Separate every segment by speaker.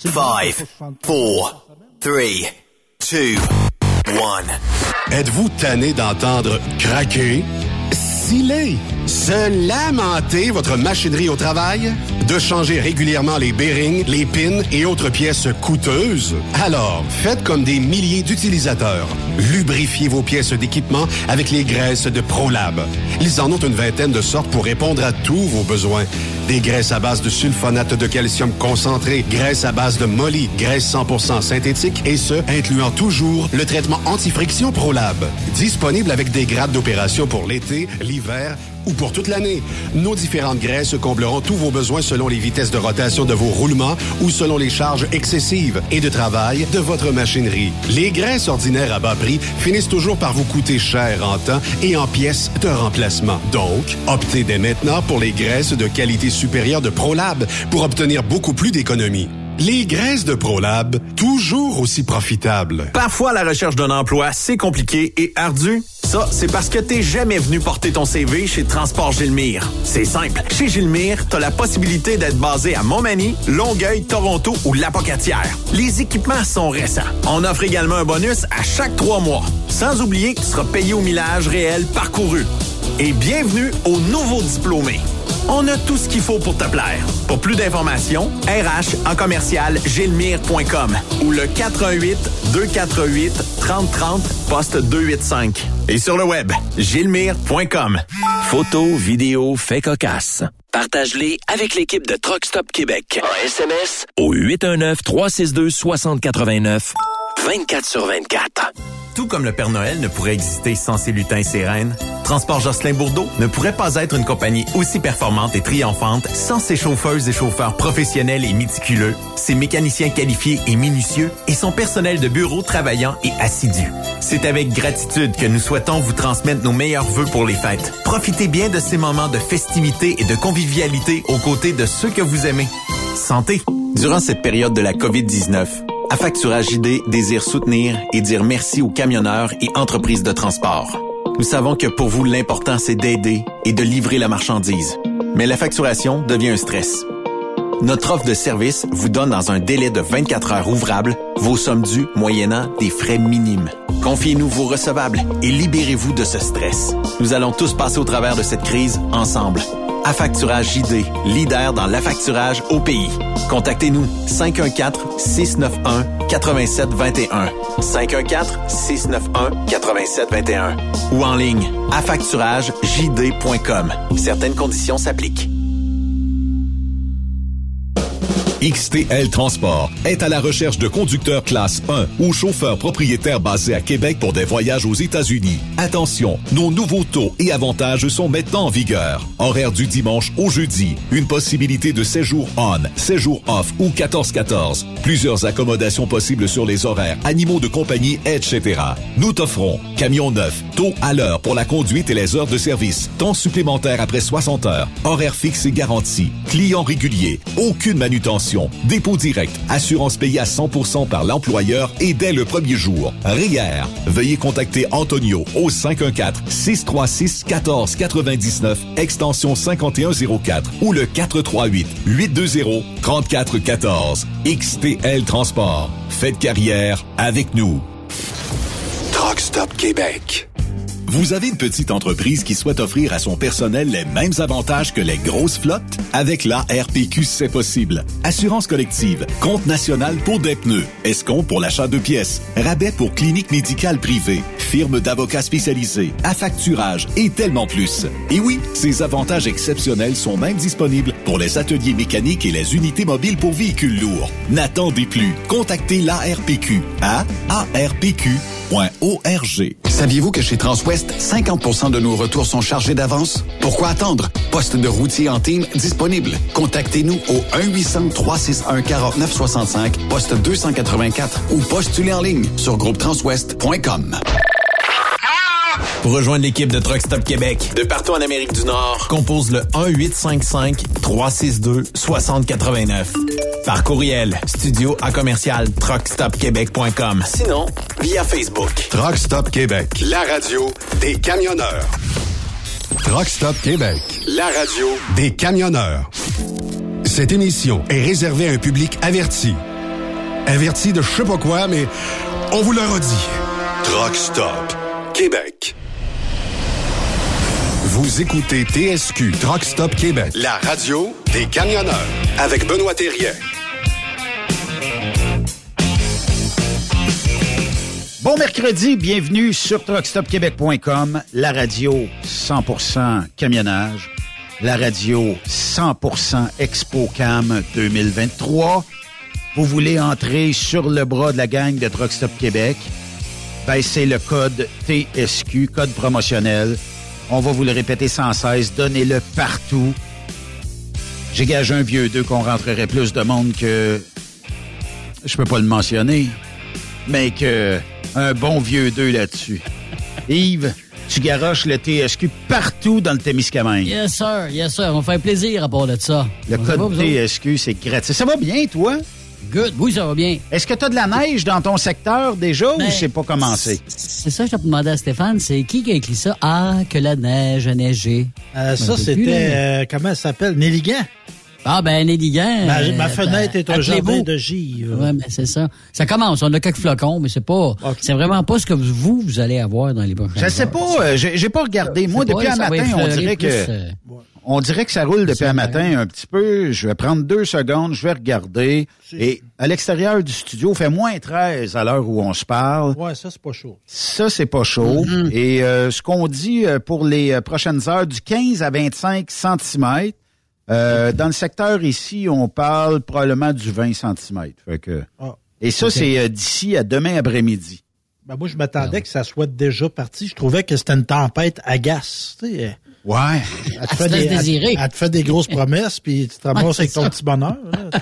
Speaker 1: 5, 4, 3, 2, 1.
Speaker 2: Êtes-vous tanné d'entendre craquer, sciller, se lamenter votre machinerie au travail? De changer régulièrement les bearings, les pins et autres pièces coûteuses? Alors, faites comme des milliers d'utilisateurs. Lubrifiez vos pièces d'équipement avec les graisses de ProLab. Ils en ont une vingtaine de sortes pour répondre à tous vos besoins. Des graisses à base de sulfonate de calcium concentré, graisses à base de molly, graisse 100% synthétique et ce, incluant toujours le traitement anti-friction ProLab. Disponible avec des grades d'opération pour l'été, l'hiver ou pour toute l'année. Nos différentes graisses combleront tous vos besoins selon les vitesses de rotation de vos roulements ou selon les charges excessives et de travail de votre machinerie. Les graisses ordinaires à bas prix finissent toujours par vous coûter cher en temps et en pièces de remplacement. Donc, optez dès maintenant pour les graisses de qualité supérieure de ProLab pour obtenir beaucoup plus d'économies. Les graisses de ProLab, toujours aussi profitables.
Speaker 3: Parfois, la recherche d'un emploi, c'est compliqué et ardu. Ça, c'est parce que t'es jamais venu porter ton CV chez Transport Gilmire. C'est simple. Chez Gilmire, t'as la possibilité d'être basé à Montmagny, Longueuil, Toronto ou Lapocatière. Les équipements sont récents. On offre également un bonus à chaque 3 mois. Sans oublier que tu seras payé au millage réel parcouru. Et bienvenue aux nouveaux diplômés. On a tout ce qu'il faut pour te plaire. Pour plus d'informations, RH en commercial gilmire.com ou le 418-248-3030 poste 285. Et sur le web, gilmire.com.
Speaker 4: Photos, vidéos, faits cocasses. Partage-les avec l'équipe de Truck Stop Québec. En SMS au 819-362-6089. 24/24.
Speaker 3: Tout comme le Père Noël ne pourrait exister sans ses lutins et ses reines, Transport Jocelyn-Bourdeau ne pourrait pas être une compagnie aussi performante et triomphante sans ses chauffeuses et chauffeurs professionnels et méticuleux, ses mécaniciens qualifiés et minutieux et son personnel de bureau travaillant et assidu. C'est avec gratitude que nous souhaitons vous transmettre nos meilleurs vœux pour les fêtes. Profitez bien de ces moments de festivité et de convivialité aux côtés de ceux que vous aimez. Santé! Durant cette période de la COVID-19, Affacturage JD désire soutenir et dire merci aux camionneurs et entreprises de transport. Nous savons que pour vous, l'important, c'est d'aider et de livrer la marchandise. Mais la facturation devient un stress. Notre offre de service vous donne dans un délai de 24 heures ouvrables vos sommes dues moyennant des frais minimes. Confiez-nous vos recevables et libérez-vous de ce stress. Nous allons tous passer au travers de cette crise ensemble. Affacturage JD, leader dans l'affacturage au pays. Contactez-nous 514-691-8721. 514-691-8721. Ou en ligne, affacturagejd.com. Certaines conditions s'appliquent.
Speaker 5: XTL Transport est à la recherche de conducteurs classe 1 ou chauffeurs propriétaires basés à Québec pour des voyages aux États-Unis. Attention, nos nouveaux taux et avantages sont maintenant en vigueur. Horaire du dimanche au jeudi. Une possibilité de 7 jours on, 7 jours off ou 14-14. Plusieurs accommodations possibles sur les horaires, animaux de compagnie, etc. Nous t'offrons camion neuf, taux à l'heure pour la conduite et les heures de service, temps supplémentaire après 60 heures, horaire fixe et garanti, client régulier, aucune manutention, dépôt direct, assurance payée à 100% par l'employeur et dès le premier jour. REER. Veuillez contacter Antonio au 514-636-1499, extension 5104 ou le 438-820-3414. XTL Transport. Faites carrière avec nous.
Speaker 2: Truck Stop Québec.
Speaker 5: Vous avez une petite entreprise qui souhaite offrir à son personnel les mêmes avantages que les grosses flottes? Avec la RPQ, c'est possible. Assurance collective, compte national pour des pneus, escompte pour l'achat de pièces, rabais pour clinique médicale privée, firme d'avocats spécialisés, affacturage et tellement plus. Et oui, ces avantages exceptionnels sont même disponibles pour les ateliers mécaniques et les unités mobiles pour véhicules lourds. N'attendez plus. Contactez l'ARPQ à arpq.org.
Speaker 6: Saviez-vous que chez Transwest, 50% de nos retours sont chargés d'avance? Pourquoi attendre? Poste de routier en team disponible. Contactez-nous au 1-800-361-4965, poste 284 ou postulez en ligne sur groupetranswest.com.
Speaker 3: Pour rejoindre l'équipe de Truck Stop Québec, de partout en Amérique du Nord, compose le 1-855-362-6089. Par courriel, studio à commercial truckstopquebec.com. Sinon, via Facebook.
Speaker 2: Truck Stop Québec, la radio des camionneurs. Truck Stop Québec, la radio des camionneurs. Cette émission est réservée à un public averti. averti de je sais pas quoi, mais on vous le redit. Truck Stop Québec. Vous écoutez TSQ Truck Stop Québec, la radio des camionneurs avec Benoît Thérien.
Speaker 7: Bon mercredi, bienvenue sur truckstopquebec.com, la radio 100% camionnage, la radio 100% ExpoCam 2023. Vous voulez entrer sur le bras de la gang de Truck Stop Québec? Ben, c'est le code TSQ, code promotionnel. On va vous le répéter sans cesse. Donnez-le partout. J'ai gagé un vieux 2 qu'on rentrerait plus de monde que... Je peux pas le mentionner, mais que un bon vieux 2 là-dessus. Yves, tu garoches le TSQ partout dans le Témiscamingue.
Speaker 8: Yes, sir. Yes, sir. On fait plaisir à part de ça.
Speaker 7: Le code TSQ, c'est gratuit. Ça va bien, toi?
Speaker 8: Good. Oui, ça va bien.
Speaker 7: Est-ce que tu as de la neige dans ton secteur déjà ou c'est pas commencé?
Speaker 8: C'est ça que je t'ai demandé à Stéphane. C'est qui a écrit ça? Ah, que la neige a neigé.
Speaker 9: Ça, c'était... comment ça s'appelle? Néligan?
Speaker 8: Ah, ben, Néligan.
Speaker 9: Ma fenêtre est un jardin de givre.
Speaker 8: Oui, mais c'est ça. Ça commence. On a quelques flocons, mais c'est pas... Okay. C'est vraiment pas ce que vous allez avoir dans les prochains
Speaker 7: Je sais pas. J'ai pas regardé. Moi, depuis un matin, on dirait que ça roule depuis un matin un petit peu. Je vais prendre 2 secondes, je vais regarder. Et à l'extérieur du studio, il fait moins 13 à l'heure où on se parle.
Speaker 9: Ouais, ça, c'est pas chaud.
Speaker 7: Ça, c'est pas chaud. Mm-hmm. Et ce qu'on dit pour les prochaines heures, du 15 à 25 cm. Dans le secteur ici, on parle probablement du 20 cm. Fait que... Et ça, c'est d'ici à demain après-midi.
Speaker 9: Ben moi, je m'attendais que ça soit déjà parti. Je trouvais que c'était une tempête à gaz. Tu sais.
Speaker 7: Ouais.
Speaker 9: Elle te fait des grosses promesses, puis tu te ramasses avec ton petit bonheur. Là,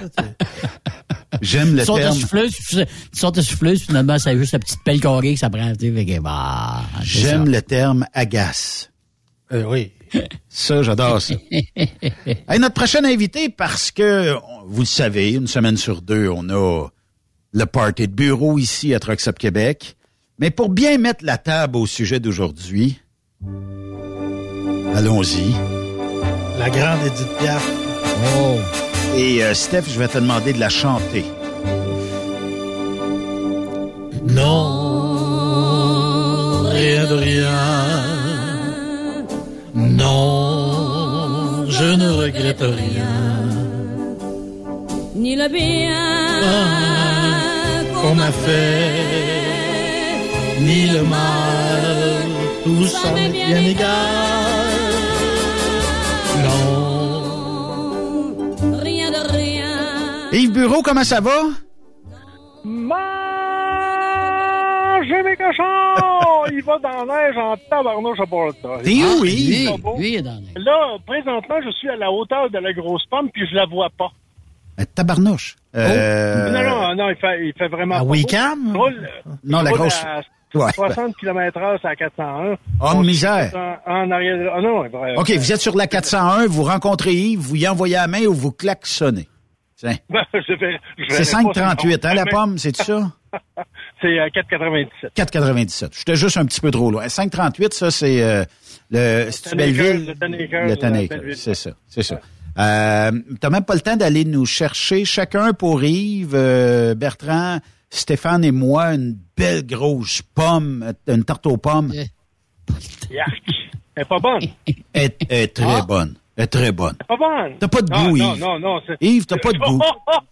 Speaker 7: j'aime le terme.
Speaker 8: Tu sors de souffleuse, finalement, c'est juste la petite pelle carrée que ça prend.
Speaker 7: J'aime le terme agace.
Speaker 9: Oui.
Speaker 7: Ça, j'adore ça. Hey, notre prochain invité, parce que, vous le savez, une semaine sur 2, on a le party de bureau ici à Truck Stop Québec. Mais pour bien mettre la table au sujet d'aujourd'hui, allons-y.
Speaker 9: La grande Edith Piaf.
Speaker 7: Oh. Et Steph, je vais te demander de la chanter.
Speaker 9: Non, rien de rien. Non, je ne regrette rien.
Speaker 10: Ni le bien
Speaker 9: qu'on m'a fait, ni le mal, tout ça m'est bien égal. Non,
Speaker 10: rien de rien.
Speaker 7: Yves Bureau, comment ça va?
Speaker 11: J'ai mes cochons! Il va dans la neige en tabarnouche à part ça.
Speaker 7: T'es où, oui?
Speaker 8: Lui est dans la neige.
Speaker 11: Là, présentement, je suis à la hauteur de la grosse pomme, puis je la vois pas.
Speaker 7: Tabarnouche.
Speaker 11: Non, il fait vraiment
Speaker 9: pas. Wickham?
Speaker 7: Non, la grosse...
Speaker 11: 60 km/h, c'est à 401.
Speaker 7: Oh, misère.
Speaker 11: En arrière de... non, vrai.
Speaker 7: OK, vous êtes sur la 401, vous rencontrez Yves, vous y envoyez la main ou vous klaxonnez.
Speaker 11: C'est
Speaker 7: 5,38, hein, la pomme, c'est ça?
Speaker 11: C'est 4,97.
Speaker 7: 4,97. J'étais juste un petit peu trop loin. 5,38, ça, c'est c'est Belleville. Le Tannaker, c'est ça. T'as même pas le temps d'aller nous chercher, chacun pour Yves, Bertrand, Stéphane et moi, une belle grosse pomme, une tarte aux pommes.
Speaker 11: Yark. Elle est pas bonne.
Speaker 7: Elle est très bonne. Elle est très bonne.
Speaker 11: Elle est pas bonne.
Speaker 7: T'as pas de goût, Yves.
Speaker 11: Non.
Speaker 7: Yves, t'as pas de goût.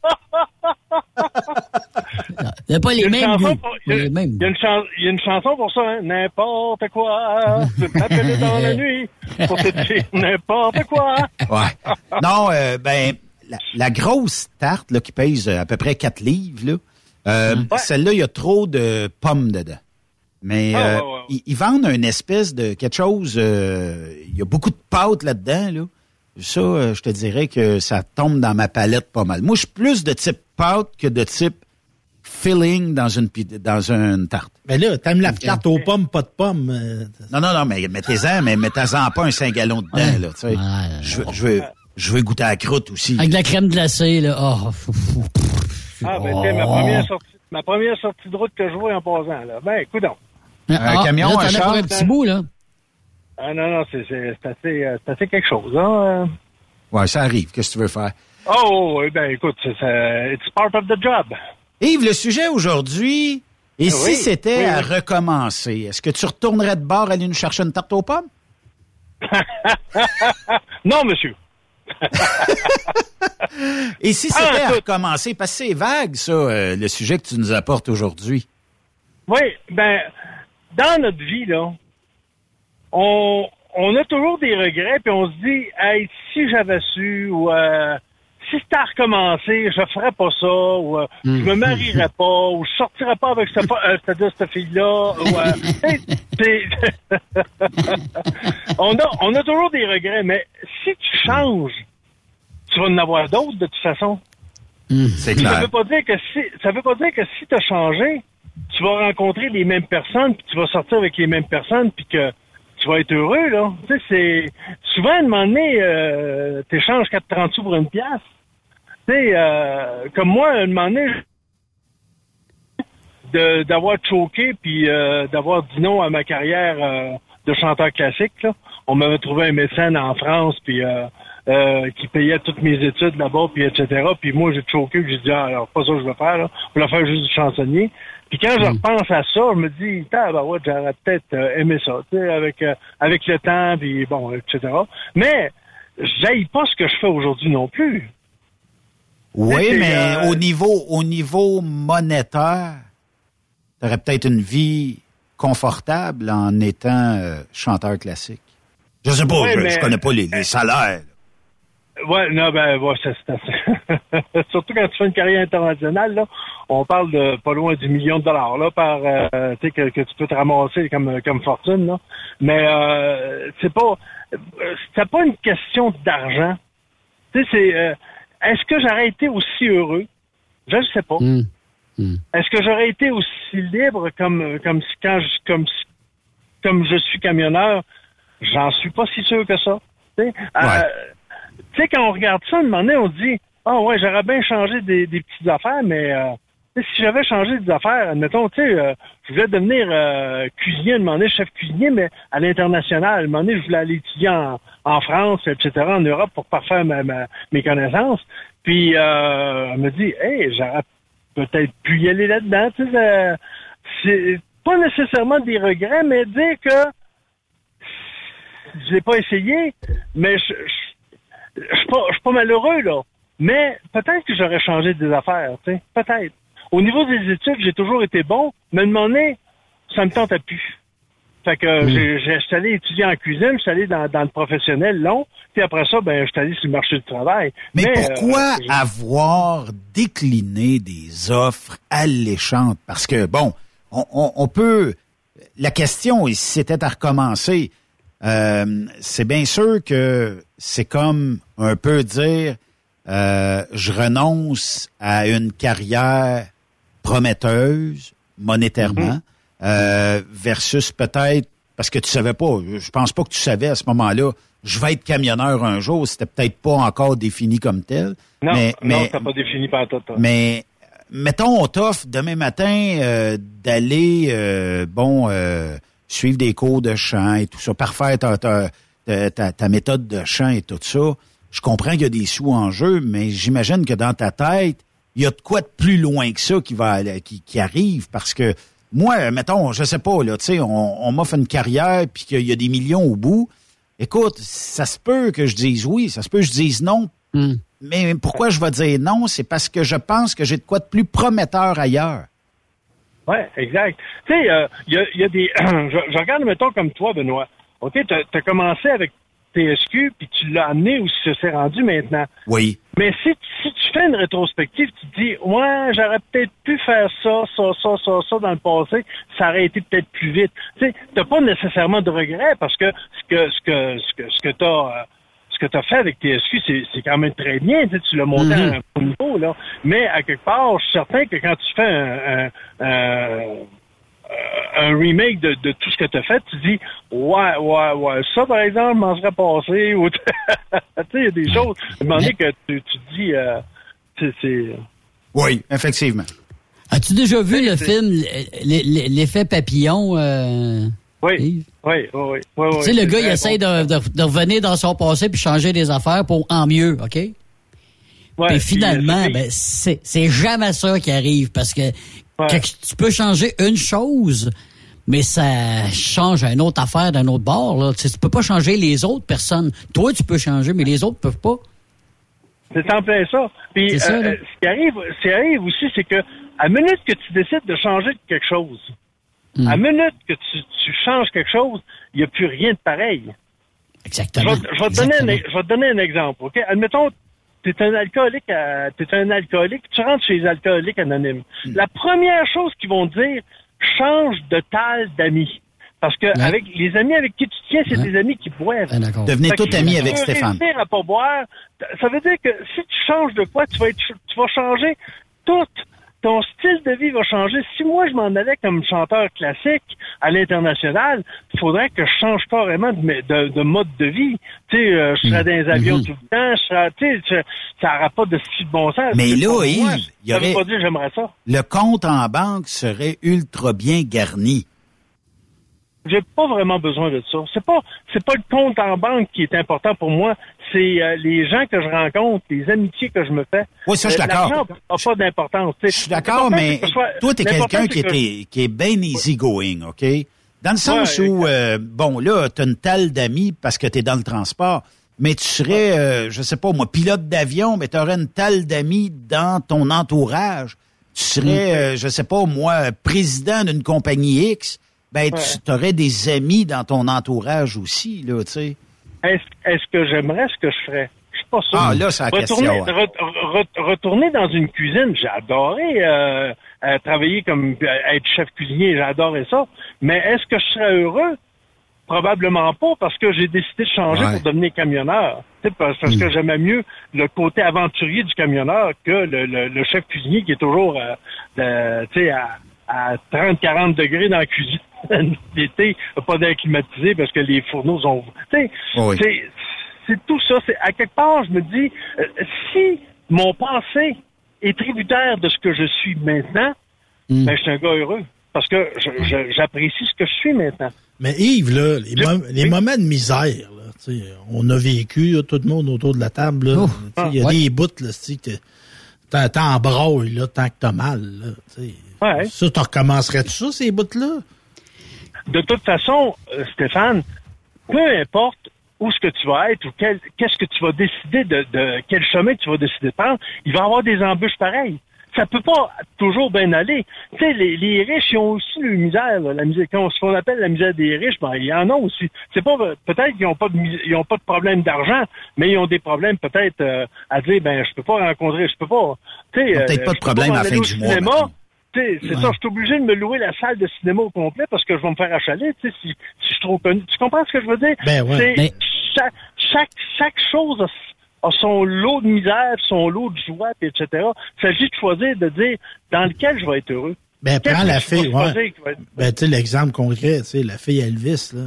Speaker 8: Il n'y a pas les mêmes goûts.
Speaker 11: Il y a une chanson pour ça, hein. N'importe quoi. Tu peux m'appeler dans la nuit pour te dire n'importe quoi.
Speaker 7: Ouais. Non, la grosse tarte là, qui pèse à peu près 4 livres, là, celle-là, il y a trop de pommes dedans. Mais ils vendent une espèce de quelque chose... Il y a beaucoup de pâte là-dedans, là. Ça, je te dirais que ça tombe dans ma palette pas mal. Moi, je suis plus de type pâte que de type filling dans une tarte.
Speaker 9: Mais là, t'aimes la tarte aux pommes, pas de pommes.
Speaker 7: Non, mais mettez-en pas un 5 gallons dedans, là, tu sais. Je veux goûter à la croûte aussi.
Speaker 8: Avec de la crème glacée, là. Oh.
Speaker 11: C'est ma première sortie de route que je vois en passant, là. Ben, écoute donc.
Speaker 7: Un camion, un char.
Speaker 8: Un petit bout, là.
Speaker 11: Ah non, c'est assez quelque chose, hein.
Speaker 7: Ouais, ça arrive. Qu'est-ce que tu veux faire?
Speaker 11: Oh, ben écoute, it's part of the job.
Speaker 7: Yves, le sujet aujourd'hui, et si c'était à recommencer, est-ce que tu retournerais de bord aller nous chercher une tarte aux pommes?
Speaker 11: Non, monsieur.
Speaker 7: Et si c'était à recommencer, parce que c'est vague, ça, le sujet que tu nous apportes aujourd'hui.
Speaker 11: Oui, dans notre vie, là, on a toujours des regrets, puis on se dit, hey, si j'avais su, ou si c'était à recommencer, je ferais pas ça, ou je me marierais pas, ou je sortirais pas avec cette fille-là. On a toujours des regrets, mais si tu changes, tu vas en avoir d'autres de toute façon.
Speaker 7: C'est clair.
Speaker 11: Ça veut pas dire que si tu as changé, tu vas rencontrer les mêmes personnes, puis tu vas sortir avec les mêmes personnes, puis que tu vas être heureux, là. Tu sais, c'est... Souvent, à un moment donné, t'échanges 4,30 sous pour une pièce. Tu sais, comme moi, à un moment donné, d'avoir choqué, puis d'avoir dit non à ma carrière de chanteur classique, là. On m'avait trouvé un mécène en France, puis qui payait toutes mes études là-bas, puis etc. Puis moi, j'ai choqué, puis j'ai dit, alors, pas ça que je veux faire, là. Je voulais faire juste du chansonnier. Puis quand je repense à ça, je me dis, ouais, j'aurais peut-être aimé ça, tu sais, avec le temps, puis bon, etc. Mais j'haïs pas ce que je fais aujourd'hui non plus.
Speaker 7: Oui, mais au niveau monétaire, t'aurais peut-être une vie confortable en étant chanteur classique. Je sais pas, je connais pas les salaires.
Speaker 11: Ouais, non, c'est surtout quand tu fais une carrière internationale, là, on parle de pas loin du $1 million, là, par, tu sais, que tu peux te ramasser comme fortune, là. Mais, c'est pas une question d'argent. Tu sais, est-ce que j'aurais été aussi heureux? Je ne sais pas. Est-ce que j'aurais été aussi libre comme je suis camionneur? J'en suis pas si sûr que ça. Tu sais, quand on regarde ça, à un moment donné, on se dit, ouais, j'aurais bien changé des petites affaires, mais si j'avais changé des affaires, admettons, tu sais, je voulais devenir cuisinier, à un moment donné, chef cuisinier, mais à l'international. À un moment donné, je voulais aller étudier en France, etc., en Europe, pour parfaire mes connaissances. Puis, elle me dit, hey, j'aurais peut-être pu y aller là-dedans. Tu sais, c'est pas nécessairement des regrets, mais dire que je l'ai pas essayé, mais je suis pas malheureux, là. Mais peut-être que j'aurais changé des affaires, tu sais. Peut-être. Au niveau des études, j'ai toujours été bon, mais à un moment donné, ça me tentait plus. Fait que je suis allé étudier en cuisine, je suis allé dans le professionnel long, puis après ça, je suis allé sur le marché du travail.
Speaker 7: Mais pourquoi avoir décliné des offres alléchantes? Parce que, bon, on peut... La question, si c'était à recommencer, c'est bien sûr que c'est comme un peu dire je renonce à une carrière prometteuse monétairement versus peut-être parce que tu savais pas, je pense pas que tu savais à ce moment-là, je vais être camionneur un jour, c'était peut-être pas encore défini comme tel.
Speaker 11: Non, t'as pas défini par tout.
Speaker 7: Mais mettons on t'offre demain matin d'aller suivre des cours de chant et tout ça, parfaire ta méthode de chant et tout ça. Je comprends qu'il y a des sous en jeu, mais j'imagine que dans ta tête, il y a de quoi de plus loin que ça qui arrive, parce que moi, mettons, je sais pas, là, tu sais, on m'offre une carrière puis qu'il y a des millions au bout. Écoute, ça se peut que je dise oui, ça se peut que je dise non. Mais pourquoi je vais dire non? C'est parce que je pense que j'ai de quoi de plus prometteur ailleurs.
Speaker 11: Ouais, exact. Tu sais, il y a des... je regarde, mettons, comme toi, Benoît. OK, t'as commencé avec TSQ, puis tu l'as amené où ça s'est rendu maintenant.
Speaker 7: Oui.
Speaker 11: Mais si tu fais une rétrospective, tu te dis, ouais, j'aurais peut-être pu faire ça dans le passé, ça aurait été peut-être plus vite. Tu sais, t'as pas nécessairement de regrets, parce que ce que t'as fait avec TSQ, c'est quand même très bien, tu l'as monté à un bon niveau, là. Mais à quelque part, je suis certain que quand tu fais un remake de tout ce que tu as fait, tu dis ouais, ça par exemple, m'en serait passé, ou tu sais, il y a des choses, à un moment donné que tu dis c'est...
Speaker 7: Oui, effectivement.
Speaker 8: As-tu déjà vu le film L'effet papillon?
Speaker 11: Oui.
Speaker 8: Tu sais, le gars, il essaie de revenir dans son passé puis changer des affaires pour en mieux, OK? Et finalement, c'est jamais ça qui arrive parce que tu peux changer une chose, mais ça change une autre affaire d'un autre bord. Là. Tu peux pas changer les autres personnes. Toi, tu peux changer, mais les autres peuvent pas.
Speaker 11: C'est en plein ça. Puis ce qui arrive aussi, c'est que à minute que tu décides de changer quelque chose, à minute que tu changes quelque chose, il n'y a plus rien de pareil.
Speaker 8: Exactement.
Speaker 11: Je vais te donner un exemple. Ok, admettons, t'es un alcoolique, tu rentres chez les alcooliques anonymes. La première chose qu'ils vont te dire, change de taille d'amis. Parce que avec les amis avec qui tu tiens, c'est des amis qui boivent.
Speaker 7: Devenez tout amis avec Stéphane.
Speaker 11: À pas boire, ça veut dire que si tu changes de quoi, tu vas changer tout. Ton style de vie va changer. Si moi, je m'en allais comme chanteur classique à l'international, il faudrait que je change carrément de mode de vie. Tu sais, je serais dans les avions tout le temps, ça n'aura pas de si bon sens.
Speaker 7: Mais là, Yves,
Speaker 11: ça veut pas dire que j'aimerais ça.
Speaker 7: Le compte en banque serait ultra bien garni.
Speaker 11: J'ai pas vraiment besoin de ça. C'est pas le compte en banque qui est important pour moi. C'est les gens que je rencontre, les amitiés que je me fais.
Speaker 7: Oui, ça, je suis d'accord.
Speaker 11: L'argent n'a pas d'importance.
Speaker 7: Je suis d'accord, mais toi, t'es quelqu'un qui est bien easy-going, OK? Dans le sens où, là, t'as une talle d'amis parce que t'es dans le transport, mais tu serais, je sais pas, moi, pilote d'avion, mais t'aurais une talle d'amis dans ton entourage. Tu serais, je sais pas, moi, président d'une compagnie X. Tu aurais des amis dans ton entourage aussi, là, tu sais.
Speaker 11: Est-ce que j'aimerais ce que je ferais? Je suis pas sûr.
Speaker 7: Ah, là, c'est la question.
Speaker 11: Retourner dans une cuisine, j'ai adoré travailler comme être chef cuisinier, j'ai adoré ça. Mais est-ce que je serais heureux? Probablement pas, parce que j'ai décidé de changer pour devenir camionneur. Parce que j'aimais mieux le côté aventurier du camionneur que le chef cuisinier qui est toujours à 30-40 degrés dans la cuisine. L'été, pas d'air climatisé parce que les fourneaux sont... C'est tout ça. À quelque part, je me dis, si mon passé est tributaire de ce que je suis maintenant, je suis un gars heureux. Parce que j'apprécie ce que je suis maintenant.
Speaker 9: Mais Yves, là, les moments de misère, là, on a vécu, là, tout le monde autour de la table, il y a des bouts, là, que t'en brailles, là, tant que t'as mal, là, Ça, tu recommencerais-tu ça, ces bouts-là?
Speaker 11: De toute façon, Stéphane, peu importe où est-ce que tu vas être ou qu'est-ce que tu vas décider de quel chemin tu vas décider de prendre, il va y avoir des embûches pareilles. Ça peut pas toujours bien aller. Tu sais, les riches, ils ont aussi le misère, là, la misère, ce qu'on appelle la misère des riches, il y en a aussi. C'est pas, peut-être qu'ils ont pas de problème d'argent, mais ils ont des problèmes peut-être à dire, je peux pas rencontrer, je peux pas. Tu sais,
Speaker 7: peut-être pas de problème à la fin du mois.
Speaker 11: C'est ça, je suis obligé de me louer la salle de cinéma au complet parce que je vais me faire achaler, si je suis trop connu. Tu comprends ce que je veux dire? Chaque chose a son lot de misère, son lot de joie, etc. Il s'agit de choisir, de dire dans lequel je vais être heureux.
Speaker 9: Prends la fille, tu sais, l'exemple concret, tu sais, la fille Elvis, là.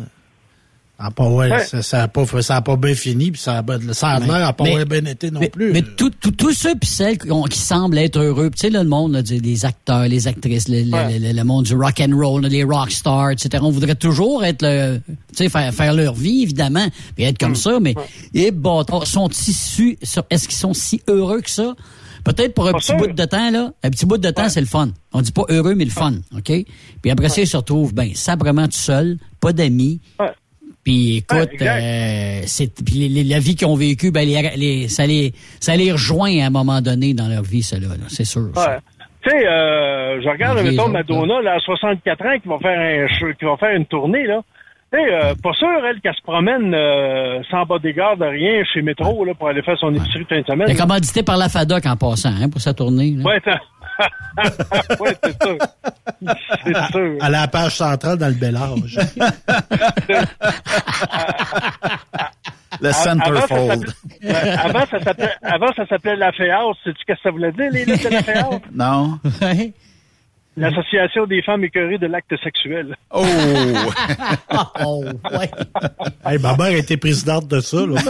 Speaker 9: Ça a pas bien fini, puis ça a l'air à pas bien été non plus.
Speaker 8: Mais tous ceux puis celles qui semblent être heureux, tu sais, le monde, là, les acteurs, les actrices, le monde du rock and roll, les rock stars, etc. On voudrait toujours être, faire leur vie, évidemment, puis être comme ça, mais est-ce qu'ils sont si heureux que ça? Peut-être pour un petit bout de temps, là. Un petit bout de temps, c'est le fun. On dit pas heureux, mais le fun, OK? Puis après ça, ils se retrouvent, sabrement tout seul, pas d'amis. Puis écoute, puis la vie qu'ils ont vécue, ça les rejoint à un moment donné dans leur vie, cela, là, c'est sûr.
Speaker 11: Tu sais, je regarde, mettons, Madonna, là, à 64 ans, qui va faire une tournée, là. Tu sais, pas sûr, elle, qu'elle se promène sans bodyguard de rien chez Métro, là, pour aller faire son épicerie fin de semaine.
Speaker 8: Elle est commanditée par la FADOC en passant, pour sa tournée. Là.
Speaker 11: C'est sûr. C'est sûr.
Speaker 9: À la page centrale dans le bel âge.
Speaker 7: Le centerfold.
Speaker 11: Avant, ça s'appelait la FEAS. Sais-tu ce que ça voulait dire, les lettres de la FEAS?
Speaker 7: Non.
Speaker 11: L'Association des femmes écœurées de l'acte sexuel.
Speaker 7: Oh!
Speaker 9: Ma mère était présidente de ça, là.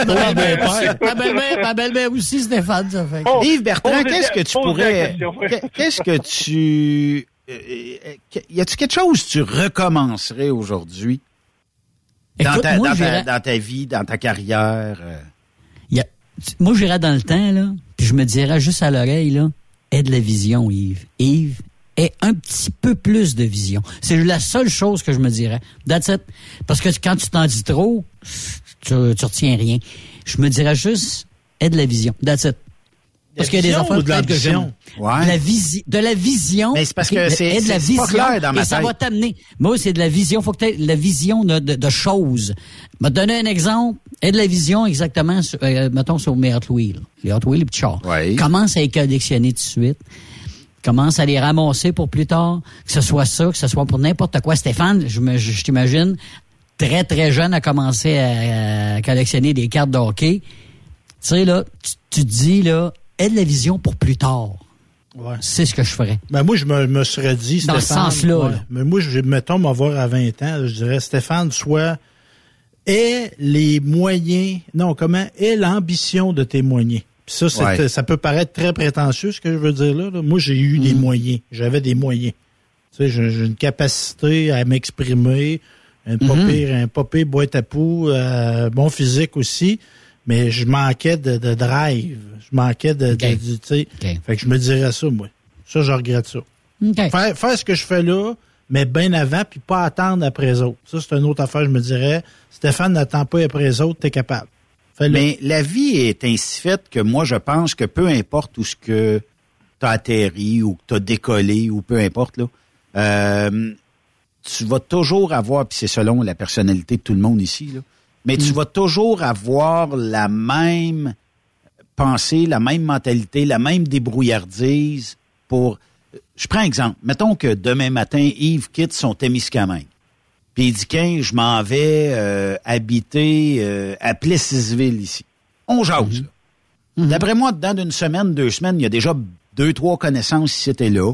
Speaker 8: Ma belle-mère aussi, Stéphane, ça fait.
Speaker 7: Yves Bertrand, qu'est-ce que tu pourrais... Qu'est-ce que tu... y a-tu quelque chose que tu recommencerais aujourd'hui? Dans ta vie, dans ta carrière?
Speaker 8: Moi, j'irais dans le temps, là. Puis je me dirais juste à l'oreille, là, aie de la vision, Yves. Yves, aie un petit peu plus de vision. C'est la seule chose que je me dirais. That's it. Parce que quand tu t'en dis trop, tu retiens rien. Je me dirais juste, aie de la vision. That's it. Parce qu'il y a des affaires peut-être que j'aime.
Speaker 7: Ouais.
Speaker 8: De la vision.
Speaker 7: Mais c'est parce que c'est
Speaker 8: de la vision,
Speaker 7: pas clair dans ma tête.
Speaker 8: Ça va t'amener. Moi, c'est de la vision. Faut que tu aies la vision de choses. Je vais te donner un exemple. Aie de la vision exactement, mettons, sur mes Hot Wheels. Les Hot Wheels, les petits chars.
Speaker 7: Oui.
Speaker 8: Commence à les collectionner tout de suite. Commence à les ramasser pour plus tard. Que ce soit ça, que ce soit pour n'importe quoi. Stéphane, je t'imagine, très, très jeune, a commencé à collectionner des cartes de hockey. Tu sais, là, tu te dis, là, aie de la vision pour plus tard.
Speaker 9: Ouais.
Speaker 8: C'est ce que je ferais.
Speaker 9: Ben moi, je me serais dit, Stéphane...
Speaker 8: Dans ce sens-là.
Speaker 9: Ouais.
Speaker 8: Là.
Speaker 9: Mais moi, mettons, m'avoir à 20 ans, je dirais, Stéphane, aie les moyens... Non, aie l'ambition de tes moyens. Puis ça, ça peut paraître très prétentieux, ce que je veux dire là. Moi, j'ai eu des moyens. J'avais des moyens. Tu sais, j'ai une capacité à m'exprimer, un pas pire boîte à poux, bon physique aussi, mais je manquais de drive. Je manquais tu sais. Fait que je me dirais ça, moi. Ça, je regrette ça.
Speaker 8: Okay.
Speaker 9: Faire ce que je fais là, mais bien avant, puis pas attendre après les autres. Ça, c'est une autre affaire, je me dirais. Stéphane, n'attends pas après les autres, t'es capable. Fais-le.
Speaker 7: Mais la vie est ainsi faite que moi, je pense que peu importe où ce que t'as atterri ou que t'as décollé ou peu importe, là, tu vas toujours avoir, puis c'est selon la personnalité de tout le monde ici, là, mais tu vas toujours avoir la même pensée, la même mentalité, la même débrouillardise pour... Je prends un exemple. Mettons que demain matin, Yves quitte son Témiscamingue. Puis il dit qu'un, je m'en vais habiter à Plessisville ici. On jase, là. D'après moi, dedans d'une semaine, 2 semaines, il y a déjà 2-3 connaissances si c'était là.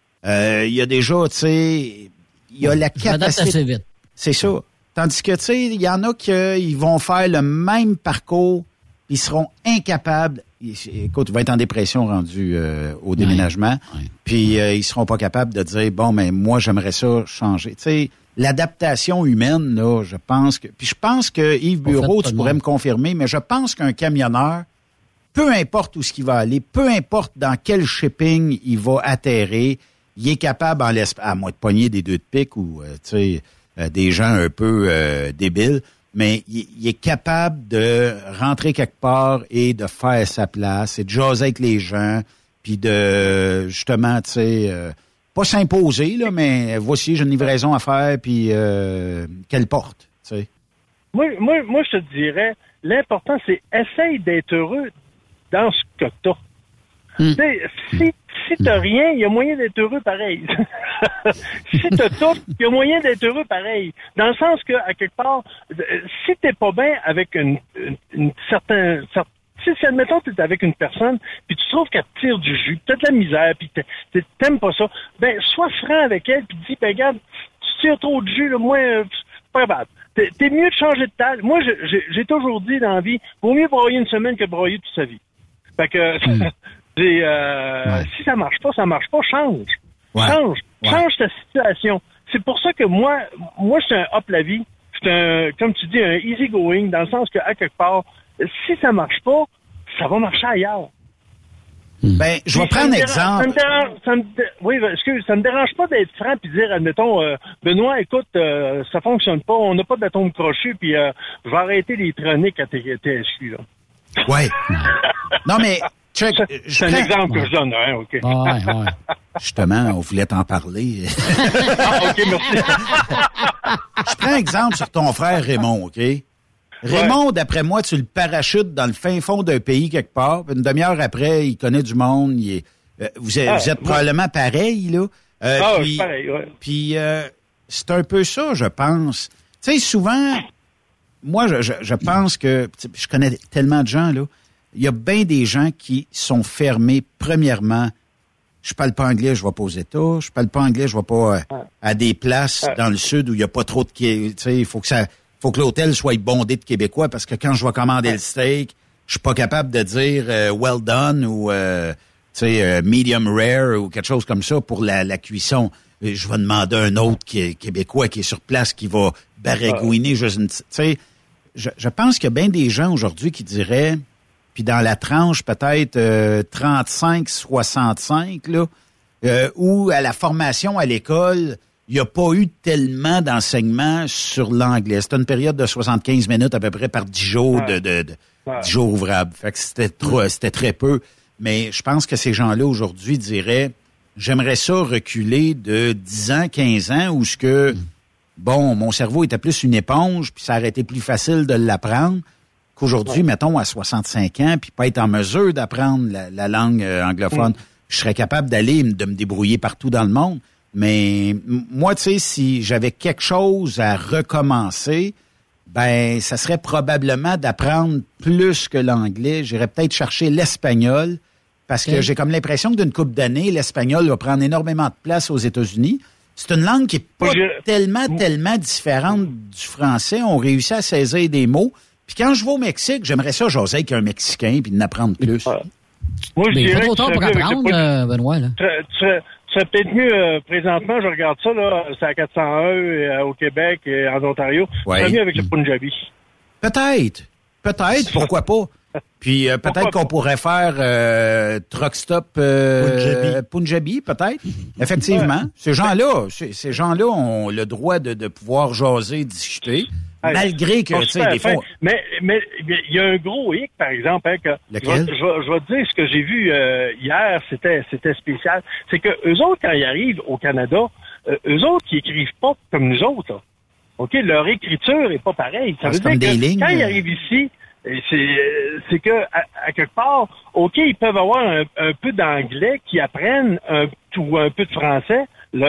Speaker 7: Il y a déjà, tu sais, il y a la capacité...
Speaker 8: assez vite.
Speaker 7: C'est ça. Tandis que, tu sais, il y en a qui vont faire le même parcours, ils seront incapables. Écoute, ils vont être en dépression rendu au déménagement. Ouais. Puis ils seront pas capables de dire, bon, mais moi, j'aimerais ça changer. Tu sais, l'adaptation humaine, là, je pense que... Puis je pense que Yves Bureau, tu pourrais me confirmer, mais je pense qu'un camionneur, peu importe où ce qu'il va aller, peu importe dans quel shipping il va atterrir, il est capable, à moins de pogner des 2 de pique ou, tu sais, des gens un peu débiles, mais il est capable de rentrer quelque part et de faire sa place et de jaser avec les gens, puis de, justement, tu sais, pas s'imposer, là, mais voici, j'ai une livraison à faire, puis qu'elle porte, tu sais.
Speaker 11: Moi, je te dirais, l'important, c'est essaye d'être heureux dans ce que t'as. Si t'as rien, il y a moyen d'être heureux pareil. Si t'as tout, il y a moyen d'être heureux pareil. Dans le sens que, à quelque part, si t'es pas bien avec une certaine... Si, admettons, t'es avec une personne, puis tu trouves qu'elle te tire du jus, t'as de la misère, puis t'aimes pas ça, ben, sois franc avec elle, puis dis, ben, regarde, tu tires trop de jus, là, moi, pas grave. T'es mieux de changer de taille. Moi, j'ai toujours dit dans la vie, vaut mieux broyer une semaine que broyer toute sa vie. Fait que, si ça marche pas, change. Ouais. Change ta situation. C'est pour ça que moi, je suis un hop la vie. Je suis comme tu dis, un easy going, dans le sens que, à quelque part, si ça marche pas, ça va marcher ailleurs.
Speaker 7: Ben, je vais prendre un exemple.
Speaker 11: Ça me dérange pas d'être franc puis dire, admettons, Benoît, écoute, ça fonctionne pas, on n'a pas d'atome crochu, puis je vais arrêter les troniques à TSU, là.
Speaker 7: Ouais. Non, mais, check.
Speaker 11: C'est un exemple que je donne, hein, OK.
Speaker 8: Ouais.
Speaker 7: Justement, on voulait t'en parler.
Speaker 11: OK, merci.
Speaker 7: Je prends un exemple sur ton frère Raymond, OK? Raymond, d'après moi, tu le parachutes dans le fin fond d'un pays quelque part. Une demi-heure après, il connaît du monde. Vous êtes probablement pareil, là.
Speaker 11: Puis, pareil, ouais.
Speaker 7: Puis, c'est un peu ça, je pense. Tu sais, souvent, moi, je pense que... Je connais tellement de gens, là. Il y a bien des gens qui sont fermés, premièrement. Je parle pas anglais, je vais pas aux États. Je parle pas anglais, je vais pas à des places dans le sud où il y a pas trop de... Tu sais, il faut que l'hôtel soit bondé de Québécois parce que quand je vais commander le steak, je suis pas capable de dire well done ou medium rare ou quelque chose comme ça pour la cuisson. Je vais demander à un autre qui est Québécois qui est sur place qui va baragouiner juste une petite... Tu sais, je pense qu'il y a bien des gens aujourd'hui qui diraient... puis dans la tranche peut-être 35-65, là, où à la formation à l'école, il n'y a pas eu tellement d'enseignement sur l'anglais. C'était une période de 75 minutes à peu près par 10 jours 10 jours ouvrables. Fait que c'était très peu. Mais je pense que ces gens-là aujourd'hui diraient, j'aimerais ça reculer de 10 ans, 15 ans, où ce que, bon, mon cerveau était plus une éponge, puis ça aurait été plus facile de l'apprendre qu'aujourd'hui, mettons, à 65 ans, puis pas être en mesure d'apprendre la langue anglophone. Je serais capable d'aller, de me débrouiller partout dans le monde. Mais moi, tu sais, si j'avais quelque chose à recommencer, ben, ça serait probablement d'apprendre plus que l'anglais. J'irais peut-être chercher l'espagnol, parce que j'ai comme l'impression que d'une couple d'années, l'espagnol va prendre énormément de place aux États-Unis. C'est une langue qui est pas tellement différente du français. On réussit à saisir des mots. Puis quand je vais au Mexique, j'aimerais ça jaser avec un Mexicain puis d'en apprendre plus.
Speaker 11: Moi, je dirais
Speaker 8: pas trop tard pour apprendre, Benoît, là.
Speaker 11: Tu serais peut-être mieux, présentement, je regarde ça, là, c'est à 401 au Québec et en Ontario.
Speaker 7: Ouais.
Speaker 11: C'est mieux avec le Punjabi.
Speaker 7: Peut-être, pourquoi pas. Puis peut-être qu'on pourrait faire Truck Stop Punjabi, peut-être. Effectivement. Ces gens-là ont le droit de pouvoir jaser, discuter. Malgré que, tu sais, des fois...
Speaker 11: Mais il y a un gros hic, par exemple, hein, que
Speaker 7: lequel?
Speaker 11: Je vais te dire ce que j'ai vu hier, c'était spécial. C'est que eux autres, quand ils arrivent au Canada, eux autres, ils écrivent pas comme nous autres. Là. OK? Leur écriture est pas pareille. Ça veut dire que quand ils arrivent ici, c'est que à quelque part, OK, ils peuvent avoir un peu d'anglais qui apprennent ou un peu de français,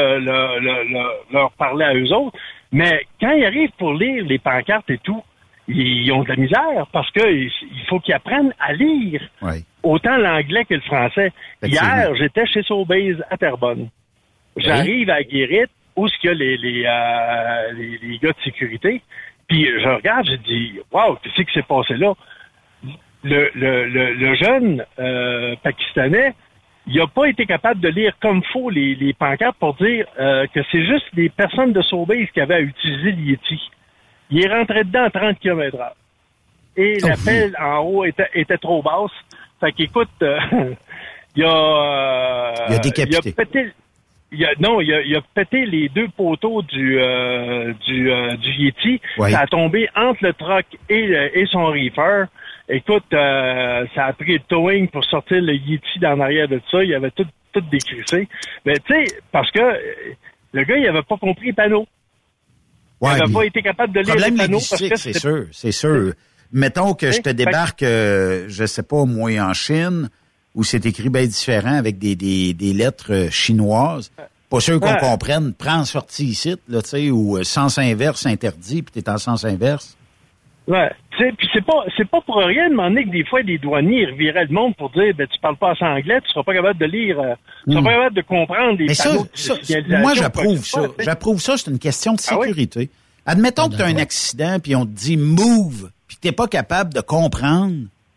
Speaker 11: leur parler à eux autres. Mais quand ils arrivent pour lire les pancartes et tout, ils ont de la misère parce que il faut qu'ils apprennent à lire autant l'anglais que le français. Hier, j'étais chez Sobeys à Terrebonne. J'arrive à Guérite, où est-ce qu'il y a les gars de sécurité. Puis je regarde, je dis, wow, qu'est-ce qui s'est passé là? Le jeune pakistanais, il n'a pas été capable de lire comme faut les pancartes pour dire que c'est juste les personnes de Sobeys qui avaient à utiliser le Yeti. Il est rentré dedans à 30 km/h. Et la pelle en haut était trop basse. Fait qu'écoute, il a décapité. Il a pété les deux poteaux du Yeti. Ouais. Ça a tombé entre le truck et son reefer. Écoute, ça a pris le towing pour sortir le Yeti dans l'arrière de ça. Il avait tout décrissé. Mais tu sais, parce que le gars, il avait pas compris les panneaux.
Speaker 7: Ouais,
Speaker 11: il n'avait pas été capable de lire les panneaux. Parce que
Speaker 7: c'est sûr. Mettons que je te débarque, je sais pas, moi, en Chine, où c'est écrit bien différent avec des lettres chinoises. Pas sûr qu'on comprenne. Prends sortie ici, là, tu sais, ou sens inverse interdit, puis t'es en sens inverse.
Speaker 11: Ouais. Puis c'est pas pour rien de demander que des fois les douaniers reviraient le monde pour dire tu parles pas assez anglais, tu seras pas capable de lire, tu seras pas capable de comprendre les panneaux.
Speaker 7: Moi j'approuve ça. J'approuve ça, c'est une question de sécurité. Admettons que tu as un accident puis on te dit move, puis que t'es pas capable de comprendre.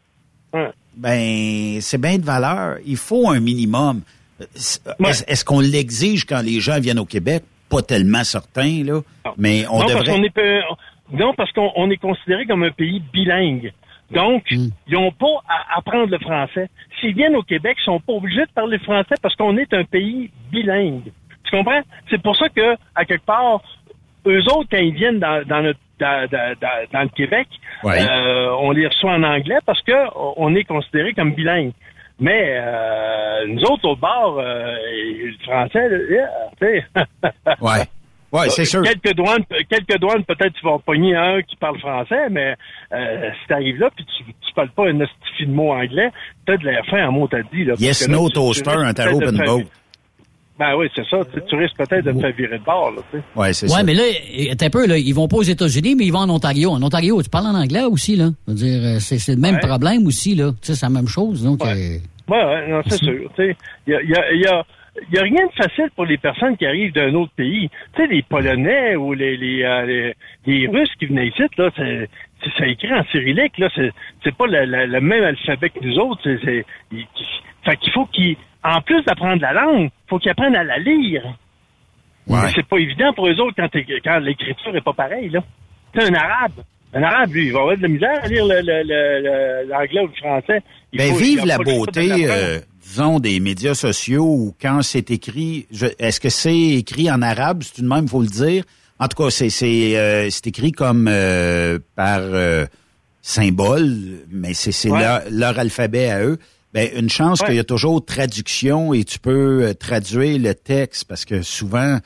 Speaker 7: Ben c'est bien de valeur. Il faut un minimum. Est-ce qu'on l'exige quand les gens viennent au Québec? Pas tellement certain, là. Mais on devrait...
Speaker 11: Parce qu'on est considéré comme un pays bilingue. Donc, ils n'ont pas à apprendre le français. S'ils viennent au Québec, ils sont pas obligés de parler français parce qu'on est un pays bilingue. Tu comprends? C'est pour ça que, à quelque part, eux autres, quand ils viennent dans le Québec, on les reçoit en anglais parce que on est considéré comme bilingue. Mais nous autres, au bord, le français, tu sais...
Speaker 7: Ouais, c'est sûr.
Speaker 11: Quelques douanes, peut-être tu vas pogner un qui parle français, mais si t'arrives là puis tu parles pas un esti de mot anglais, t'as de l'air fin en mot t'as dit. Là,
Speaker 7: yes, no, toaster, un tarot, open boat.
Speaker 11: Ben oui, c'est ça. Tu risques peut-être de te faire virer de bord, là, tu sais.
Speaker 7: Ouais, c'est ça.
Speaker 8: Ouais, mais là, t'es un peu, là, ils vont pas aux États-Unis, mais ils vont en Ontario. En Ontario, tu parles en anglais aussi, là. Je veux dire, c'est le même problème aussi, là. Tu sais, c'est la même chose, donc.
Speaker 11: Non, c'est sûr. Tu sais, il y a rien de facile pour les personnes qui arrivent d'un autre pays. Tu sais, les Polonais ou les Russes qui venaient ici, là, c'est écrit en cyrillique, là, c'est pas le même alphabet que nous autres. Fait qu'il faut en plus d'apprendre la langue, faut qu'ils apprennent à la lire. Ouais. C'est pas évident pour eux autres quand l'écriture est pas pareille, là. C'est un arabe. Un arabe, lui, il va avoir de la misère à lire l'anglais ou le français.
Speaker 7: Vive la beauté, disons, des médias sociaux où quand c'est écrit, est-ce que c'est écrit en arabe, c'est tout de même, il faut le dire. En tout cas, c'est écrit comme par symbole, mais c'est leur alphabet à eux. Ben, une chance qu'il y a toujours traduction et tu peux traduire le texte parce que souvent,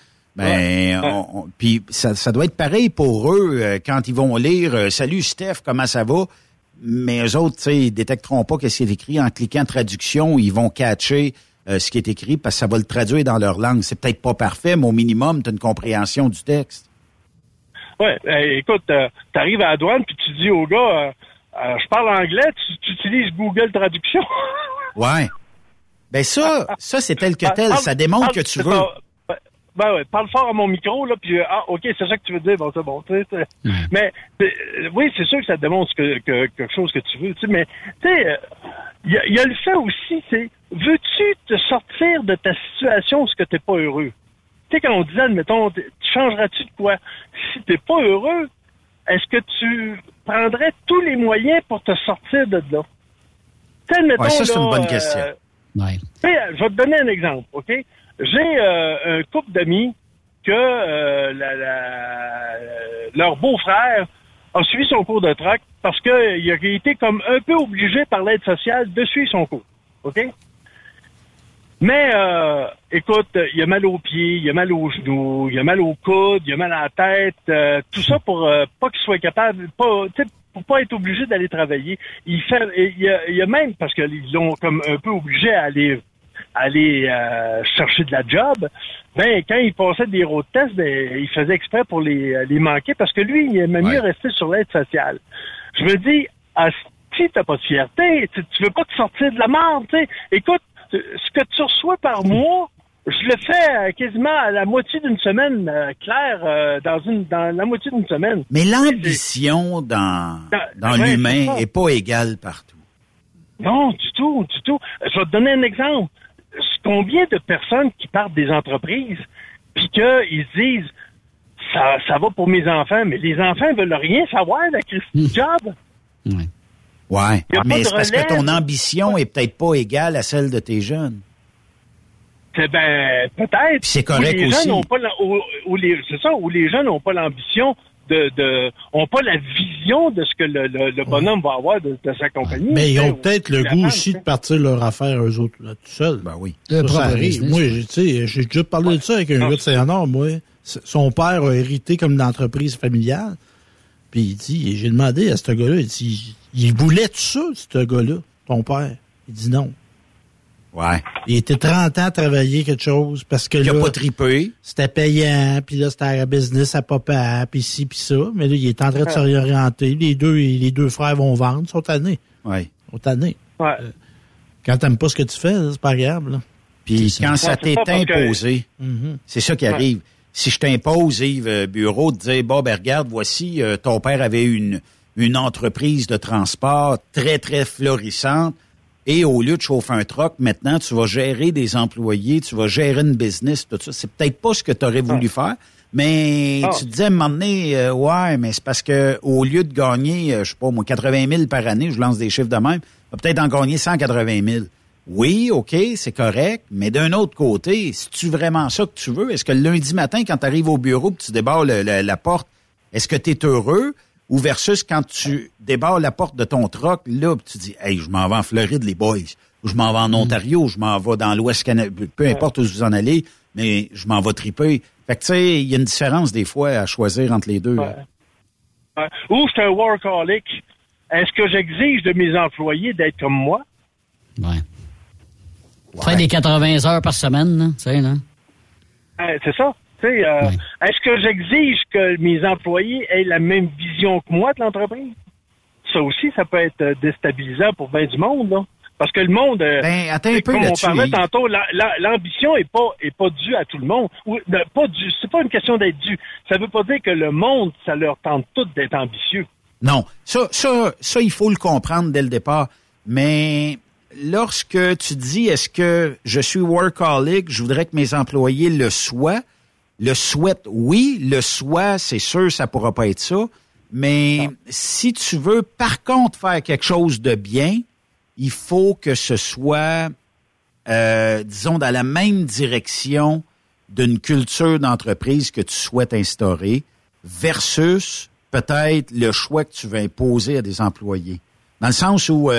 Speaker 7: puis ça doit être pareil pour eux quand ils vont lire Salut Steph, comment ça va? Mais eux autres, tu sais, ils détecteront pas qu'est-ce qui est écrit. En cliquant traduction, ils vont catcher ce qui est écrit parce que ça va le traduire dans leur langue. C'est peut-être pas parfait, mais au minimum, tu as une compréhension du texte.
Speaker 11: Ouais, écoute, t'arrives à la douane puis tu dis au gars, je parle anglais, tu utilises Google Traduction.
Speaker 7: Ouais. Ben ça c'est tel que tel. Ça démontre que tu veux.
Speaker 11: Parle fort à mon micro, là, puis OK, c'est ça que tu veux dire, bon, c'est bon, tu sais. Mais, oui, c'est sûr que ça démontre quelque chose que tu veux, tu sais, mais, tu sais, il y a le fait aussi, c'est, veux-tu te sortir de ta situation où ce que t'es pas heureux? Tu sais, quand on disait, admettons, tu changeras-tu de quoi? Si t'es pas heureux, est-ce que tu prendrais tous les moyens pour te sortir de là? Tu sais, admettons,
Speaker 7: ça, c'est une bonne question.
Speaker 11: Tu sais, je vais te donner un exemple, OK? J'ai un couple d'amis que leur beau-frère a suivi son cours de truck parce qu'il a été comme un peu obligé par l'aide sociale de suivre son cours. OK? Mais, écoute, il a mal aux pieds, il a mal aux genoux, il a mal aux coudes, il a mal à la tête, tout ça pour pas qu'il soit capable, pour pas être obligé d'aller travailler. Il y a même, parce qu'ils l'ont comme un peu obligé à aller chercher de la job, ben quand il passait des road tests, ben il faisait exprès pour les manquer parce que lui, il aimait mieux rester sur l'aide sociale. Je me dis, si t'as pas de fierté, tu veux pas te sortir de la merde, tu sais. Écoute, ce que tu reçois par mois, je le fais quasiment à la moitié d'une semaine, Claire, dans la moitié d'une semaine.
Speaker 7: Mais l'ambition dans l'humain est pas égale partout.
Speaker 11: Non, du tout. Je vais te donner un exemple. Combien de personnes qui partent des entreprises puis qu'ils se disent ça va pour mes enfants, mais les enfants veulent rien savoir de la crise du job.
Speaker 7: Ouais, mais c'est parce que ton ambition est peut-être pas égale à celle de tes jeunes.
Speaker 11: Ben peut-être.
Speaker 7: Puis c'est correct aussi.
Speaker 11: C'est ça, où les jeunes n'ont pas l'ambition ont pas la vision de ce que le bonhomme va avoir de sa compagnie.
Speaker 9: Mais ils ont peut-être le goût aussi de partir leur affaire eux autres là, tout seuls.
Speaker 7: Ben oui.
Speaker 9: Ça arrive. Moi, j'ai déjà parlé de ça avec un gars de Saint-Honor, moi. Son père a hérité comme une entreprise familiale. Puis il dit, j'ai demandé à ce gars-là, il dit, il voulait tout ça, ce gars-là, ton père. Il dit non.
Speaker 7: Ouais.
Speaker 9: Il était 30 ans à travailler quelque chose parce que là,
Speaker 7: il a pas tripé.
Speaker 9: C'était payant, puis là, c'était un business à papa, puis ci, puis ça. Mais là, il est en train de s'orienter. Les deux frères vont vendre, ils sont tannés.
Speaker 7: Ouais.
Speaker 9: Ils sont tannés.
Speaker 11: Ouais.
Speaker 9: Quand t'aimes pas ce que tu fais, c'est pas grave, là.
Speaker 7: Puis quand ça t'est imposé, c'est ça qui arrive. Si je t'impose, Yves Bureau, de dire, bon, ben regarde, voici, ton père avait une entreprise de transport très, très florissante. Et au lieu de chauffer un truck, maintenant, tu vas gérer des employés, tu vas gérer une business, tout ça. C'est peut-être pas ce que tu aurais voulu faire, mais tu te disais à un moment donné, ouais, mais c'est parce que au lieu de gagner, je sais pas, moi, 80 000 par année, je lance des chiffres de même, va peut-être en gagner 180 000. Oui, OK, c'est correct, mais d'un autre côté, c'est-tu vraiment ça que tu veux? Est-ce que le lundi matin, quand tu arrives au bureau et tu débarres la porte, est-ce que tu es heureux? Ou versus quand tu débarres la porte de ton truck, là, tu dis, hey, je m'en vais en Floride, les boys. Ou je m'en vais en Ontario, je m'en vais dans l'Ouest canadien. Peu importe où vous en allez, mais je m'en vais triper. Fait que, tu sais, il y a une différence des fois à choisir entre les deux.
Speaker 11: Ouais. Ou je suis un workaholic. Est-ce que j'exige de mes employés d'être comme moi?
Speaker 8: Ouais. Faire des 80 heures par semaine, tu sais, là.
Speaker 11: C'est ça. Est-ce que j'exige que mes employés aient la même vision que moi de l'entreprise? Ça aussi, ça peut être déstabilisant pour bien du monde, là. Parce que le monde,
Speaker 7: attends un peu
Speaker 11: comme on
Speaker 7: là-dessus,
Speaker 11: parlait tantôt, l'ambition est pas due à tout le monde. C'est pas une question d'être due. Ça veut pas dire que le monde, ça leur tente tout d'être ambitieux.
Speaker 7: Non. Ça, il faut le comprendre dès le départ. Mais lorsque tu dis, est-ce que je suis workaholic, je voudrais que mes employés le soient, le souhaitent, oui, le soient, c'est sûr, ça pourra pas être ça. Mais si tu veux, par contre, faire quelque chose de bien, il faut que ce soit, disons, dans la même direction d'une culture d'entreprise que tu souhaites instaurer versus peut-être le choix que tu veux imposer à des employés. Dans le sens où,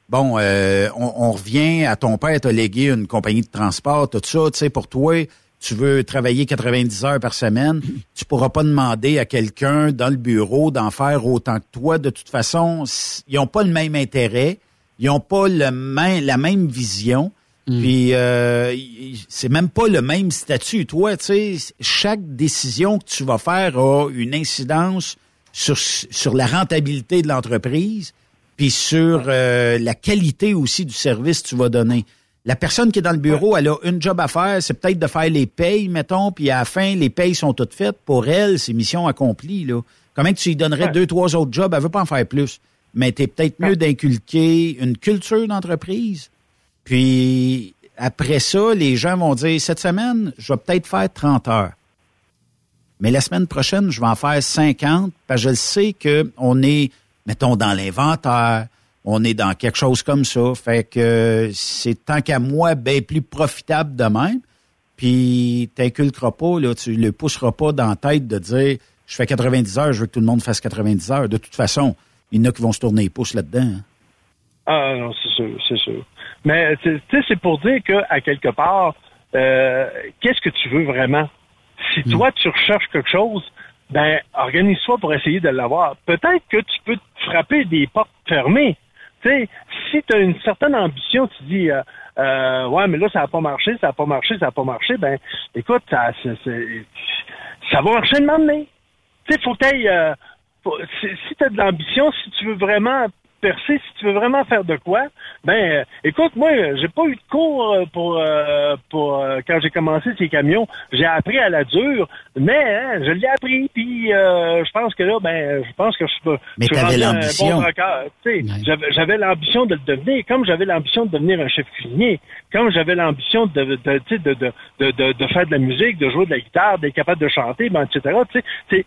Speaker 7: on revient à ton père t'a légué une compagnie de transport, tout ça, tu sais, pour toi, tu veux travailler 90 heures par semaine, tu pourras pas demander à quelqu'un dans le bureau d'en faire autant que toi. De toute façon, ils ont pas le même intérêt, ils ont pas la même vision, puis c'est même pas le même statut. Toi, tu sais, chaque décision que tu vas faire a une incidence sur la rentabilité de l'entreprise, puis sur la qualité aussi du service que tu vas donner. La personne qui est dans le bureau, elle a une job à faire, c'est peut-être de faire les payes, mettons, puis à la fin, les payes sont toutes faites. Pour elle, c'est mission accomplie, là. Comment tu lui donnerais 2-3 autres jobs? Elle veut pas en faire plus. Mais t'es peut-être mieux d'inculquer une culture d'entreprise. Puis, après ça, les gens vont dire, cette semaine, je vais peut-être faire 30 heures. Mais la semaine prochaine, je vais en faire 50, parce que je sais qu'on est, mettons, dans l'inventaire, on est dans quelque chose comme ça. Fait que c'est tant qu'à moi, bien plus profitable de même. Puis t'inculqueras pas, là, tu le pousseras pas dans la tête de dire je fais 90 heures, je veux que tout le monde fasse 90 heures. De toute façon, il y en a qui vont se tourner les pouces là-dedans. Hein.
Speaker 11: Ah non, c'est sûr. Mais tu sais, c'est pour dire qu'à quelque part, qu'est-ce que tu veux vraiment? Si toi, tu recherches quelque chose, ben organise-toi pour essayer de l'avoir. Peut-être que tu peux te frapper des portes fermées. Tu sais, si tu as une certaine ambition, tu dis ouais, mais là, ça n'a pas marché, ben écoute, ça va marcher de m'emmener. Tu sais, faut que tu ailles si tu as de l'ambition, si tu veux vraiment percer, si tu veux vraiment faire de quoi, ben écoute, moi, j'ai pas eu de cours pour quand j'ai commencé ces camions. J'ai appris à la dure, mais je l'ai appris, puis je pense que là, je pense que
Speaker 7: mais
Speaker 11: je suis
Speaker 7: t'avais
Speaker 11: rendu
Speaker 7: l'ambition.
Speaker 11: un bon record. Tu sais, j'avais l'ambition de le devenir, comme j'avais l'ambition de devenir un chef cuisinier, comme j'avais l'ambition de faire de la musique, de jouer de la guitare, d'être capable de chanter, etc. Tu sais,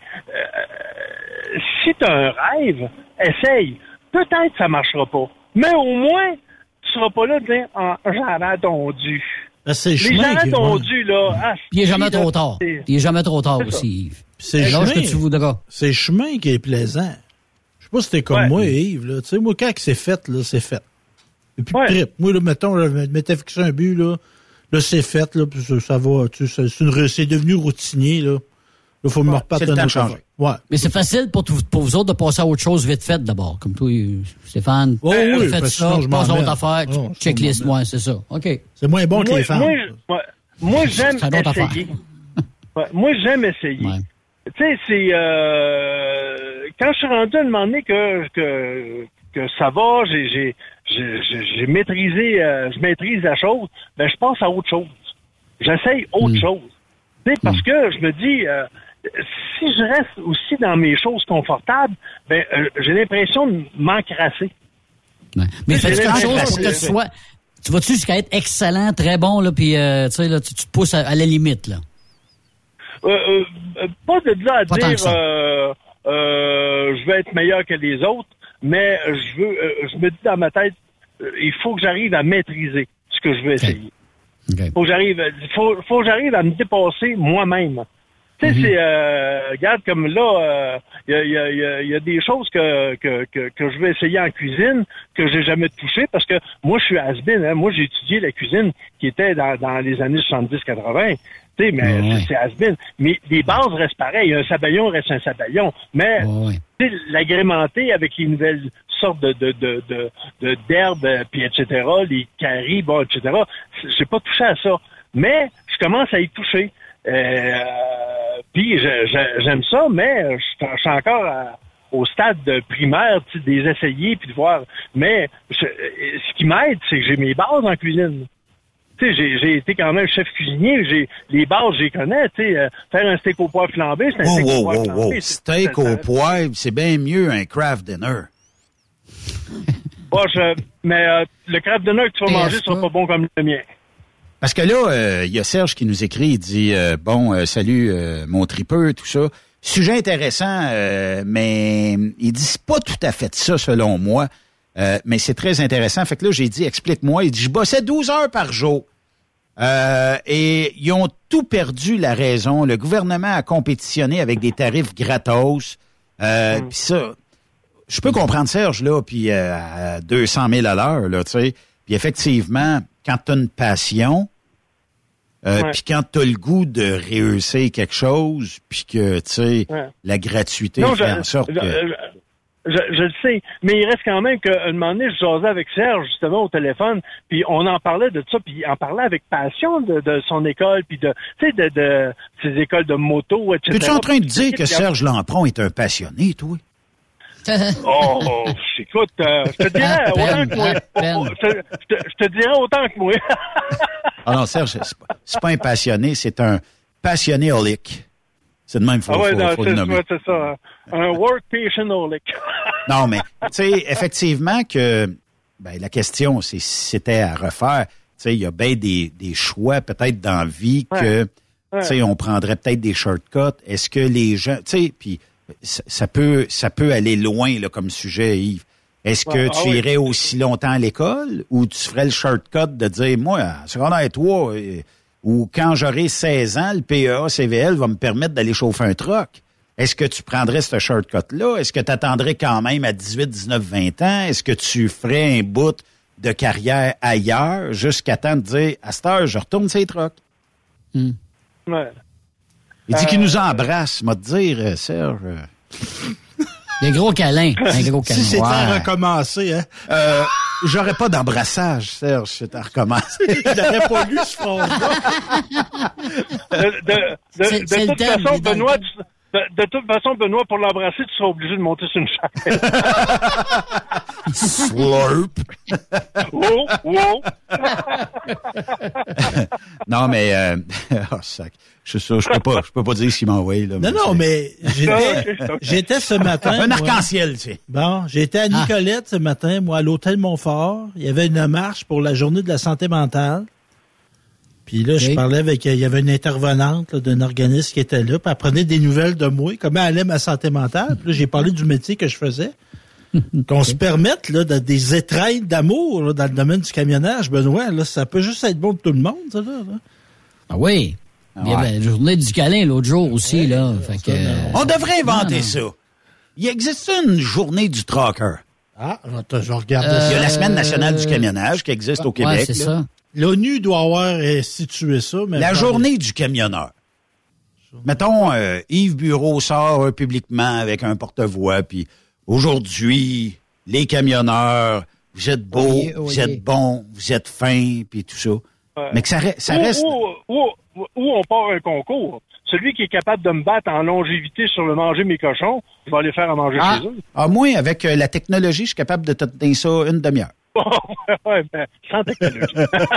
Speaker 11: si t'as un rêve, essaye. Peut-être que ça marchera pas. Mais au moins, tu seras pas là de dire j'avais attendu.
Speaker 9: C'est
Speaker 11: les j'avais attendu, là.
Speaker 8: Il est jamais trop tard. Il est jamais trop tard aussi, Yves.
Speaker 9: C'est
Speaker 8: l'âge que tu voudras.
Speaker 9: C'est le chemin qui est plaisant. Je sais pas si t'es comme moi, Yves. Là. Tu sais, moi, quand c'est fait, là, c'est fait. Et puis, trip. Moi, là, mettons, je m'étais fixé un but, là c'est fait, là, puis ça va. Tu sais, c'est devenu routinier, là. Il faut me repartir
Speaker 7: de changer.
Speaker 9: Ouais.
Speaker 8: Mais c'est facile pour vous autres de passer à autre chose vite fait d'abord. Comme toi, Stéphane.
Speaker 9: Oui,
Speaker 8: faites ça, passe à autre affaire, checklist, ouais, c'est ça. OK.
Speaker 9: C'est moins bon que les femmes.
Speaker 11: Moi, j'aime essayer. Moi, j'aime essayer. Ouais. Tu sais, c'est quand je suis rendu à un moment donné que ça va, j'ai maîtrisé, je maîtrise la chose, ben je passe à autre chose. J'essaye autre chose. Tu sais, parce que je me dis, si je reste aussi dans mes choses confortables, ben j'ai l'impression de m'encrasser.
Speaker 8: Ouais. Mais fais-tu quelque chose pour que tu sois... Tu vas-tu jusqu'à être excellent, très bon, là, puis tu sais, là, tu te pousses à la limite, là?
Speaker 11: Pas de là à pas dire je veux être meilleur que les autres, mais je me dis dans ma tête, il faut que j'arrive à maîtriser ce que je veux essayer. Okay. Faut que j'arrive à me dépasser moi-même. Tu sais, c'est regarde comme là, il y a des choses que je vais essayer en cuisine que j'ai jamais touché parce que moi je suis has-been, hein. Moi j'ai étudié la cuisine qui était dans les années 70-80. Tu sais, mais c'est has-been. Mais les bases restent pareilles. Un sabayon reste un sabayon. Mais tu sais, l'agrémenter avec les nouvelles sortes d'herbes, puis etc., les caries, bon, etc. J'ai pas touché à ça. Mais je commence à y toucher. Puis j'aime ça, mais je suis encore au stade primaire, des essayer puis de voir. Mais ce qui m'aide, c'est que j'ai mes bases en cuisine. Tu sais, j'ai été quand même chef cuisinier, les bases, j'y connais, tu sais, faire un steak au poivre flambé, c'est un steak au poivre flambé.
Speaker 7: Steak au poivre, c'est bien mieux un craft dinner.
Speaker 11: Mais le craft dinner que tu vas manger sera pas bon comme le mien.
Speaker 7: Parce que là, il y a Serge qui nous écrit, il dit salut mon tripeux, tout ça. Sujet intéressant, mais il dit c'est pas tout à fait ça selon moi, mais c'est très intéressant. Fait que là, j'ai dit, explique-moi. Il dit, je bossais 12 heures par jour et ils ont tout perdu la raison. Le gouvernement a compétitionné avec des tarifs gratos. Puis ça, je peux comprendre Serge, là, puis à 200 000 à l'heure, là, tu sais. Puis effectivement, quand tu as une passion... Puis quand t'as le goût de réussir quelque chose, puis que, tu sais, la gratuité fait en sorte que...
Speaker 11: Je le sais, mais il reste quand même qu'à un moment donné, je jasais avec Serge, justement, au téléphone, puis on en parlait de ça, puis il en parlait avec passion de son école, puis de, tu sais, de ses écoles de moto, etc.
Speaker 7: Es-tu en train de dire que Serge Lampron est un passionné, toi?
Speaker 11: Écoute, je te dirais autant que moi. Je te dirais autant que moi.
Speaker 7: Ah non, Serge, c'est pas un passionné, c'est un passionné holic. C'est de même, faut le nommer.
Speaker 11: C'est ça. Un work patient holic.
Speaker 7: Non, mais, tu sais, effectivement que, la question, c'est si c'était à refaire. Tu sais, il y a bien des choix, peut-être, dans la vie que, tu sais, on prendrait peut-être des shortcuts. Est-ce que les gens, tu sais, puis ça peut aller loin, là, comme sujet, Yves. Est-ce que tu irais aussi longtemps à l'école ou tu ferais le shortcut de dire, moi, à secondaire 3, ou quand j'aurai 16 ans, le PEA-CVL va me permettre d'aller chauffer un truck? Est-ce que tu prendrais ce shortcut-là? Est-ce que tu attendrais quand même à 18, 19, 20 ans? Est-ce que tu ferais un bout de carrière ailleurs jusqu'à temps de dire, à cette heure, je retourne ces trucks?
Speaker 11: Ouais.
Speaker 7: Il dit qu'il nous embrasse, m'a dire, Serge.
Speaker 8: Des gros câlins. Un gros câlin.
Speaker 9: Si c'était à recommencer, hein?
Speaker 7: J'aurais pas d'embrassage, Serge, si c'était à recommencer.
Speaker 9: Il n'aurait pas lu ce phrase-là.
Speaker 11: De toute façon, Benoît, de toute façon, Benoît, pour l'embrasser, tu seras obligé de monter sur une chaise.
Speaker 7: Slurp.
Speaker 11: Wow.
Speaker 7: Non, mais sac. Je peux pas dire s'il m'envoie là.
Speaker 9: Non, mais j'étais ce matin.
Speaker 7: Un arc-en-ciel, tu sais.
Speaker 9: Bon, j'étais à Nicolette ce matin, moi, à l'hôtel Montfort. Il y avait une marche pour la journée de la santé mentale. Puis là, je parlais avec, il y avait une intervenante d'un organisme qui était là, puis elle prenait des nouvelles de moi, comment allait ma santé mentale. Puis là, j'ai parlé du métier que je faisais. Qu'on se permette là, des étrennes d'amour là, dans le domaine du camionnage, Benoît, là, ça peut juste être bon pour tout le monde, ça, là.
Speaker 8: Ah oui. Il y avait la journée du câlin l'autre jour aussi, là. Fait que,
Speaker 7: on devrait inventer ça. Il existe une journée du trucker.
Speaker 9: Ah, je regarde ça.
Speaker 7: Il y a la Semaine nationale du camionnage qui existe au Québec.
Speaker 8: Ouais, c'est ça.
Speaker 9: L'ONU doit avoir institué ça. Mais
Speaker 7: la journée du camionneur. Mettons, Yves Bureau sort publiquement avec un porte-voix, puis aujourd'hui, les camionneurs, vous êtes beaux, vous êtes bons, vous êtes fins, puis tout ça. Mais que ça reste...
Speaker 11: Où on part un concours. Celui qui est capable de me battre en longévité sur le manger mes cochons, je vais aller faire à manger chez eux.
Speaker 7: Ah, moi, avec la technologie, je suis capable de te tenir ça une demi-heure.
Speaker 11: Ben, sans technologie.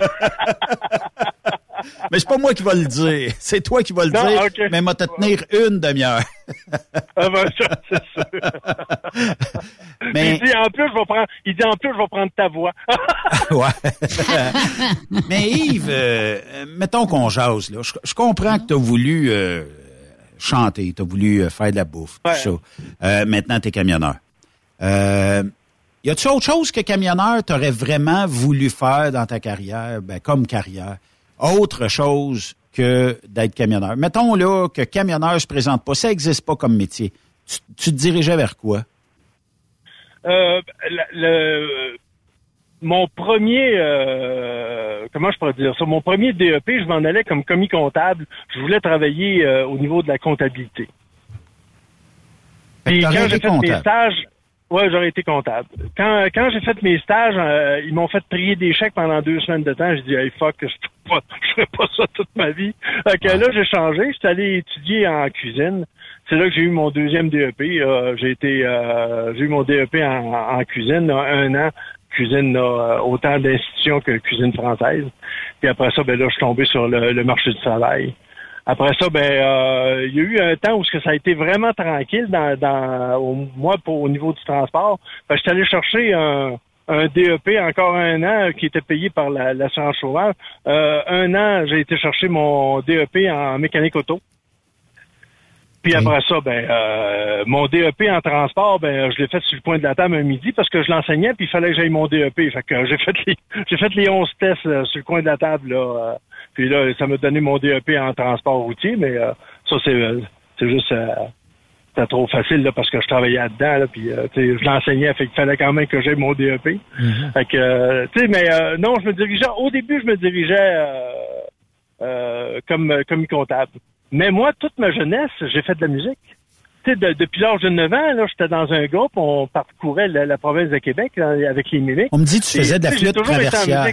Speaker 7: Mais c'est pas moi qui va le dire. C'est toi qui vas le dire. Okay. Mais m'a te tenir une demi-heure.
Speaker 11: Ah ben ça, c'est sûr. Mais... Il dit en plus, je vais prendre ta voix.
Speaker 7: Ouais. Mais Yves, mettons qu'on jase, là. Je comprends que tu as voulu chanter, tu as voulu faire de la bouffe, tout ça. Maintenant, tu es camionneur. Y a-tu autre chose que camionneur t'aurais vraiment voulu faire dans ta carrière, comme carrière? Autre chose que d'être camionneur. Mettons là que camionneur se présente pas, ça existe pas comme métier. Tu te dirigeais vers quoi?
Speaker 11: Mon premier, comment je pourrais dire ça? Mon premier DEP, je m'en allais comme commis comptable. Je voulais travailler au niveau de la comptabilité. Puis quand j'ai fait mes stages, j'aurais été comptable. Quand j'ai fait mes stages, ils m'ont fait trier des chèques pendant 2 semaines de temps. J'ai dit, hey, fuck, je ferai pas ça toute ma vie. Là, j'ai changé. Je suis allé étudier en cuisine. C'est là que j'ai eu mon deuxième DEP. J'ai eu mon DEP en cuisine, 1 an. Cuisine, autant d'institutions que cuisine française. Puis après ça, là, je suis tombé sur le marché du travail. Après ça, il y a eu un temps où ça a été vraiment tranquille au niveau du transport. Je suis allé chercher un DEP, encore 1 an, qui était payé par l'assurance chômage. 1 an, j'ai été chercher mon DEP en mécanique auto. Puis après ça, mon DEP en transport, je l'ai fait sur le coin de la table un midi parce que je l'enseignais, puis il fallait que j'aille mon DEP. Fait que j'ai fait les 11 tests sur le coin de la table, là. Puis là, ça m'a donné mon DEP en transport routier, mais ça, c'est juste... c'était trop facile, là, parce que je travaillais là-dedans, là, puis je l'enseignais, fait qu'il fallait quand même que j'aie mon DEP. Mm-hmm. Fait que, non, au début, je me dirigeais comme comptable. Mais moi, toute ma jeunesse, j'ai fait de la musique. Depuis l'âge de 9 ans, là, j'étais dans un groupe, on parcourait la province de Québec là, avec les Mimiques.
Speaker 7: On me dit que tu faisais de la flûte traversière.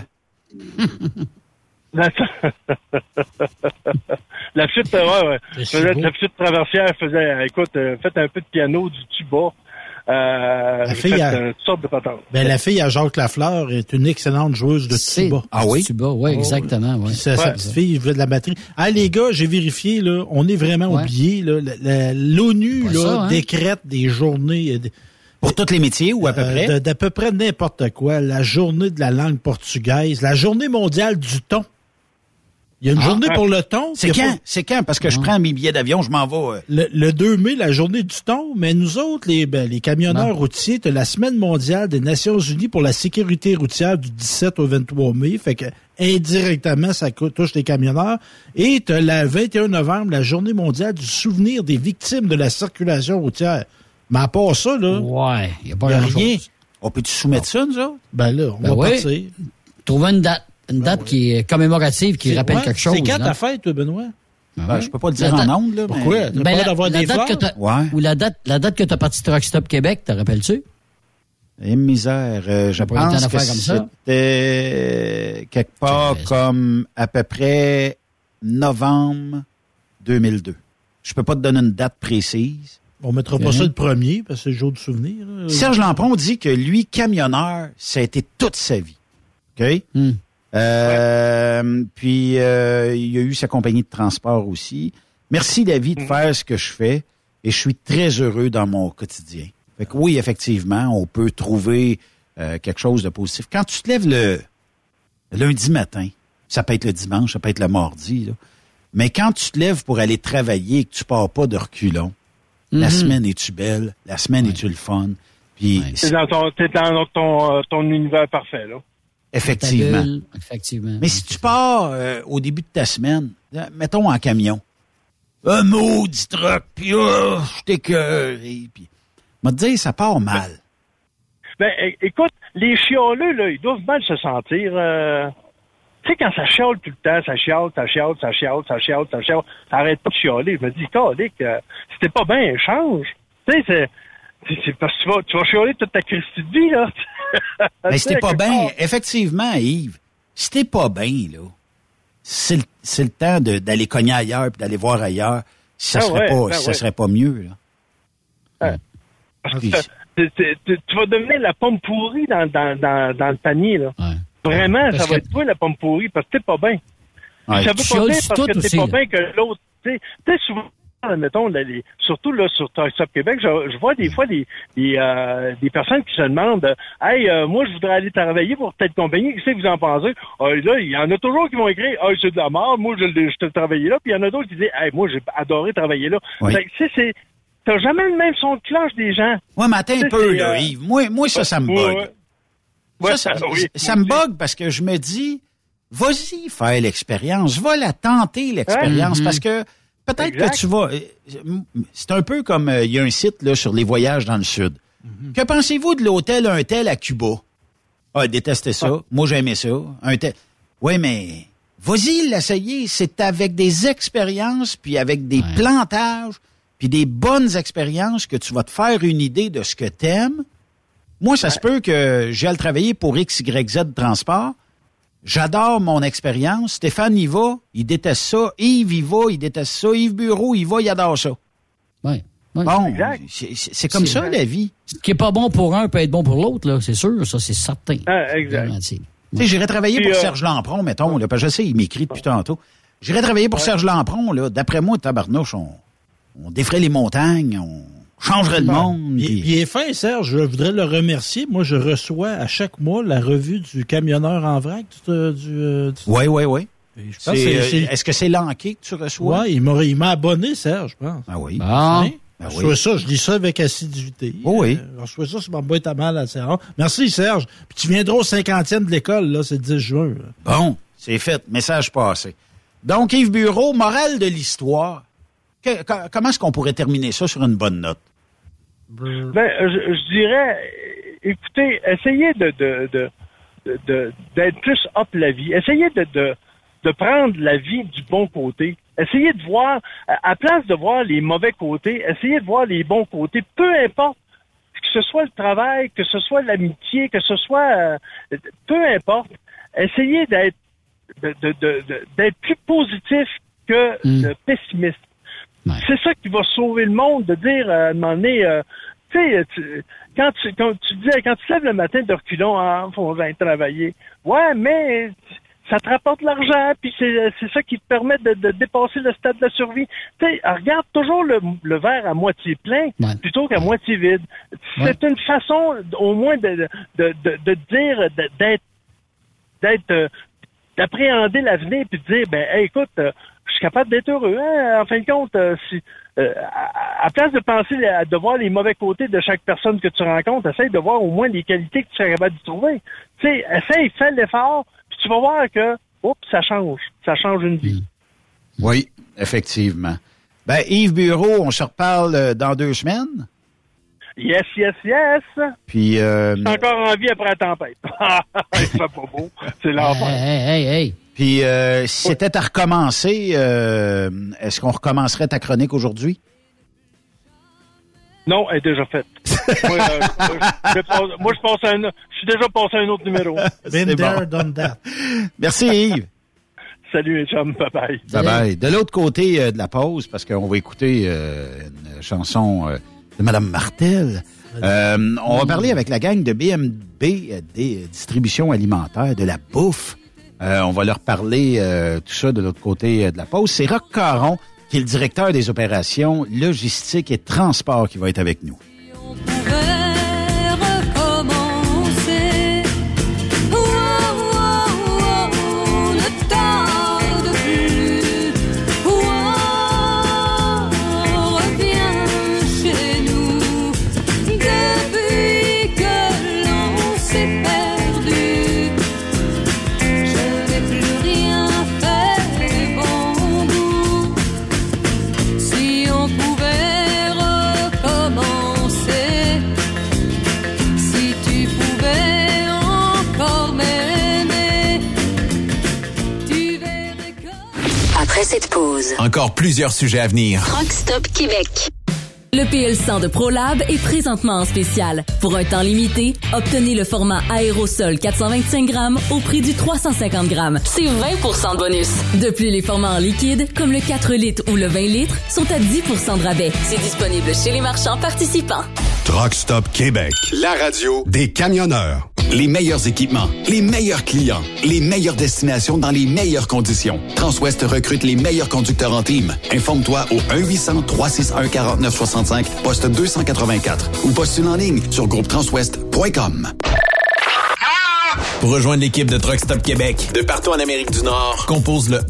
Speaker 11: La flûte, ouais. Je faisais de la flûte traversière, faites un peu de piano, du tuba. Toutes sortes de patentes.
Speaker 9: La fille à Jacques Lafleur est une excellente joueuse de tuba.
Speaker 7: Ah oui?
Speaker 8: Tuba, oui, exactement. Ouais.
Speaker 9: Sa petite fille jouait de la batterie. Ah, les gars, j'ai vérifié, là, on est vraiment oubliés. L'ONU décrète des journées...
Speaker 7: Pour tous les métiers ou à peu près?
Speaker 9: D'à peu près n'importe quoi. La journée de la langue portugaise, la journée mondiale du thon. Il y a une journée pour le thon.
Speaker 7: C'est quand? C'est quand? Parce que je prends mes billets d'avion, je m'en vais.
Speaker 9: Le 2 mai, la journée du thon. Mais nous autres, les camionneurs routiers, t'as la semaine mondiale des Nations unies pour la sécurité routière du 17 au 23 mai. Fait que indirectement, ça touche les camionneurs. Et t'as le 21 novembre, la journée mondiale du souvenir des victimes de la circulation routière. Mais à part ça, là.
Speaker 8: Ouais, il n'y a pas
Speaker 9: rien.
Speaker 7: On peut-tu soumettre ça, nous autres?
Speaker 9: On va partir.
Speaker 8: Trouver une date. Une date qui est commémorative, qui rappelle quelque chose.
Speaker 9: C'est quand ta fête, Benoît?
Speaker 7: Je peux pas le dire en ondes, là.
Speaker 9: Pourquoi? T'as pas d'avoir des fleurs?
Speaker 8: Ou la date que tu as parti de Truck Stop Québec, te rappelles-tu?
Speaker 7: Misère, je pense que c'était quelque part comme à peu près novembre 2002. Je peux pas te donner une date précise.
Speaker 9: On mettra pas ça le premier, parce que c'est le jour du souvenir. Là.
Speaker 7: Serge Lampron dit que lui, camionneur, ça a été toute sa vie. OK? Puis, il y a eu sa compagnie de transport aussi. Merci, David, de faire ce que je fais. Et je suis très heureux dans mon quotidien. Fait que oui, effectivement, on peut trouver quelque chose de positif. Quand tu te lèves le lundi matin, ça peut être le dimanche, ça peut être le mardi, là, mais quand tu te lèves pour aller travailler et que tu pars pas de reculons, la semaine est-tu belle? La semaine est-tu le fun? Puis
Speaker 11: t'es dans ton univers parfait, là.
Speaker 7: Effectivement.
Speaker 8: Effectivement.
Speaker 7: Mais si tu pars au début de ta semaine, mettons en camion, un maudit truck, puis je t'écœuré, puis m'a dit ça part mal.
Speaker 11: Écoute, les chialeux, là, ils doivent mal se sentir. Tu sais, quand ça chiale tout le temps, ça chiale, ça arrête pas de chialer. Je me dis, calique, si t'es pas bien, change. Tu sais, c'est parce que tu vas chialer toute ta Christie de vie, là.
Speaker 7: Mais si t'es pas bien, effectivement, Yves, si t'es pas bien, là, c'est le temps d'aller cogner ailleurs puis d'aller voir ailleurs si ça serait pas mieux, là.
Speaker 11: Tu vas devenir la pomme pourrie dans le panier, là. Ouais. Vraiment, ça va être toi la pomme pourrie parce que t'es pas bien.
Speaker 8: Ouais.
Speaker 11: Ça veut pas dire parce que t'es pas bien que l'autre. Tu sais, souvent, mettons, surtout là sur Truck Stop Québec, je vois des fois des personnes qui se demandent hey, moi je voudrais aller travailler pour telle compagnie, qu'est-ce que vous en pensez? Là, il y en a toujours qui vont écrire c'est de la merde, moi je te travailler là, puis il y en a d'autres qui disent hey, moi j'ai adoré travailler là.
Speaker 7: Oui.
Speaker 11: T'as jamais le même son de cloche des gens.
Speaker 7: Ouais, mais attends un peu, là, Yves. Moi, ça me bug. Ça me bug parce que je me dis, vas-y faire l'expérience, va la tenter l'expérience, parce que peut-être que tu vas... C'est un peu comme il y a un site là sur les voyages dans le Sud. Que pensez-vous de l'hôtel Un Tel à Cuba? Ah, détestez ça. Moi, j'aimais ça. Un tel. Oui, mais vas-y l'essayer. C'est avec des expériences, puis avec des plantages, puis des bonnes expériences que tu vas te faire une idée de ce que t'aimes. Moi, ça se peut que j'aille travailler pour XYZ Transport. J'adore mon expérience. Stéphane y va, il déteste ça. Yves y va, il déteste ça. Yves Bureau, il va, il adore ça.
Speaker 8: Oui.
Speaker 7: Bon, c'est comme ça, la vie.
Speaker 8: Ce qui est pas bon pour un peut être bon pour l'autre, là. C'est sûr, ça, c'est certain.
Speaker 11: Exact.
Speaker 7: Tu sais, j'irais travailler pour Serge Lampron, mettons, là, parce que je sais, il m'écrit depuis tantôt. J'irais travailler pour Serge Lampron, là. D'après moi, tabarnouche, on défrait les montagnes, on changerait le monde.
Speaker 9: Il est fin, Serge. Je voudrais le remercier. Moi, je reçois à chaque mois la revue du camionneur en vrac.
Speaker 7: Oui. Est-ce que c'est l'enquête que tu reçois?
Speaker 9: Oui, il m'a abonné, Serge, je pense.
Speaker 7: Ah oui.
Speaker 9: Je lis ça avec assiduité.
Speaker 7: Oui.
Speaker 9: Je reçois ça sur ma boîte à mal à Serge. Merci, Serge. Puis tu viendras au 50e de l'école, là, c'est le 10 juin. Là.
Speaker 7: Bon, c'est fait. Message passé. Donc, Yves Bureau, morale de l'histoire. Comment est-ce qu'on pourrait terminer ça sur une bonne note?
Speaker 11: Je dirais, écoutez, essayez d'être plus up la vie. Essayez de prendre la vie du bon côté. Essayez de voir, à place de voir les mauvais côtés, essayez de voir les bons côtés. Peu importe, que ce soit le travail, que ce soit l'amitié, que ce soit... peu importe, essayez d'être plus positif que pessimiste. Ouais. C'est ça qui va sauver le monde, de dire, à un moment donné, quand tu te lèves le matin de reculons, faut bien travailler. Ouais, mais ça te rapporte l'argent, puis c'est ça qui te permet de dépasser le stade de la survie. Tu sais, regarde toujours le verre à moitié plein plutôt qu'à moitié vide. C'est une façon, au moins, de dire, d'appréhender l'avenir, puis de dire, écoute, je suis capable d'être heureux. Hein? En fin de compte, à place de penser de voir les mauvais côtés de chaque personne que tu rencontres, essaye de voir au moins les qualités que tu serais capable de trouver. Tu sais, fais l'effort, puis tu vas voir que, ça change. Ça change une vie.
Speaker 7: Oui, effectivement. Yves Bureau, on se reparle dans 2 semaines?
Speaker 11: Yes.
Speaker 7: Puis,
Speaker 11: je suis encore en vie après la tempête. Il fait pas beau. C'est l'enfer.
Speaker 8: Hey.
Speaker 7: Puis, si c'était à recommencer, est-ce qu'on recommencerait ta chronique aujourd'hui?
Speaker 11: Non, elle est déjà faite. Moi, je suis déjà passé à un autre numéro.
Speaker 9: Been there, done that.
Speaker 7: Merci, Yves.
Speaker 11: Salut, les chums. Bye-bye.
Speaker 7: Bye-bye. De l'autre côté de la pause, parce qu'on va écouter une chanson de Mme Martel. On va parler avec la gang de BMB des distributions alimentaires, de la bouffe. On va leur parler tout ça de l'autre côté de la pause. C'est Roch Caron, qui est le directeur des opérations logistique et transport, qui va être avec nous.
Speaker 12: Après cette pause,
Speaker 3: encore plusieurs sujets à venir.
Speaker 12: Truck Stop Québec.
Speaker 13: Le PL100 de ProLab est présentement en spécial. Pour un temps limité, obtenez le format aérosol 425 grammes au prix du 350 grammes. C'est 20 % de bonus. De plus, les formats en liquide, comme le 4 litres ou le 20 litres, sont à 10 % de rabais. C'est disponible chez les marchands participants.
Speaker 2: Truck Stop Québec, la radio des camionneurs.
Speaker 6: Les meilleurs équipements, les meilleurs clients, les meilleures destinations dans les meilleures conditions. Transwest recrute les meilleurs conducteurs en team. Informe-toi au 1-800-361-4965, poste 284 ou postule en ligne sur groupetranswest.com.
Speaker 3: Pour rejoindre l'équipe de Truck Stop Québec, de partout en Amérique du Nord, compose le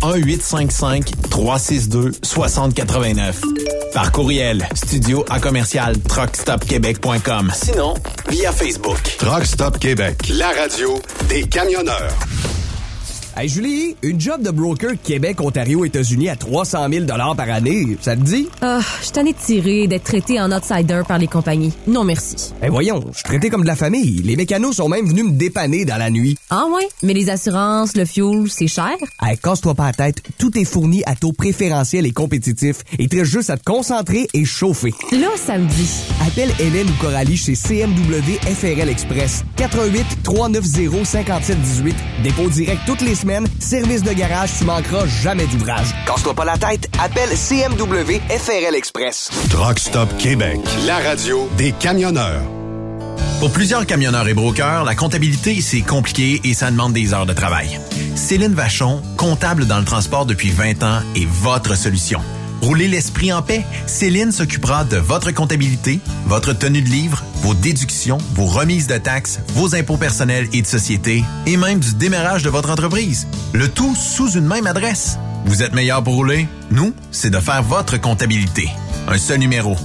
Speaker 3: 1-855-362-6089. Par courriel, studio@truckstopquebec.com. Sinon, via Facebook.
Speaker 2: Truck Stop Québec, la radio des camionneurs.
Speaker 14: Hey Julie, une job de broker Québec, Ontario, États-Unis à 300 000 $ par année, ça te dit?
Speaker 15: Je suis tannée de tirer, d'être traité en outsider par les compagnies. Non merci.
Speaker 14: Voyons, je suis traité comme de la famille. Les mécanos sont même venus me dépanner dans la nuit.
Speaker 15: Ah ouais? Mais les assurances, le fuel, c'est cher?
Speaker 14: Casse-toi pas la tête, tout est fourni à taux préférentiel et compétitif. Il te reste juste à te concentrer et chauffer.
Speaker 15: Là, ça me dit.
Speaker 14: Appelle Hélène ou Coralie chez CMW FRL Express. 88-390-5718. Dépôt direct toutes les semaines, service de garage, tu manqueras jamais d'ouvrage. Casse-toi pas la tête, appelle CMW FRL Express.
Speaker 2: Truck Stop Québec, la radio des camionneurs.
Speaker 3: Pour plusieurs camionneurs et brokers, la comptabilité, c'est compliqué et ça demande des heures de travail. Céline Vachon, comptable dans le transport depuis 20 ans, est votre solution. Roulez l'esprit en paix. Céline s'occupera de votre comptabilité, votre tenue de livre, vos déductions, vos remises de taxes, vos impôts personnels et de société, et même du démarrage de votre entreprise. Le tout sous une même adresse. Vous êtes meilleur pour rouler? Nous, c'est de faire votre comptabilité. Un seul numéro.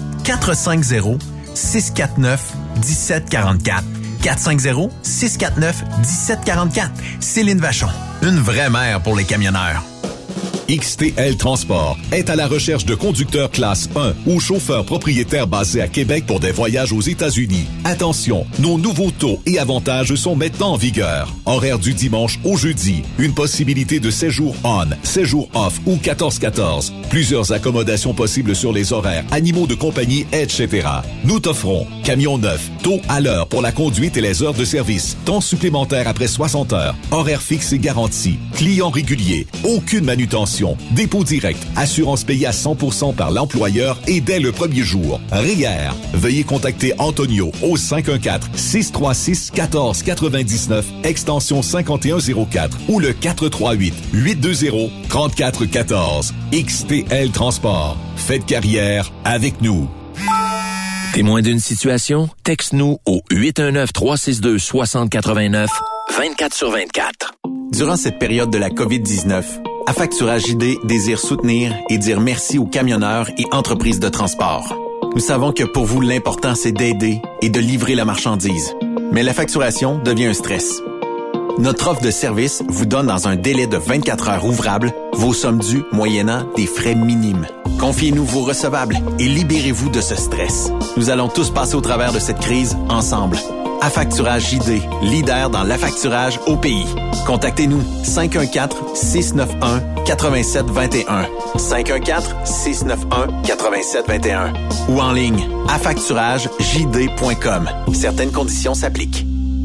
Speaker 3: 450-649-1744. 450-649-1744. Céline Vachon. Une vraie mère pour les camionneurs.
Speaker 5: XTL Transport est à la recherche de conducteurs classe 1 ou chauffeurs propriétaires basés à Québec pour des voyages aux États-Unis. Attention, nos nouveaux taux et avantages sont maintenant en vigueur. Horaire du dimanche au jeudi. Une possibilité de 7 jours on, 7 jours off ou 14-14. Plusieurs accommodations possibles sur les horaires, animaux de compagnie, etc. Nous t'offrons camion neuf, taux à l'heure pour la conduite et les heures de service, temps supplémentaire après 60 heures, horaire fixe et garanti, client régulier, aucune manutention, dépôt direct, assurance payée à 100% par l'employeur et dès le premier jour. REER. Veuillez contacter Antonio au 514-636-1499, extension 5104 ou le 438-820-3414. XTL Transport. Faites carrière avec nous.
Speaker 4: Témoin d'une situation? Texte-nous au 819-362-6089, 24/24.
Speaker 3: Durant cette période de la COVID-19, Affacturage JD désire soutenir et dire merci aux camionneurs et entreprises de transport. Nous savons que pour vous, l'important, c'est d'aider et de livrer la marchandise. Mais la facturation devient un stress. Notre offre de service vous donne dans un délai de 24 heures ouvrables vos sommes dues moyennant des frais minimes. Confiez-nous vos recevables et libérez-vous de ce stress. Nous allons tous passer au travers de cette crise ensemble. Affacturage JD, leader dans l'affacturage au pays. Contactez-nous 514-691-8721. 514-691-8721. Ou en ligne, affacturagejd.com. Certaines conditions s'appliquent.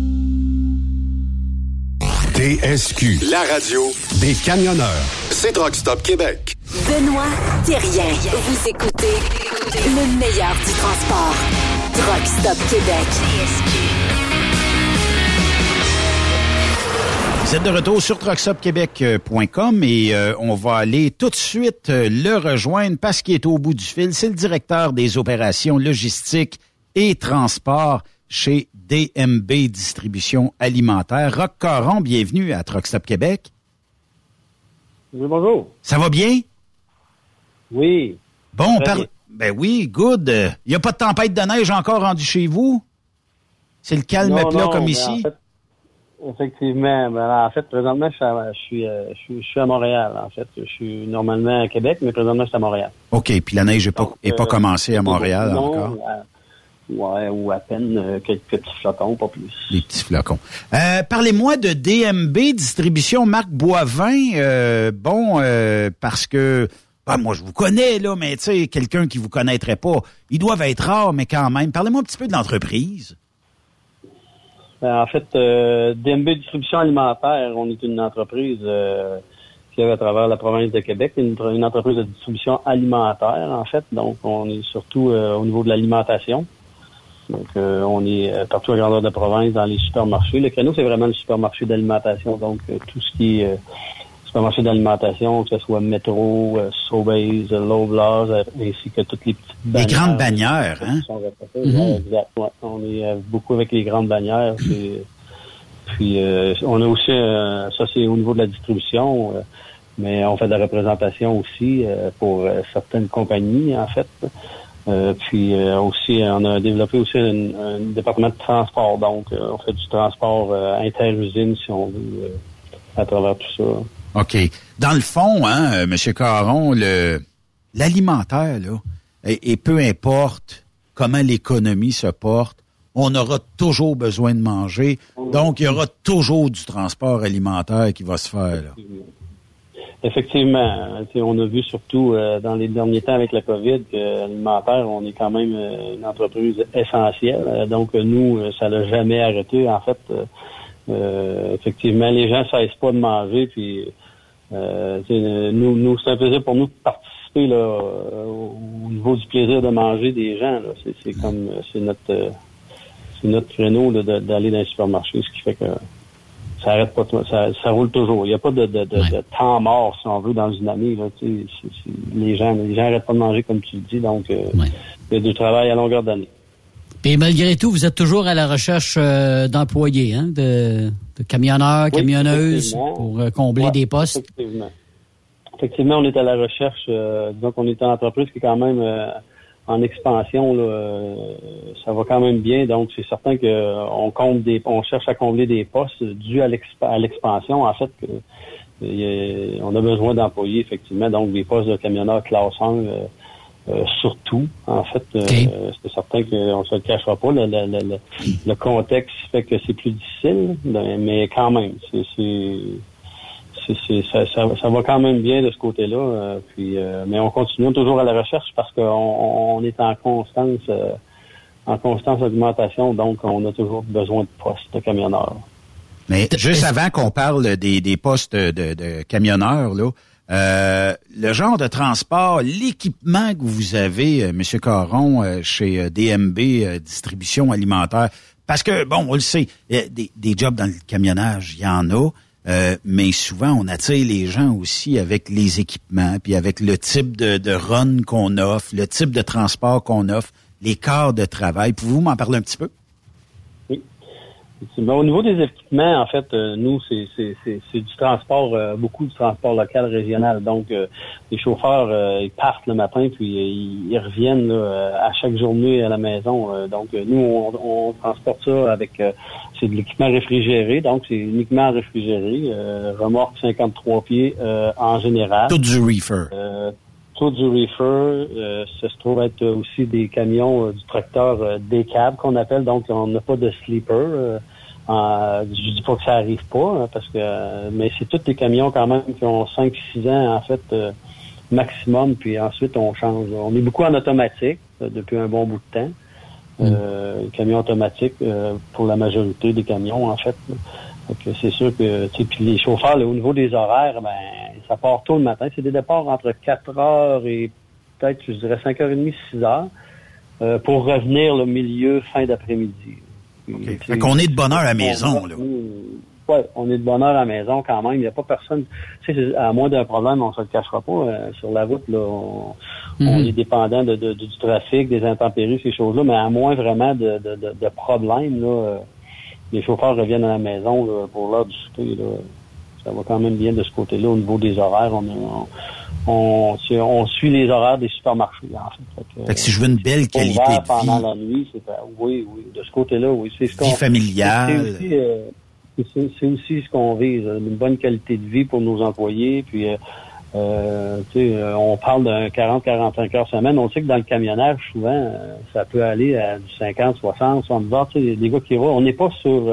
Speaker 2: TSQ, la radio des camionneurs. C'est Truck Stop Québec.
Speaker 12: Benoît Thérien. Vous écoutez le meilleur du transport. Truck Stop Québec.
Speaker 7: Vous êtes de retour sur truckstopquebec.com et on va aller tout de suite le rejoindre parce qu'il est au bout du fil. C'est le directeur des opérations logistiques et transport chez DMB Distribution Alimentaire. Roch Caron, bienvenue à Truck Stop Québec.
Speaker 16: Oui, bonjour.
Speaker 7: Ça va bien?
Speaker 16: Oui.
Speaker 7: Bon, ben oui, good. Il n'y a pas de tempête de neige encore rendue chez vous? C'est le calme plat comme ici?
Speaker 16: Effectivement. En fait, présentement, je suis à Montréal, en fait. Je suis normalement à Québec, mais présentement, je suis à Montréal.
Speaker 7: OK, puis la neige n'est pas commencée à Montréal encore?
Speaker 16: Ouais, ou à peine quelques petits flocons, pas plus.
Speaker 7: Des petits flocons. Parlez-moi de DMB Distribution Marc Boivin. Parce que moi, je vous connais, là, mais tu sais, quelqu'un qui vous connaîtrait pas, ils doivent être rares, mais quand même. Parlez-moi un petit peu de l'entreprise.
Speaker 16: En fait, DMB Distribution Alimentaire, on est une entreprise qui est à travers la province de Québec, une entreprise de distribution alimentaire, en fait. Donc, on est surtout au niveau de l'alimentation. Donc, on est partout à grandeur de province dans les supermarchés. Le créneau, c'est vraiment le supermarché d'alimentation. Donc, tout ce qui est supermarché d'alimentation, que ce soit Métro, Sobeys, Loblaws, ainsi que toutes les petites bannières.
Speaker 7: Les grandes bannières, hein?
Speaker 16: Exact. Ouais. On est beaucoup avec les grandes bannières. Puis, on a aussi, ça c'est au niveau de la distribution, mais on fait de la représentation aussi pour certaines compagnies, en fait. Puis aussi, on a développé aussi un département de transport. Donc, on fait du transport inter-usine, si on veut, à travers tout ça.
Speaker 7: OK. Dans le fond, hein, M. Caron, l'alimentaire, là, et peu importe comment l'économie se porte, on aura toujours besoin de manger. Donc, il y aura toujours du transport alimentaire qui va se faire, là.
Speaker 16: Effectivement. On a vu surtout dans les derniers temps avec la COVID que l'alimentaire, on est quand même une entreprise essentielle. Donc, nous, ça l'a jamais arrêté. En fait, effectivement, les gens ne cessent pas de manger. Puis, nous, c'est un plaisir pour nous de participer là, au niveau du plaisir de manger des gens. Là. C'est notre créneau là, d'aller dans les supermarchés, ce qui fait que ça arrête pas, ça roule toujours. Il n'y a pas de temps mort, si on veut, dans une année. Là, les gens arrêtent pas de manger, comme tu le dis, donc il y a du travail à longueur d'année.
Speaker 8: Et malgré tout, vous êtes toujours à la recherche d'employés, hein, de camionneurs, camionneuses, pour combler des postes.
Speaker 16: Effectivement, on est à la recherche. Donc, on est une entreprise qui est quand même en expansion. Là, ça va quand même bien. Donc, c'est certain on cherche à combler des postes dus à l'expansion. En fait, on a besoin d'employés, effectivement. Donc, des postes de camionneurs classe 1, surtout. En fait, c'est certain qu'on se le cachera pas. Le contexte fait que c'est plus difficile, mais quand même, ça va quand même bien de ce côté-là. Mais on continue toujours à la recherche parce qu'on est en constante augmentation, donc on a toujours besoin de postes de camionneurs.
Speaker 7: Mais juste avant qu'on parle des postes de camionneurs, là, le genre de transport, l'équipement que vous avez, M. Caron, chez DMB Distribution Alimentaire, parce que, bon, on le sait, des jobs dans le camionnage, il y en a, mais souvent, on attire les gens aussi avec les équipements, puis avec le type de run qu'on offre, le type de transport qu'on offre, les quarts de travail. Pouvez-vous m'en parler un petit peu?
Speaker 16: Au niveau des équipements, en fait, nous, c'est du transport, beaucoup de transport local, régional. Donc, les chauffeurs, ils partent le matin, puis ils reviennent là, à chaque journée à la maison. Donc, nous, on transporte ça avec... c'est de l'équipement réfrigéré, donc c'est uniquement réfrigéré. Remorque 53 pieds en général.
Speaker 7: Tout du reefer.
Speaker 16: Tout du reefer. Ça se trouve être aussi des camions du tracteur D-cab qu'on appelle. Donc, on n'a pas de sleeper. Je dis pas que ça arrive pas, parce que mais c'est tous des camions quand même qui ont 5-6 ans en fait maximum, puis ensuite on change. On est beaucoup en automatique depuis un bon bout de temps. Camion automatique pour la majorité des camions en fait. Donc c'est sûr que puis les chauffeurs là, au niveau des horaires, ben ça part tôt le matin. C'est des départs entre 4h et peut-être je dirais 5h30, 6h pour revenir le milieu fin d'après-midi.
Speaker 7: Okay. Fait qu'on est de bonne heure à la maison, là.
Speaker 16: Oui, on est de bonne heure à la maison quand même. Il n'y a pas personne. Tu sais, à moins d'un problème, on se le cachera pas. Sur la route, là, on est dépendant du trafic, des intempéries, ces choses-là, mais à moins vraiment de problèmes, là, les chauffeurs reviennent à la maison là, pour l'heure du souper. Là. Ça va quand même bien de ce côté-là au niveau des horaires. On suit les horaires des supermarchés, en fait.
Speaker 7: Fait que si je veux une belle qualité de vie...
Speaker 16: pendant la nuit, oui, de ce côté-là, oui. C'est ce qu'on...
Speaker 7: Vie familiale.
Speaker 16: C'est aussi ce qu'on vise, une bonne qualité de vie pour nos employés. Puis, on parle d'un 40-45 heures semaine. On sait que dans le camionnage, souvent, ça peut aller à du 50, 60, 70 heures. Tu sais, des gars qui vont... On n'est pas sur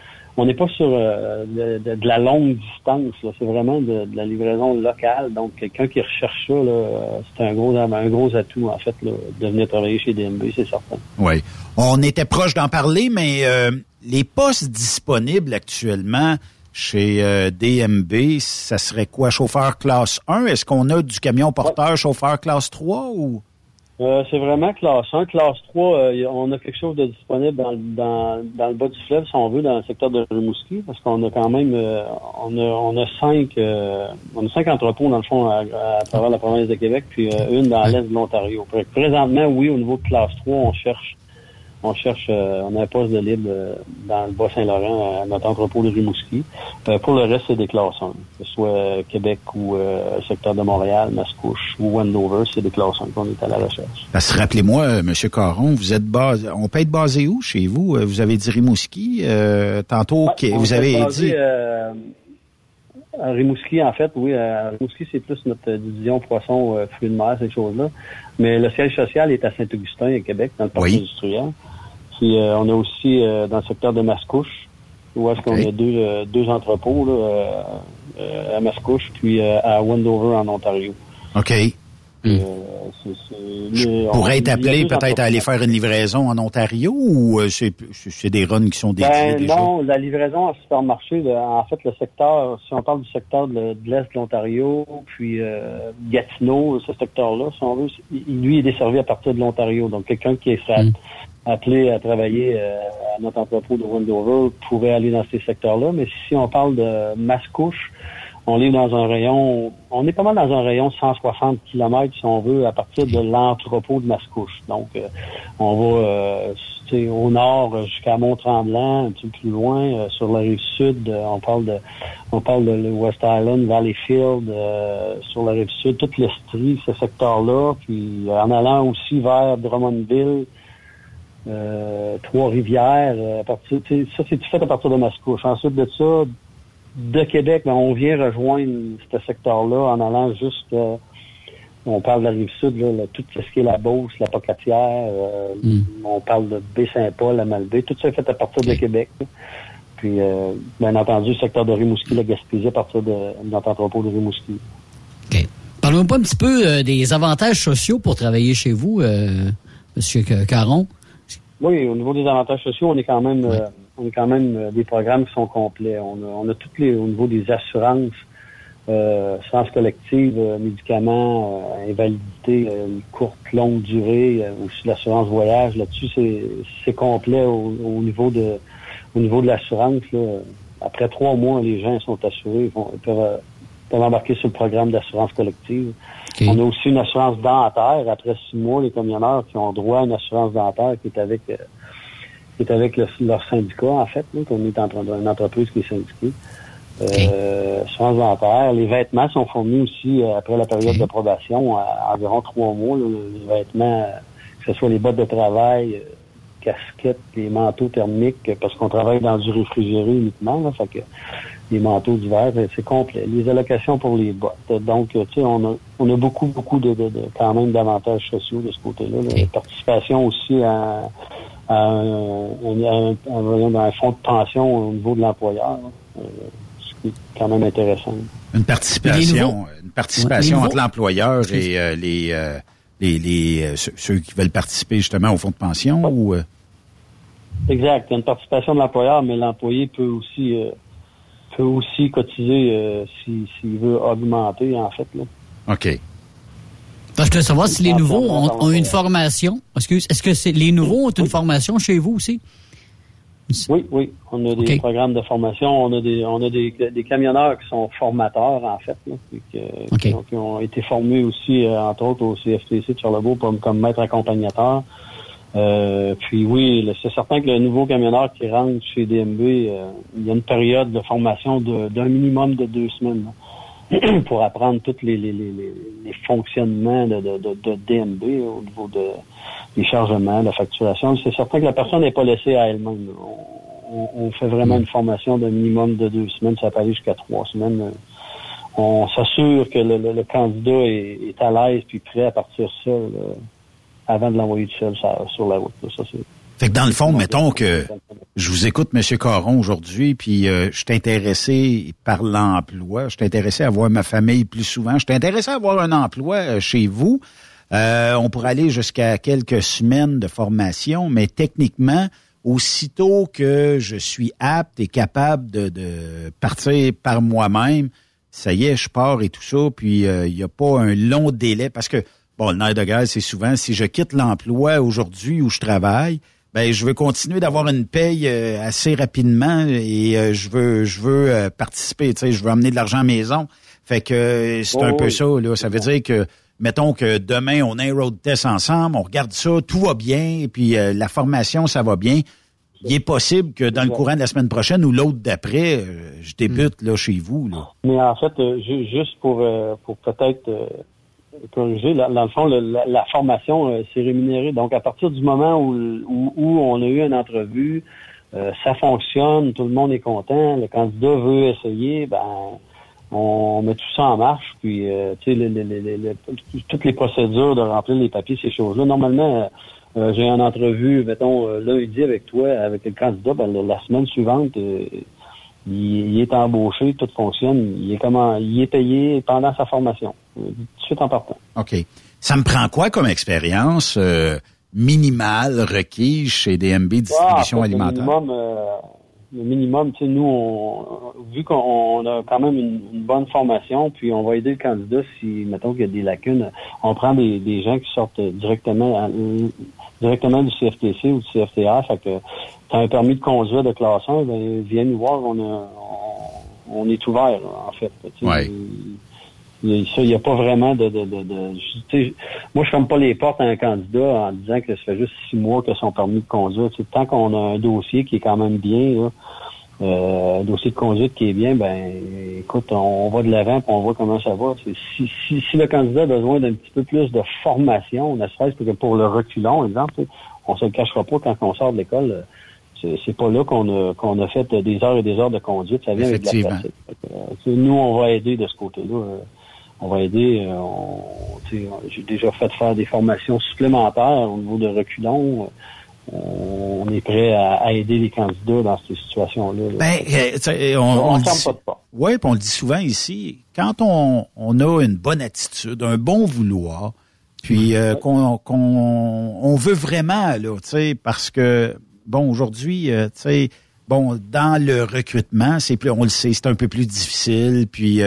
Speaker 16: de la longue distance. Là. C'est vraiment de la livraison locale. Donc, quelqu'un qui recherche ça, là, c'est un gros atout, en fait, là, de venir travailler chez DMB, c'est certain.
Speaker 7: Oui. On était proche d'en parler, mais les postes disponibles actuellement chez DMB, ça serait quoi? Chauffeur classe 1? Est-ce qu'on a du camion porteur chauffeur classe 3 ou...
Speaker 16: c'est vraiment classe 1. Classe 3, on a quelque chose de disponible dans le bas du fleuve, si on veut, dans le secteur de Rimouski, parce qu'on a quand même on a 5 entrepôts, dans le fond, à travers la province de Québec, puis une dans l'est de l'Ontario. Présentement, oui, au niveau de classe 3, on a un poste de libre dans le Bas-Saint-Laurent, à notre entrepôt de Rimouski. Pour le reste, c'est des classes 1. Que ce soit Québec ou secteur de Montréal, Mascouche ou Wendover, c'est des classes 1 qu'on est à la recherche.
Speaker 7: Parce que rappelez-moi, M. Caron, vous êtes on peut être basé où chez vous? Vous avez dit Rimouski. Tantôt, vous avez dit...
Speaker 16: À Rimouski, en fait, oui. À Rimouski, c'est plus notre division poisson, fruits de mer, ces choses-là. Mais le siège social est à Saint-Augustin, à Québec, dans le parc industriel. Puis on a aussi dans le secteur de Mascouche, où est-ce qu'on a deux entrepôts là, à Mascouche, puis à Wendover, en Ontario.
Speaker 7: OK. Je pourrais être appelé peut-être à aller faire une livraison en Ontario ou c'est des runs qui sont dédiés déjà?
Speaker 16: Non, la livraison en supermarché, en fait, le secteur, si on parle du secteur de l'Est de l'Ontario, puis Gatineau, ce secteur-là, si on veut, lui est desservi à partir de l'Ontario. Donc, quelqu'un qui est appelé à travailler notre entrepôt de Wendover pourrait aller dans ces secteurs-là. Mais si on parle de Mascouche, on est dans un rayon, on est pas mal dans un rayon de 160 km, si on veut, à partir de l'entrepôt de Mascouche. Donc, on va au nord jusqu'à Mont-Tremblant, un petit peu plus loin, sur la rive sud, on parle de le West Island, Valleyfield, sur la rive sud, toute l'Estrie, ce secteur-là, puis en allant aussi vers Drummondville, Trois-Rivières, ça c'est tout fait à partir de Mascouche. Ensuite de ça, de Québec, on vient rejoindre ce secteur-là en allant jusqu'à, on parle de la rive-sud, tout ce qui est la Beauce, la Pocatière, on parle de Baie-Saint-Paul, la Malbaie, tout ça est fait à partir de Québec. Là. Puis, bien entendu, le secteur de Rimouski, la Gaspésie, à partir de notre entrepôt de Rimouski.
Speaker 8: OK. Parlons pas un petit peu des avantages sociaux pour travailler chez vous, M. Caron.
Speaker 16: Oui, au niveau des avantages sociaux, on est quand même des programmes qui sont complets. On a toutes au niveau des assurances, assurances collectives, médicaments, invalidité, courte, longue durée, aussi l'assurance voyage. Là-dessus, c'est complet au niveau de l'assurance. Là. Après 3 mois, les gens sont assurés, ils peuvent embarquer sur le programme d'assurance collective. Okay. On a aussi une assurance dentaire. Après 6 mois, les camionneurs qui ont droit à une assurance dentaire qui est avec leur syndicat, en fait, là, qu'on est une entreprise qui est syndiquée. Assurance dentaire. Les vêtements sont fournis aussi après la période de probation, à environ 3 mois. Là, les vêtements, que ce soit les bottes de travail, casquettes, les manteaux thermiques, parce qu'on travaille dans du réfrigéré uniquement, là, fait que les manteaux d'hiver, c'est complet. Les allocations pour les bottes. Donc, tu sais, on a beaucoup de quand même d'avantages sociaux de ce côté-là. Là. Participation aussi à un fonds de pension au niveau de l'employeur, ce qui est quand même intéressant.
Speaker 7: Une participation entre l'employeur et ceux qui veulent participer justement au fonds de pension ou
Speaker 16: Exact. Il y a une participation de l'employeur, mais l'employé peut aussi cotiser s'il veut augmenter, en fait. Là.
Speaker 7: OK.
Speaker 8: Donc, je veux savoir si les nouveaux ont une formation. Est-ce que les nouveaux ont une formation chez vous aussi?
Speaker 16: Oui. On a des programmes de formation. On a des camionneurs qui sont formateurs, en fait, là, qui ont été formés aussi, entre autres, au CFTC de Charlebourg comme maître accompagnateur. Puis oui, c'est certain que le nouveau camionneur qui rentre chez DMB, il y a une période de formation d'un minimum de 2 semaines là, pour apprendre tous les fonctionnements de DMB au niveau des chargements, de la facturation. C'est certain que la personne n'est pas laissée à elle-même. On fait vraiment une formation d'un minimum de 2 semaines, ça peut aller jusqu'à 3 semaines. On s'assure que le candidat est à l'aise puis prêt à partir seul avant de l'envoyer tout seul sur la route. Ça, c'est...
Speaker 7: Fait que dans le fond, mettons que je vous écoute, M. Caron, aujourd'hui, puis je suis intéressé par l'emploi, je suis intéressé à voir ma famille plus souvent, je suis intéressé à avoir un emploi chez vous. On pourrait aller jusqu'à quelques semaines de formation, mais techniquement, aussitôt que je suis apte et capable de partir par moi-même, ça y est, je pars et tout ça, puis il n'y a pas un long délai, parce que bon, le nerf de guerre, c'est souvent, si je quitte l'emploi aujourd'hui où je travaille, ben je veux continuer d'avoir une paye assez rapidement et je veux participer, tu sais, je veux amener de l'argent à la maison. Fait que c'est un peu ça, là. Ça veut dire que, mettons que demain, on a un road test ensemble, on regarde ça, tout va bien, et puis la formation, ça va bien. Il est possible que dans le courant de la semaine prochaine ou l'autre d'après, je débute là chez vous, là.
Speaker 16: Mais en fait, juste pour peut-être... corriger, dans le fond, la formation, c'est rémunéré. Donc, à partir du moment où on a eu une entrevue, ça fonctionne, tout le monde est content, le candidat veut essayer, ben, on met tout ça en marche, puis, tu sais, toutes les procédures de remplir les papiers, ces choses-là. Normalement, j'ai une entrevue, mettons, lundi avec toi, avec le candidat, ben, la semaine suivante, il est embauché, tout fonctionne, il est payé pendant sa formation, tout de suite en partant.
Speaker 7: OK. Ça me prend quoi comme expérience minimale requise chez DMB Distribution Alimentaire?
Speaker 16: Le minimum, tu sais, nous, vu qu'on a quand même une bonne formation, puis on va aider le candidat si, mettons, qu'il y a des lacunes. On prend des gens qui sortent directement. directement du CFTC ou du CFTA. Fait que t'as un permis de conduire de classe 1, ben viens nous voir, on est ouvert, là, en fait.
Speaker 7: Ouais.
Speaker 16: Il n'y a pas vraiment moi, je ferme pas les portes à un candidat en disant que ça fait juste 6 mois que son permis de conduire. Tant qu'on a un dossier qui est quand même bien, là, un dossier de conduite qui est bien, ben écoute, on va de l'avant et on voit comment ça va. Si le candidat a besoin d'un petit peu plus de formation, ne serait-ce que pour le reculon, exemple, on se le cachera pas quand on sort de l'école. C'est pas là qu'on a fait des heures et des heures de conduite. Ça vient avec de la pratique. Nous, on va aider de ce côté-là. On va aider. J'ai déjà fait faire des formations supplémentaires au niveau de reculons. On est prêt à aider les candidats dans ces situations-là.
Speaker 7: On le dit, oui, puis on le dit souvent ici. Quand on a une bonne attitude, un bon vouloir, puis qu'on veut vraiment, là, tu sais, parce que bon, aujourd'hui, tu sais, bon, dans le recrutement, on le sait, c'est un peu plus difficile, puis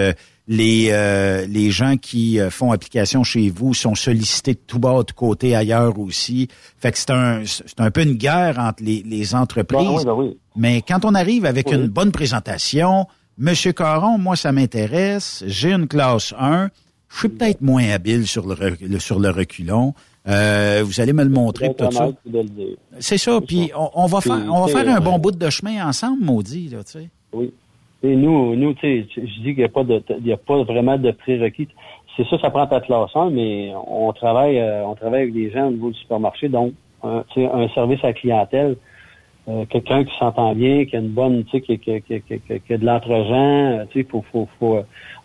Speaker 7: les gens qui font application chez vous sont sollicités de tout bas, de côté, ailleurs aussi. Fait que c'est un peu une guerre entre les entreprises.
Speaker 16: Oui.
Speaker 7: Mais quand on arrive avec une bonne présentation, Monsieur Caron, moi, ça m'intéresse, j'ai une classe 1, je suis peut-être moins habile sur le reculon. Vous allez me le montrer, tout ça. C'est ça, puis on va faire un bon bout de chemin ensemble, maudit, là, tu sais.
Speaker 16: Oui. Et nous, tu sais, je dis qu'il n'y a pas vraiment de prérequis. C'est ça prend ta classe 1, mais on travaille avec des gens au niveau du supermarché, donc un service à la clientèle, quelqu'un qui s'entend bien, qui a une bonne, tu sais, qui a de l'entre-gens, tu sais,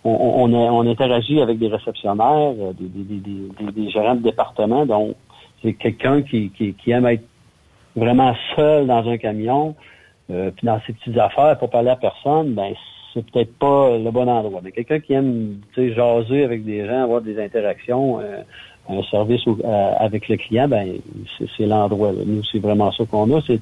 Speaker 16: on interagit avec des réceptionnaires, des gérants de département, donc c'est quelqu'un qui aime être vraiment seul dans un camion. Puis dans ses petites affaires, pour parler à personne, ben c'est peut-être pas le bon endroit. Mais quelqu'un qui aime, tu sais, jaser avec des gens, avoir des interactions, un service avec le client, ben c'est l'endroit. Là. Nous, c'est vraiment ça qu'on a. C'est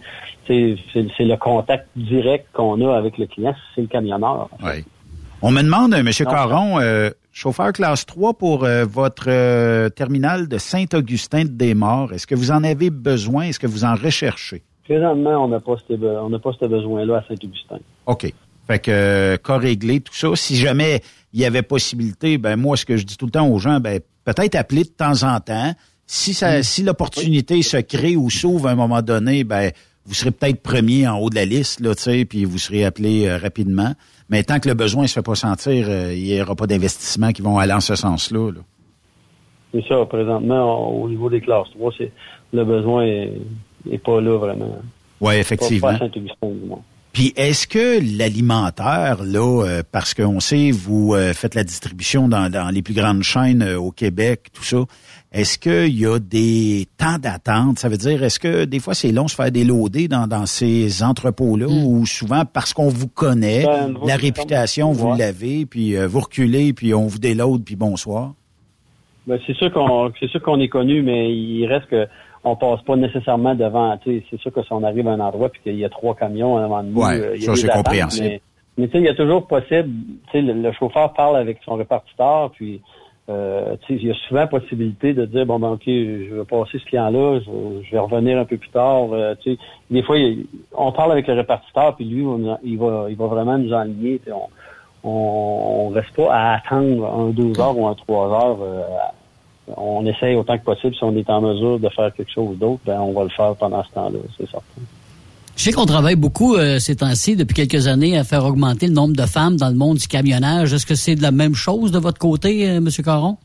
Speaker 16: le contact direct qu'on a avec le client, c'est le camionneur.
Speaker 7: Oui. On me demande, M. Caron, chauffeur classe 3 pour votre terminal de Saint-Augustin-de-Desmaures. Est-ce que vous en avez besoin? Est-ce que vous en recherchez?
Speaker 16: Présentement, on n'a pas ce besoin-là à Saint-Augustin. OK.
Speaker 7: Fait que cas réglé, tout ça. Si jamais il y avait possibilité, ben moi, ce que je dis tout le temps aux gens, ben peut-être appeler de temps en temps. Si l'opportunité se crée ou s'ouvre à un moment donné, ben vous serez peut-être premier en haut de la liste, là, tu sais, puis vous serez appelé rapidement. Mais tant que le besoin se fait pas sentir, il n'y aura pas d'investissements qui vont aller en ce sens-là. Là.
Speaker 16: C'est ça. Présentement, au niveau des classes 3, le besoin est pas là vraiment.
Speaker 7: Oui, effectivement.
Speaker 16: Pas à Saint-Augustin, du moins.
Speaker 7: Puis est-ce que l'alimentaire, là, parce qu'on sait, vous faites la distribution dans les plus grandes chaînes au Québec, tout ça, est-ce qu'il y a des temps d'attente? Ça veut dire, est-ce que des fois c'est long de se faire déloader dans ces entrepôts-là ou souvent parce qu'on vous connaît, la réputation, vous l'avez, puis vous reculez, puis on vous déloade, puis bonsoir?
Speaker 16: Ben, c'est sûr qu'on est connu, mais il reste que on passe pas nécessairement devant, tu sais, c'est sûr que si on arrive à un endroit puis qu'il y a 3 camions devant nous,
Speaker 7: il y a c'est compréhensible.
Speaker 16: Mais tu sais, il y a toujours possible, tu sais, le chauffeur parle avec son répartiteur, puis tu sais, il y a souvent possibilité de dire, bon, ben, OK, je vais passer ce client-là, je vais revenir un peu plus tard, tu sais. Des fois, on parle avec le répartiteur, puis lui, il va vraiment nous enligner, tu sais, on reste pas à attendre un 2 heures ou un 3 heures, on essaye autant que possible, si on est en mesure de faire quelque chose d'autre, ben on va le faire pendant ce temps-là, c'est certain.
Speaker 8: Je sais qu'on travaille beaucoup ces temps-ci, depuis quelques années, à faire augmenter le nombre de femmes dans le monde du camionnage. Est-ce que c'est de la même chose de votre côté, M. Caron?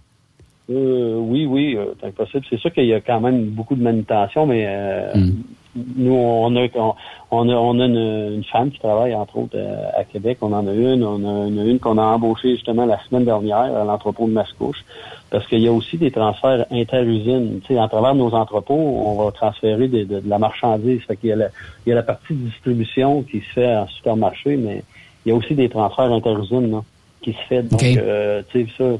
Speaker 16: Oui, tant que possible. C'est sûr qu'il y a quand même beaucoup de manutention, mais nous, on a une femme qui travaille, entre autres, à Québec. On en a une. On a une qu'on a embauchée justement la semaine dernière à l'entrepôt de Mascouche. Parce qu'il y a aussi des transferts inter-usines. Tu sais, à travers nos entrepôts, on va transférer de la marchandise. Fait qu'il y a la partie de distribution qui se fait en supermarché, mais il y a aussi des transferts inter-usines là, qui se fait. Donc, tu sais,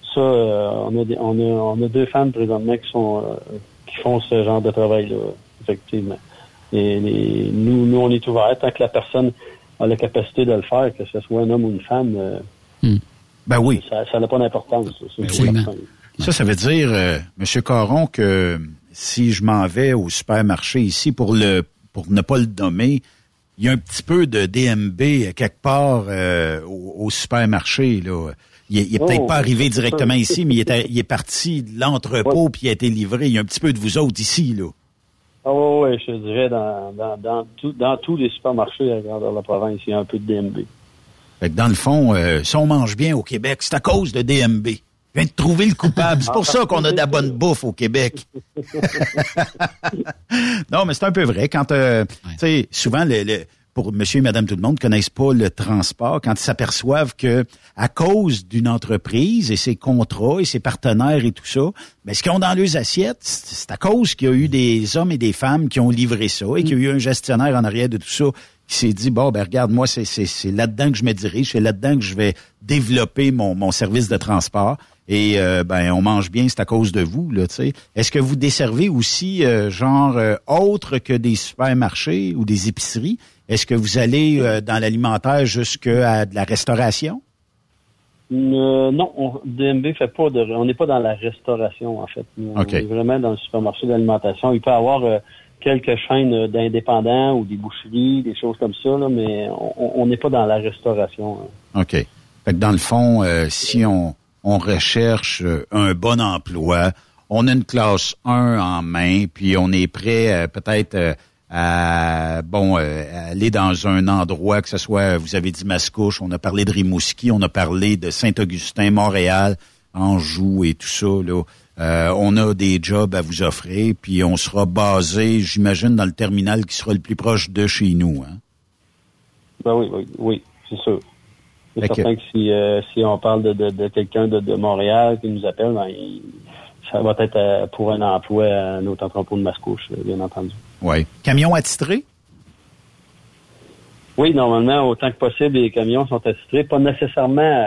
Speaker 16: on a 2 femmes présentement qui font ce genre de travail-là, effectivement. Et nous, on est ouverts tant que la personne a la capacité de le faire, que ce soit un homme ou une femme.
Speaker 7: Ben oui.
Speaker 16: Ça n'a pas d'importance.
Speaker 7: Ça veut dire, M. Caron, que si je m'en vais au supermarché ici, pour ne pas le nommer, il y a un petit peu de DMB quelque part au supermarché, là. Il est peut-être pas arrivé directement ici, mais il est parti de l'entrepôt puis il a été livré. Il y a un petit peu de vous autres ici, là.
Speaker 16: Oh, oui, je dirais dans tous les supermarchés à grandeur de la province, il y a un peu de DMB.
Speaker 7: Fait que dans le fond, si on mange bien au Québec, c'est à cause de DMB. Je viens de trouver le coupable. C'est pour ça qu'on a de la bonne bouffe au Québec. Non, mais c'est un peu vrai. Quand, tu sais, souvent, pour monsieur et madame tout le monde, connaissent pas le transport, quand ils s'aperçoivent que à cause d'une entreprise et ses contrats et ses partenaires et tout ça, ben, ce qu'ils ont dans leurs assiettes, c'est à cause qu'il y a eu des hommes et des femmes qui ont livré ça et qu'il y a eu un gestionnaire en arrière de tout ça qui s'est dit, bon, ben regarde, moi, c'est là-dedans que je me dirige, c'est là-dedans que je vais développer mon service de transport. Et ben on mange bien, c'est à cause de vous, là, tu sais. Est-ce que vous desservez aussi autre que des supermarchés ou des épiceries? Est-ce que vous allez dans l'alimentaire jusqu'à de la restauration?
Speaker 16: Non, DMB fait pas on n'est pas dans la restauration, en fait. Nous,
Speaker 7: okay.
Speaker 16: On est vraiment dans le supermarché d'alimentation. Il peut y avoir quelques chaînes d'indépendants ou des boucheries, des choses comme ça, là, mais on n'est pas dans la restauration. Hein.
Speaker 7: OK. Fait que dans le fond, si on recherche un bon emploi, on a une classe 1 en main, puis on est prêt peut-être à aller dans un endroit, que ce soit, vous avez dit Mascouche, on a parlé de Rimouski, on a parlé de Saint-Augustin, Montréal, Anjou et tout ça, là. On a des jobs à vous offrir, puis on sera basé, j'imagine, dans le terminal qui sera le plus proche de chez nous, hein? Ben
Speaker 16: oui, c'est sûr. C'est certain que si on parle de quelqu'un de Montréal qui nous appelle, ben, ça va être pour un emploi à notre entrepôt de Mascouche, bien entendu.
Speaker 7: Oui. Camion attitré?
Speaker 16: Oui, normalement, autant que possible, les camions sont attitrés. Pas nécessairement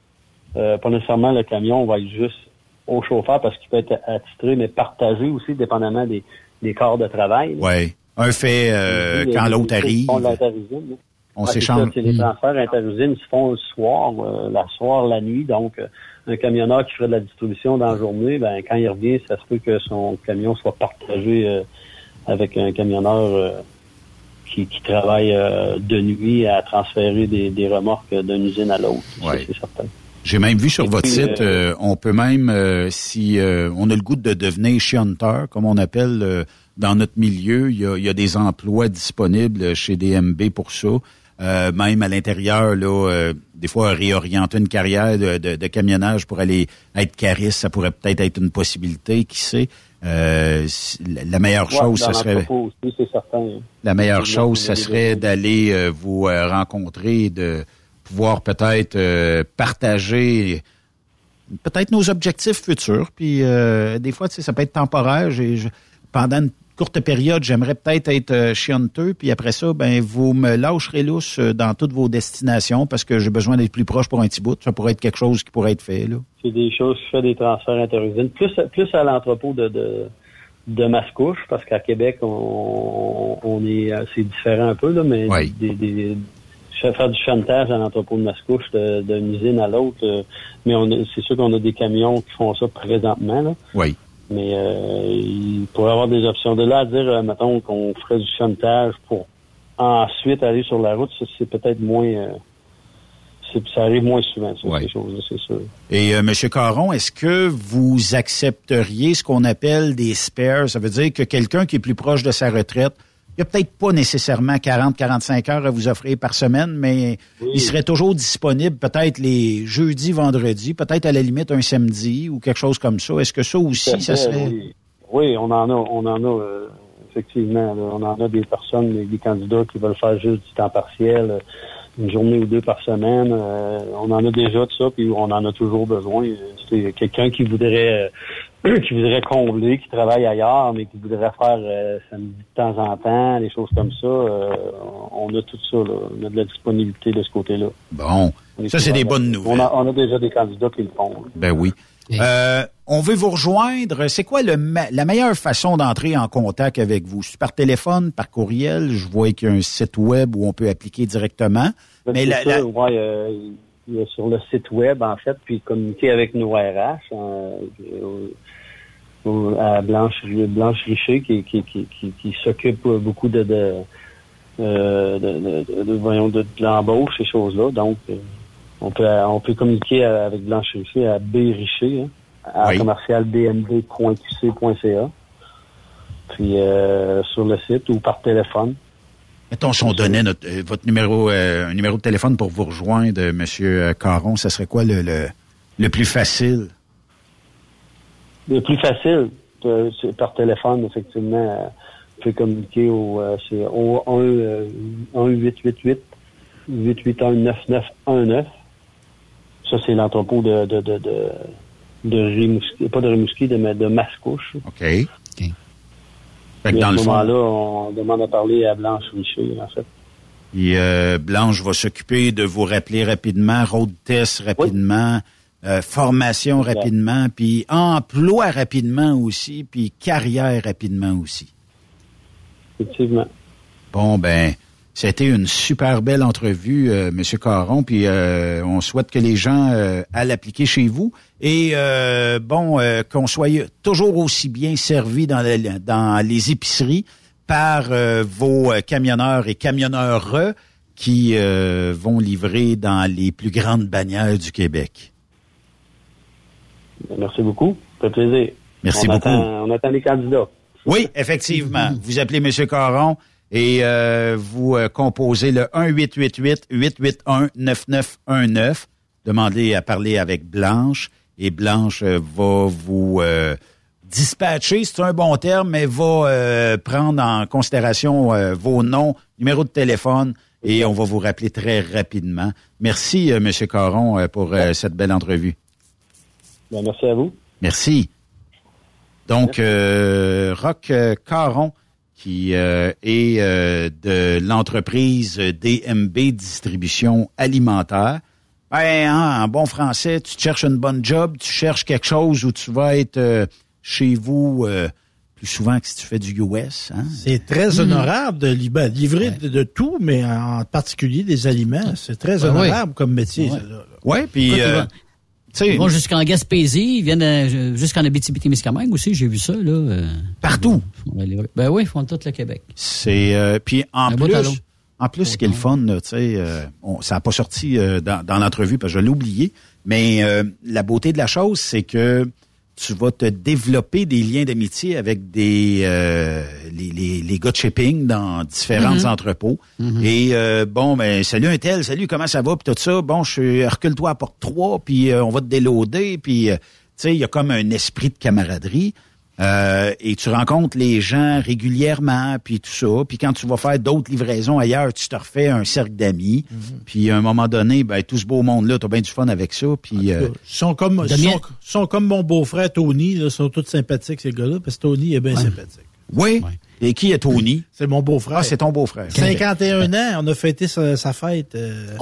Speaker 16: le camion va être juste au chauffeur parce qu'il peut être attitré, mais partagé aussi, dépendamment des corps de travail.
Speaker 7: Oui. Un fait quand l'autre arrive. On s'échange.
Speaker 16: C'est les transferts inter-usines qui se font le soir, la nuit. Donc, un camionneur qui ferait de la distribution dans la journée, ben quand il revient, ça se peut que son camion soit partagé avec un camionneur qui travaille de nuit à transférer des remorques d'une usine à l'autre.
Speaker 7: Ouais.
Speaker 16: C'est certain.
Speaker 7: J'ai même vu sur votre site, on peut même, si on a le goût de devenir shunter, comme on appelle dans notre milieu, il y a des emplois disponibles chez DMB pour ça. Même à l'intérieur, là, des fois, réorienter une carrière de camionnage pour aller être cariste, ça pourrait peut-être être une possibilité, qui sait. La meilleure chose, ça serait...
Speaker 16: Aussi, c'est certain.
Speaker 7: La meilleure chose, ça serait d'aller vous rencontrer et de pouvoir peut-être partager peut-être nos objectifs futurs. Puis des fois, tu sais, ça peut être temporaire. Pendant une courte période, j'aimerais peut-être être chianteux, puis après ça, ben vous me lâcherez lousse dans toutes vos destinations parce que j'ai besoin d'être plus proche pour un petit bout. Ça pourrait être quelque chose qui pourrait être fait, là.
Speaker 16: C'est des choses qui font des transferts inter-usines. Plus à l'entrepôt de Mascouche, parce qu'à Québec, on est c'est différent un peu, là, mais
Speaker 7: oui.
Speaker 16: Faire du chantage à l'entrepôt de Mascouche d'une usine à l'autre, mais c'est sûr qu'on a des camions qui font ça présentement, là.
Speaker 7: Oui.
Speaker 16: Mais il pourrait y avoir des options. De là à dire, mettons, qu'on ferait du chantage pour ensuite aller sur la route, c'est peut-être moins... ça arrive moins souvent, ça, ces choses-là, c'est sûr.
Speaker 7: Et M. Caron, est-ce que vous accepteriez ce qu'on appelle des spares? Ça veut dire que quelqu'un qui est plus proche de sa retraite, il n'y a peut-être pas nécessairement 40-45 heures à vous offrir par semaine, mais il serait toujours disponible peut-être les jeudis, vendredis, peut-être à la limite un samedi ou quelque chose comme ça. Est-ce que ça aussi, ça serait...
Speaker 16: Oui, on en a effectivement. Là, on en a des personnes, des candidats qui veulent faire juste du temps partiel, une journée ou deux par semaine. On en a déjà de ça, puis on en a toujours besoin. C'est quelqu'un qui voudrait combler, qui travaille ailleurs, mais qui voudrait faire samedi de temps en temps, des choses comme ça. On a tout ça, là. On a de la disponibilité de ce côté-là.
Speaker 7: Bon, ça, c'est des bonnes nouvelles.
Speaker 16: On a déjà des candidats qui le font.
Speaker 7: Ben oui. On veut vous rejoindre. C'est quoi la meilleure façon d'entrer en contact avec vous? C'est par téléphone, par courriel? Je vois qu'il y a un site web où on peut appliquer directement. Mais
Speaker 16: il y a sur le site web, en fait, puis communiquer avec nos RH. à Blanche Richer qui s'occupe beaucoup de l'embauche, ces choses-là. Donc, on peut communiquer avec Blanche Richer à B. Richer, à commercial dmd.qc.ca. Puis sur le site ou par téléphone.
Speaker 7: Mettons, si on donnait votre numéro, un numéro de téléphone pour vous rejoindre, M. Caron, ça serait quoi le plus facile?
Speaker 16: Le plus facile, c'est par téléphone, effectivement. Vous pouvez communiquer c'est au 1-888-881-9919. Ça, c'est l'entrepôt de Rimouski, pas de Rimouski, de Mascouche.
Speaker 7: OK.
Speaker 16: Fait que dans à ce moment-là, on demande à parler à Blanche Richer, en fait.
Speaker 7: Et Blanche va s'occuper de vous rappeler rapidement, road test rapidement, formation rapidement, puis emploi rapidement aussi, puis carrière rapidement aussi.
Speaker 16: Effectivement.
Speaker 7: Bon, ben, c'était une super belle entrevue, M. Caron, puis on souhaite que les gens aillent l'appliquer chez vous et qu'on soit toujours aussi bien servi dans les épiceries par vos camionneurs et camionneurs qui vont livrer dans les plus grandes bannières du Québec.
Speaker 16: Merci beaucoup. Ça fait plaisir.
Speaker 7: Merci beaucoup.
Speaker 16: On attend les candidats.
Speaker 7: Oui, effectivement. Vous appelez M. Caron et vous composez le 1-888-881-9919. Demandez à parler avec Blanche et Blanche va vous dispatcher, c'est un bon terme, mais va prendre en considération vos noms, numéro de téléphone et on va vous rappeler très rapidement. Merci, M. Caron, pour cette belle entrevue.
Speaker 16: Bien, merci à vous.
Speaker 7: Merci. Donc, Roch Caron, qui est de l'entreprise DMB Distribution Alimentaire. En bon français, tu cherches une bonne job, tu cherches quelque chose où tu vas être chez vous plus souvent que si tu fais du US. Hein?
Speaker 9: C'est très honorable de livrer de tout, mais en particulier des aliments. C'est très honorable comme métier.
Speaker 7: Oui, puis...
Speaker 8: Ils vont jusqu'en Gaspésie, ils viennent jusqu'en Abitibi-Témiscamingue aussi, j'ai vu ça, là.
Speaker 7: Partout.
Speaker 8: Ben oui, ils font tout le Québec.
Speaker 7: C'est puis en plus, ce qui est le fun, tu sais, ça n'a pas sorti dans l'entrevue parce que je l'ai oublié, mais la beauté de la chose, c'est que tu vas te développer des liens d'amitié avec les gars de shipping dans différents entrepôts. Et salut un tel, salut, comment ça va, puis tout ça. Bon, recule-toi à porte 3, puis on va te déloader, puis tu sais, il y a comme un esprit de camaraderie. Et tu rencontres les gens régulièrement, puis tout ça. Puis quand tu vas faire d'autres livraisons ailleurs, tu te refais un cercle d'amis. Puis à un moment donné, ben tout ce beau monde-là, t'as bien du fun avec ça. Puis
Speaker 9: sont comme mon beau-frère Tony, là, sont tous sympathiques ces gars-là, parce que Tony est bien sympathique.
Speaker 7: Oui. Et qui est Tony?
Speaker 9: C'est mon beau-frère.
Speaker 7: Ah, c'est ton beau-frère.
Speaker 9: 51 ans, on a fêté sa fête.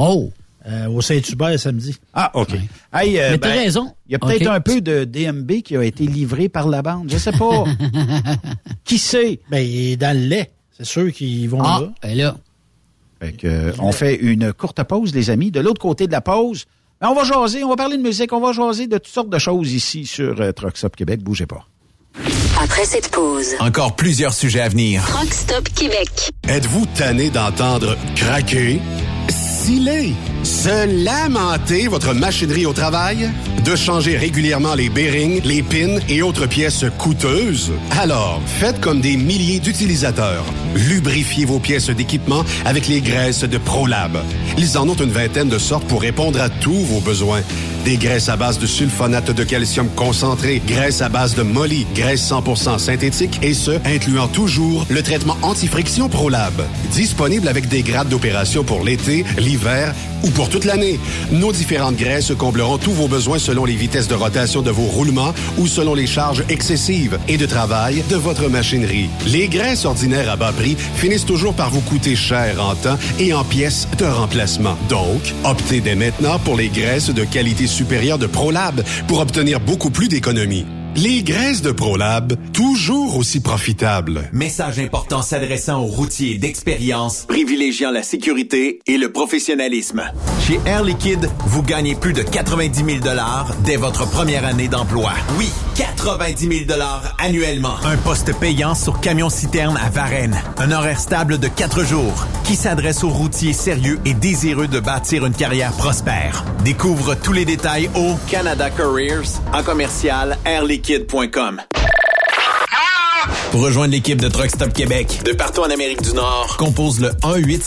Speaker 9: Au Saint-Hubert samedi.
Speaker 7: Ah, OK. Hey,
Speaker 8: mais t'as raison.
Speaker 7: Il y a peut-être un peu de DMB qui a été livré par la bande. Je sais pas. Qui sait?
Speaker 9: Ben, il est dans le lait. C'est sûr qu'ils vont là.
Speaker 8: Là.
Speaker 7: Fait que, on fait une courte pause, les amis. De l'autre côté de la pause, on va jaser, on va parler de musique, on va jaser de toutes sortes de choses ici sur Truck Stop Québec. Bougez pas.
Speaker 12: Après cette pause,
Speaker 1: Encore plusieurs sujets à venir.
Speaker 12: Truck Stop Québec.
Speaker 2: Êtes-vous tanné d'entendre craquer, sciller, se lamenter votre machinerie au travail? De changer régulièrement les bearings, les pins et autres pièces coûteuses? Alors, faites comme des milliers d'utilisateurs. Lubrifiez vos pièces d'équipement avec les graisses de ProLab. Ils en ont une vingtaine de sortes pour répondre à tous vos besoins. Des graisses à base de sulfonate de calcium concentré, graisses à base de molly, graisse 100% synthétique et ce, incluant toujours le traitement anti-friction ProLab. Disponible avec des grades d'opération pour l'été, l'hiver ou pour toute l'année. Nos différentes graisses combleront tous vos besoins selon les vitesses de rotation de vos roulements ou selon les charges excessives et de travail de votre machinerie. Les graisses ordinaires à bas prix finissent toujours par vous coûter cher en temps et en pièces de remplacement. Donc, optez dès maintenant pour les graisses de qualité supérieure de ProLab pour obtenir beaucoup plus d'économies. Les graisses de ProLab, toujours aussi profitables.
Speaker 3: Message important s'adressant aux routiers d'expérience, privilégiant la sécurité et le professionnalisme. Chez Air Liquide, vous gagnez plus de 90 000 $ dès votre première année d'emploi. Oui, 90 000 $ annuellement. Un poste payant sur camion-citerne à Varennes. Un horaire stable de 4 jours qui s'adresse aux routiers sérieux et désireux de bâtir une carrière prospère. Découvre tous les détails au Canada Careers en commercial airliquide.com. Pour rejoindre l'équipe de Truck Stop Québec, de partout en Amérique du Nord, compose le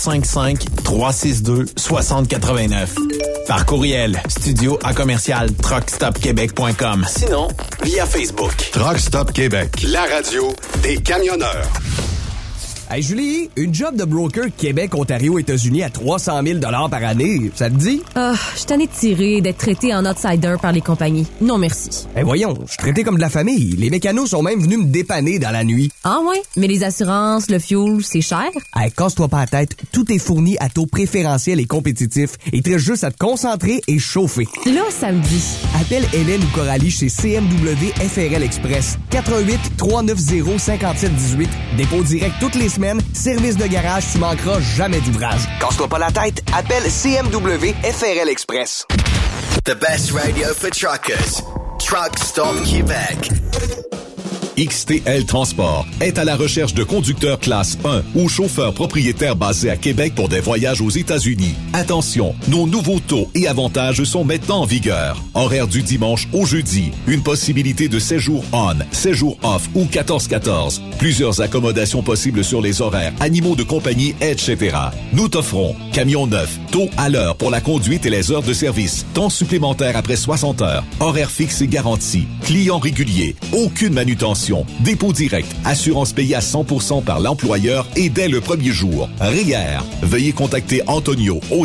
Speaker 3: 1-855-362-6089. Par courriel, studio@truckstopquebec.com. Sinon, via Facebook.
Speaker 2: Truck Stop Québec, la radio des camionneurs.
Speaker 14: Hey Julie, une job de broker Québec, Ontario, États-Unis à 300 000 $ par année, ça te dit?
Speaker 15: Ah, je suis tannée de tirer et d'être traité en outsider par les compagnies. Non merci.
Speaker 14: Eh voyons, je suis traité comme de la famille. Les mécanos sont même venus me dépanner dans la nuit.
Speaker 15: Ah ouais? Mais les assurances, le fuel, c'est cher?
Speaker 14: Hey, casse-toi pas la tête, tout est fourni à taux préférentiel et compétitif. Il te reste juste à te concentrer et chauffer.
Speaker 15: Là, ça me dit.
Speaker 14: Appelle Hélène ou Coralie chez CMW FRL Express. 88-390-5718. Dépôt direct toutes les semaines. Service de garage, tu manqueras jamais d'ouvrage.
Speaker 17: Casse-toi pas la tête, appelle CMW FRL Express.
Speaker 18: The best radio for truckers. Truck Stop Québec.
Speaker 5: XTL Transport est à la recherche de conducteurs classe 1 ou chauffeurs propriétaires basés à Québec pour des voyages aux États-Unis. Attention, nos nouveaux taux et avantages sont maintenant en vigueur. Horaire du dimanche au jeudi. Une possibilité de 7 jours on, 7 jours off ou 14-14. Plusieurs accommodations possibles sur les horaires, animaux de compagnie, etc. Nous t'offrons camion neuf, taux à l'heure pour la conduite et les heures de service, temps supplémentaire après 60 heures, horaire fixe et garanti, client régulier, aucune manutention, dépôt direct, assurance payée à 100% par l'employeur et dès le premier jour. REER. Veuillez contacter Antonio au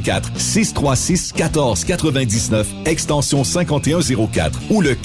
Speaker 5: 514-636-1499, extension 5104 ou le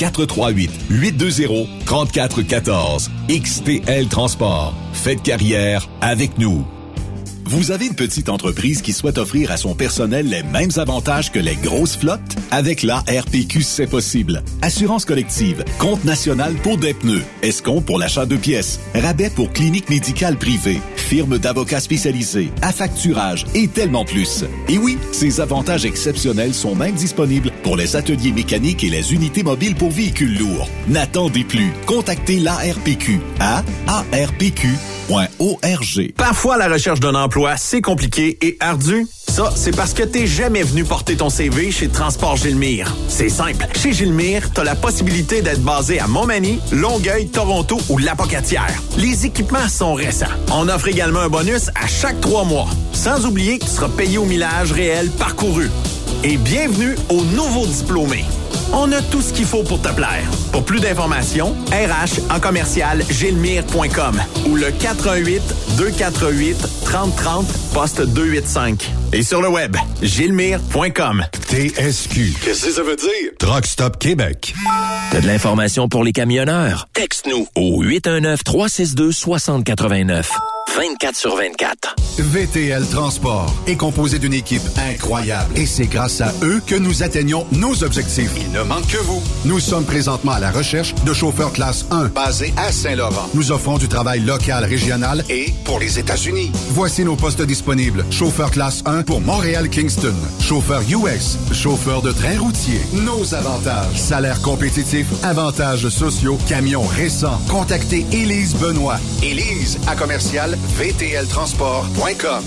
Speaker 5: 438-820-3414. XTL Transport. Faites carrière avec nous. Vous avez une petite entreprise qui souhaite offrir à son personnel les mêmes avantages que les grosses flottes? Avec la RPQ, c'est possible. Assurance collective, compte national pour des pneus, escompte pour l'achat de pièces, rabais pour clinique médicale privée, firme d'avocats spécialisés, affacturage et tellement plus. Et oui, ces avantages exceptionnels sont même disponibles pour les ateliers mécaniques et les unités mobiles pour véhicules lourds. N'attendez plus. Contactez l'ARPQ à arpq.org.
Speaker 3: Parfois, la recherche d'un emploi, c'est compliqué et ardu. Ça, c'est parce que t'es jamais venu porter ton CV chez Transport Gilmire. C'est simple. Chez Gilmire, t'as la possibilité d'être basé à Montmagny, Longueuil, Toronto ou Lapocatière. Les équipements sont récents. On offre également un bonus à chaque 3 mois. Sans oublier que tu seras payé au millage réel parcouru. Et bienvenue aux nouveaux diplômés. On a tout ce qu'il faut pour te plaire. Pour plus d'informations, RH en commercial gilmire.com ou le 418-248-3030 poste 285. Et sur le web, gilmire.com.
Speaker 2: TSQ. Qu'est-ce que ça veut dire? Truck Stop Québec.
Speaker 4: T'as de l'information pour les camionneurs? Texte-nous au 819-362-6089. 24/24.
Speaker 2: VTL Transport est composé d'une équipe incroyable et c'est grâce à eux que nous atteignons nos objectifs. Il ne manque que vous. Nous sommes présentement à la recherche de chauffeurs classe 1 basés à Saint-Laurent. Nous offrons du travail local, régional et pour les États-Unis. Voici nos postes disponibles. Chauffeur classe 1 pour Montréal-Kingston. Chauffeur US. Chauffeur de train routier. Nos avantages. Salaire compétitif. Avantages sociaux. Camions récents. Contactez Élise Benoît. Élise à commercial VTLtransport.com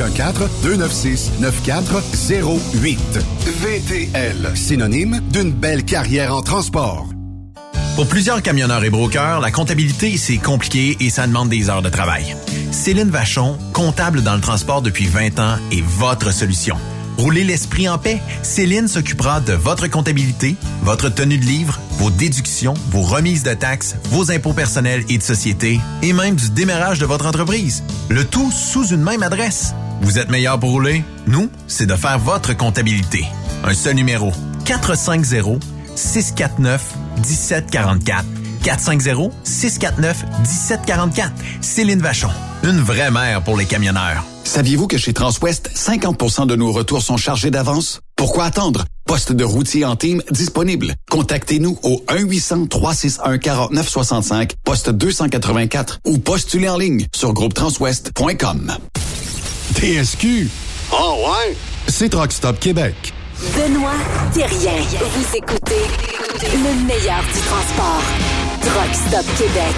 Speaker 2: 514-296-9408. VTL, synonyme d'une belle carrière en transport.
Speaker 3: Pour plusieurs camionneurs et brokers, la comptabilité, c'est compliqué et ça demande des heures de travail. Céline Vachon, comptable dans le transport depuis 20 ans, est votre solution. Roulez l'esprit en paix. Céline s'occupera de votre comptabilité, votre tenue de livre, vos déductions, vos remises de taxes, vos impôts personnels et de société, et même du démarrage de votre entreprise. Le tout sous une même adresse. Vous êtes meilleur pour rouler? Nous, c'est de faire votre comptabilité. Un seul numéro. 450-649-1744. 450-649-1744. Céline Vachon. Une vraie mère pour les camionneurs.
Speaker 6: Saviez-vous que chez Transwest, 50% de nos retours sont chargés d'avance? Pourquoi attendre? Poste de routier en team disponible. Contactez-nous au 1-800-361-4965, poste 284 ou postulez en ligne sur groupetranswest.com.
Speaker 2: TSQ.
Speaker 19: Oh ouais?
Speaker 2: c'est Truck Stop Québec.
Speaker 12: Benoît Thérien. Vous écoutez le meilleur du transport. Truck Stop Québec.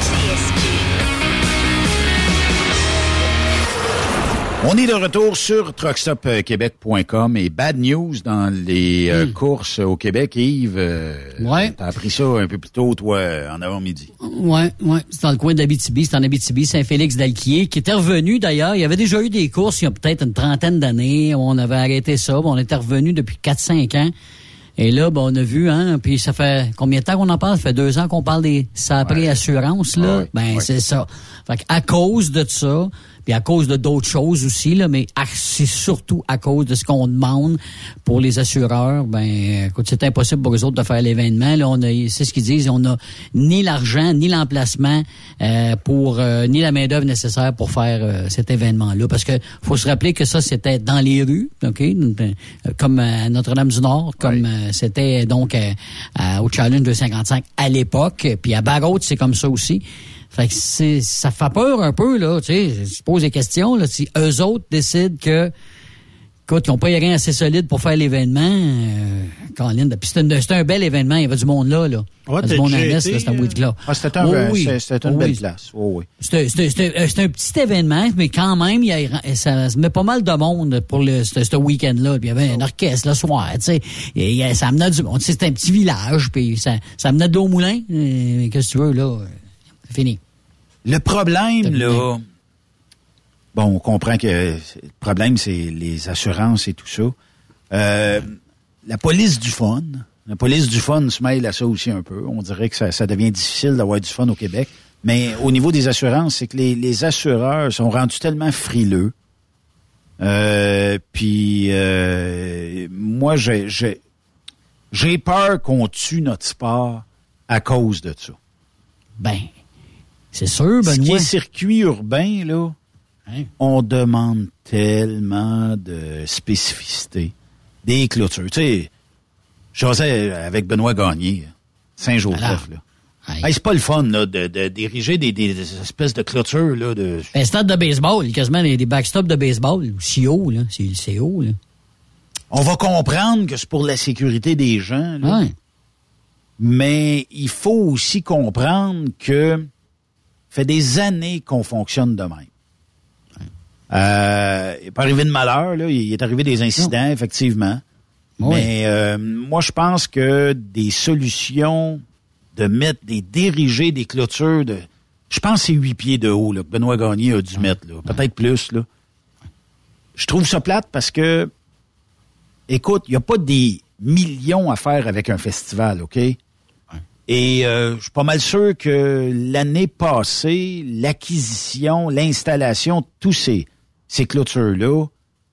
Speaker 7: On est de retour sur truckstopquebec.com et bad news dans les courses au Québec. Yves, t'as appris ça un peu plus tôt, toi, en avant-midi.
Speaker 8: Ouais. C'est dans le coin d'Abitibi. C'est en Abitibi, Saint-Félix-d'Alquier, qui était revenu d'ailleurs. Il y avait déjà eu des courses il y a peut-être une trentaine d'années. On avait arrêté ça. On était revenu depuis 4-5 ans. Et là, on a vu, puis ça fait combien de temps qu'on en parle? Ça fait 2 ans qu'on parle des Sapré Assurance, là. C'est ça. Fait qu'à cause de ça, puis à cause de d'autres choses aussi, là, mais c'est surtout à cause de ce qu'on demande pour les assureurs. Écoute, c'est impossible pour eux autres de faire l'événement. Là, c'est ce qu'ils disent, on a ni l'argent, ni l'emplacement ni la main-d'œuvre nécessaire pour faire cet événement-là. Parce que faut se rappeler que ça, c'était dans les rues, OK? Comme à Notre-Dame-du-Nord, comme c'était donc au Challenge 255 à l'époque. Puis à Barrault, c'est comme ça aussi. Fait que ça fait peur un peu, là, tu sais, je pose des questions, là, si eux autres décident que, écoute, ils n'ont pas les reins assez solides pour faire l'événement, Colin, puis c'était un bel événement, il y avait du monde là.
Speaker 9: Ouais,
Speaker 7: du
Speaker 9: monde
Speaker 7: à Metz, là, c'était un week-là. C'était une belle place.
Speaker 8: C'était un petit événement, mais quand même, ça se met pas mal de monde pour ce week-end-là. Puis il y avait un orchestre le soir, tu sais. Et ça amenait du monde. C'était un petit village, puis ça amenait de l'eau au moulin. Mais qu'est-ce que tu veux, là? C'est fini.
Speaker 7: Le problème, là... Bon, on comprend que le problème, c'est les assurances et tout ça. La police du fun. La police du fun se mêle à ça aussi un peu. On dirait que ça devient difficile d'avoir du fun au Québec. Mais au niveau des assurances, c'est que les assureurs sont rendus tellement frileux. Puis moi, j'ai peur qu'on tue notre sport à cause de ça.
Speaker 8: C'est sûr, Benoît.
Speaker 7: Ce qui est circuit urbain, là, on demande tellement de spécificité. Des clôtures. Tu sais, j'osais avec Benoît Gagné, Saint-Joseph, là. C'est pas le fun, là, d'ériger des espèces de clôtures, là, de...
Speaker 8: Un stade de baseball, quasiment des backstops de baseball, aussi haut, là. C'est haut, là.
Speaker 7: On va comprendre que c'est pour la sécurité des gens, là. Mais il faut aussi comprendre que ça fait des années qu'on fonctionne de même. Il n'est pas arrivé de malheur, là. Il est arrivé des incidents, effectivement. Mais moi, je pense que des solutions d'ériger des clôtures je pense que c'est 8 pieds de haut, là, que Benoît Gagné a dû mettre, là. Peut-être plus, là. Je trouve ça plate parce que, écoute, il n'y a pas des millions à faire avec un festival, OK? Et je suis pas mal sûr que l'année passée, l'acquisition, l'installation, tous ces clôtures-là,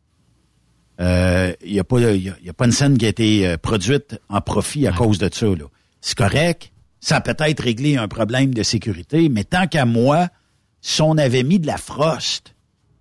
Speaker 7: il y a pas une scène qui a été produite en profit à cause de ça, là. C'est correct, ça a peut-être réglé un problème de sécurité, mais tant qu'à moi, si on avait mis de la frost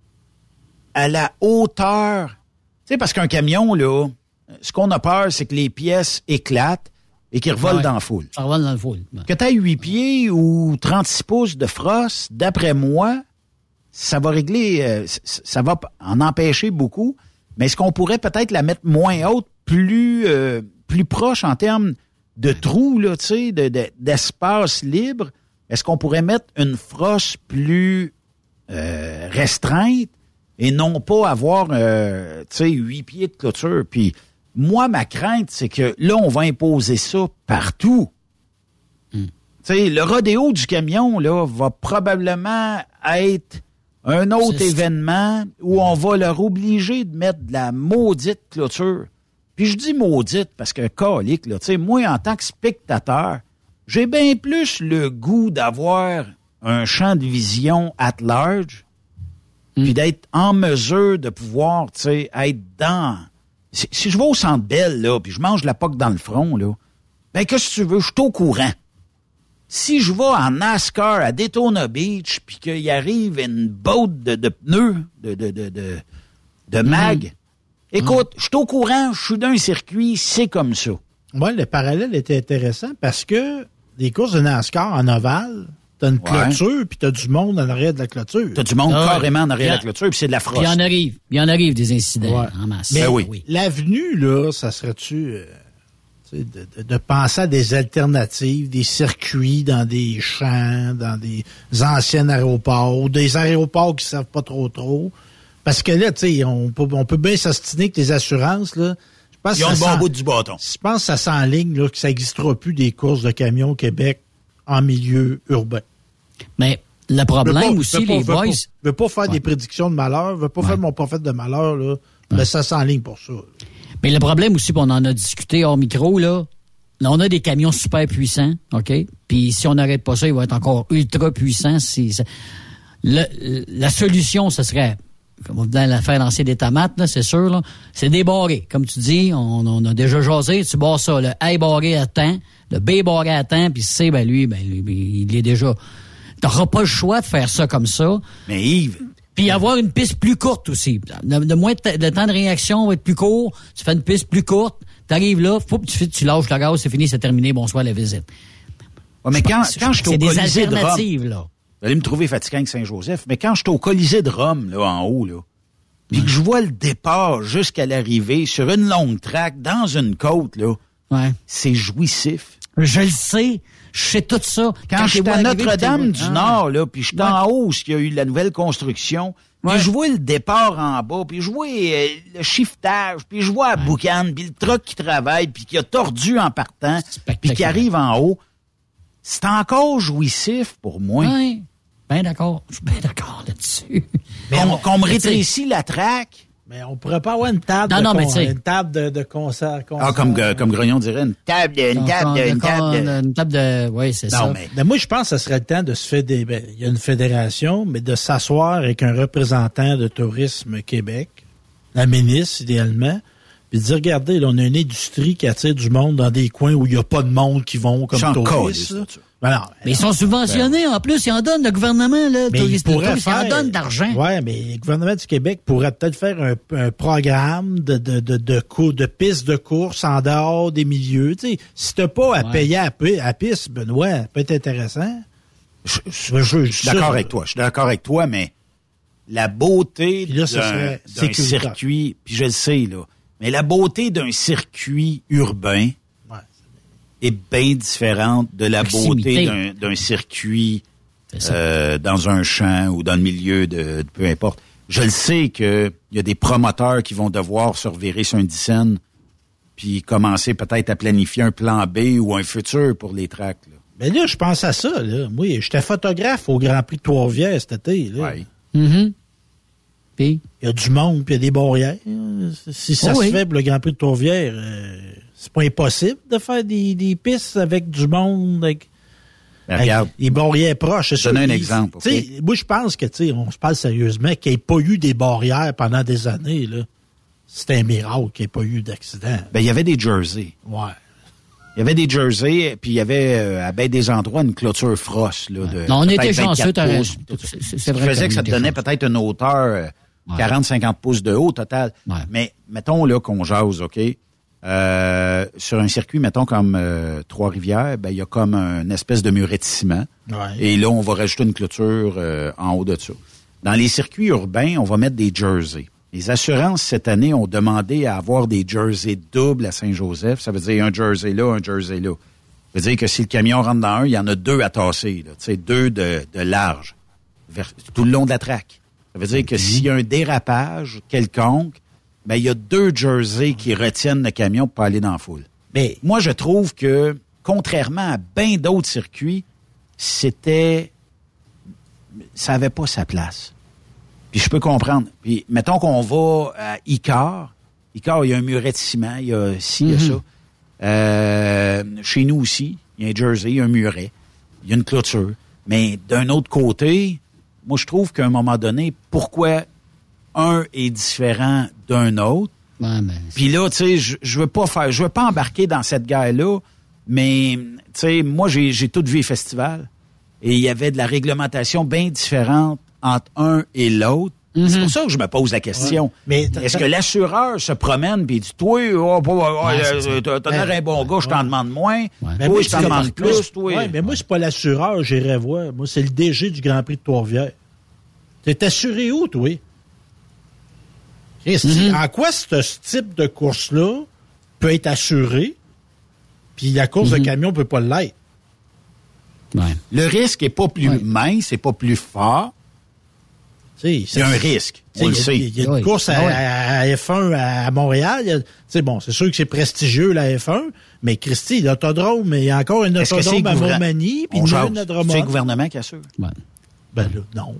Speaker 7: à la hauteur, tu sais, parce qu'un camion, là, ce qu'on a peur, c'est que les pièces éclatent et qu'ils revolent dans la foule.
Speaker 8: Ça revole dans la foule.
Speaker 7: Que tu aies 8 pieds ou 36 pouces de frost, d'après moi, ça va régler, ça va en empêcher beaucoup, mais est-ce qu'on pourrait peut-être la mettre moins haute, plus proche en termes de trous, là, tu sais, d'espace libre? Est-ce qu'on pourrait mettre une frost plus restreinte et non pas avoir, tu sais, 8 pieds de clôture? Puis moi, ma crainte, c'est que là, on va imposer ça partout. Tu sais, le rodéo du camion, là, va probablement être un autre événement où on va leur obliger de mettre de la maudite clôture. Puis je dis maudite parce que, calique, là, tu sais, moi, en tant que spectateur, j'ai bien plus le goût d'avoir un champ de vision at large, puis d'être en mesure de pouvoir, tu sais, être dans... Si je vais au Centre Bell, là, puis je mange de la poque dans le front, là, ben, qu'est-ce que tu veux? Je suis au courant. Si je vais en NASCAR à Daytona Beach, puis qu'il arrive une botte de pneus, de mag, écoute, je suis au courant, je suis d'un circuit, c'est comme ça.
Speaker 9: Moi, le parallèle était intéressant parce que les courses de NASCAR en ovale, T'as une clôture, puis t'as du monde en arrière de la clôture.
Speaker 7: T'as du monde carrément en arrière de la clôture, puis c'est de la frost.
Speaker 8: Puis il en arrive des incidents en masse.
Speaker 9: Mais l'avenue, là, ça serait-tu de penser à des alternatives, des circuits dans des champs, dans des anciens aéroports, ou des aéroports qui ne servent pas trop. Parce que là, tu sais, on peut bien s'ostiner que les assurances, là,
Speaker 7: ils ont le bon bout du bâton.
Speaker 9: Je pense que ça s'enligne, là, que ça n'existera plus des courses de camions au Québec en milieu urbain.
Speaker 8: Mais le problème aussi, les boys...
Speaker 9: Je ne veux pas faire des prédictions de malheur, je ne veux pas faire mon prophète de malheur, là, mais ça s'enligne pour ça. Là. Mais
Speaker 8: le problème aussi, on en a discuté hors micro, là, on a des camions super puissants, OK? Puis si on n'arrête pas ça, ils vont être encore ultra puissants. La solution, ce serait... On va faire lancer des tomates, là, c'est sûr, là. C'est débarrer. Comme tu dis, on a déjà jasé, tu barres ça, le A barré à temps, le B barré à temps, puis C, lui, il est déjà... T'auras pas le choix de faire ça comme ça.
Speaker 7: Mais Yves...
Speaker 8: Puis avoir une piste plus courte aussi. Le temps de réaction va être plus court, tu fais une piste plus courte, t'arrives là, tu lâches le gaz, c'est fini, c'est terminé, bonsoir la visite.
Speaker 7: Ouais, mais quand je suis au Colisée de
Speaker 8: Rome, là.
Speaker 7: Vous allez me trouver fatiguant avec Saint-Joseph, mais quand je suis au Colisée de Rome, là, en haut, là, puis que je vois le départ jusqu'à l'arrivée sur une longue track, dans une côte, là, c'est jouissif.
Speaker 8: Je le sais. Je sais tout ça.
Speaker 7: Quand je suis à Notre-Dame-du-Nord, là, puis je suis en haut, où il y a eu la nouvelle construction, puis je vois le départ en bas, puis je vois le shiftage, puis je vois la boucane, puis le truck qui travaille, puis qui a tordu en partant, puis qui arrive en haut. C'est encore jouissif pour moi.
Speaker 8: Oui, bien d'accord. Je suis bien d'accord là-dessus.
Speaker 7: Mais qu'on me rétrécit la traque.
Speaker 9: Mais on pourrait pas avoir une table de concert.
Speaker 7: Comme Grognon dirait, une table de...
Speaker 8: Oui, c'est ça.
Speaker 9: Mais moi, je pense que ce serait le temps de se fédérer. Il y a une fédération, mais de s'asseoir avec un représentant de Tourisme Québec, la ministre, idéalement, puis de dire, regardez, là, on a une industrie qui attire du monde dans des coins où il n'y a pas de monde qui vont comme touristes.
Speaker 8: Mais ils sont subventionnés, en plus, ils en donnent, le gouvernement, là, ils en donnent de l'argent.
Speaker 9: Oui, mais le gouvernement du Québec pourrait peut-être faire un programme de pistes de course en dehors des milieux. Tu sais, si t'as pas à payer à piste, Benoît, ça peut être intéressant.
Speaker 7: Je suis d'accord avec toi. Je suis d'accord avec toi, mais la beauté d'un circuit, puis je le sais, là, mais la beauté d'un circuit urbain est bien différente de la beauté d'un circuit dans un champ ou dans le milieu de peu importe. Je le sais qu'il y a des promoteurs qui vont devoir se revirer sur un dixaine puis commencer peut-être à planifier un plan B ou un futur pour les tracks.
Speaker 9: Mais là, je pense à ça. Là. Moi, j'étais photographe au Grand Prix de Trois-Rivières cet été. Là.
Speaker 7: Oui.
Speaker 8: Mm-hmm.
Speaker 9: Il y a du monde, puis il y a des barrières. Si ça se fait pour le Grand Prix de Trois-Rivières, c'est pas impossible de faire des pistes avec du monde, avec des barrières proches.
Speaker 7: Je donne un exemple.
Speaker 9: Okay? Moi, je pense que, on se parle sérieusement, qu'il n'y ait pas eu des barrières pendant des années. Là. C'est un miracle qu'il n'y ait pas eu d'accident.
Speaker 7: Il y avait des jerseys.
Speaker 9: Ouais.
Speaker 7: Il y avait des jerseys, puis il y avait à bien des endroits une clôture frosse. Là,
Speaker 8: non, on était chanceux, t'as raison.
Speaker 7: C'est vrai. Ça faisait que ça te donnait peut-être une hauteur 40-50 pouces de haut total. Ouais. Mais mettons là qu'on jase, OK? Sur un circuit, mettons comme Trois-Rivières, il y a comme une espèce de muret de ciment. Ouais. Et là, on va rajouter une clôture en haut de ça. Dans les circuits urbains, on va mettre des jerseys. Les assurances, cette année, ont demandé à avoir des jerseys doubles à Saint-Joseph. Ça veut dire un jersey là, un jersey là. Ça veut dire que si le camion rentre dans un, il y en a deux à tasser, là, deux de large, tout le long de la traque. Ça veut dire que s'il y a un dérapage quelconque, il y a deux jerseys qui retiennent le camion pour pas aller dans la foule. Mais moi, je trouve que, contrairement à bien d'autres circuits, ça avait pas sa place. Puis je peux comprendre. Puis mettons qu'on va à Icar. Icar, il y a un muret de ciment, il y a ci, il y a ça. Chez nous aussi, il y a un jersey, il y a un muret, il y a une clôture. Mais d'un autre côté, moi, je trouve qu'à un moment donné, pourquoi un est différent d'un autre? Puis là, tu sais, je veux pas embarquer dans cette guerre-là, mais, tu sais, moi, j'ai tout vu les festivals et il y avait de la réglementation bien différente entre un et l'autre. C'est pour ça que je me pose la question.
Speaker 9: Mais
Speaker 7: est-ce que l'assureur se promène et dit, toi, t'as l'air un bon gars, je t'en demande moins.
Speaker 9: Mais
Speaker 7: toi,
Speaker 9: moi,
Speaker 7: je t'en demande plus. Toi.
Speaker 9: Mais moi, c'est pas l'assureur, j'irais voir. Moi, c'est le DG du Grand Prix de Trois-Rivières. T'es assuré où, toi? En quoi ce type de course-là peut être assuré, puis la course de camion peut pas l'être?
Speaker 8: Ouais.
Speaker 7: Le risque est pas plus mince, c'est pas plus fort. Il y a un risque. On le sait.
Speaker 9: Il y a une course à F1 à Montréal. C'est sûr que c'est prestigieux, la F1, mais Christy, l'autodrome, il y a encore un autodrome à Montmagny, puis une à Drummond.
Speaker 7: C'est le gouvernement qui assure?
Speaker 8: Ouais.
Speaker 9: Ben là, non.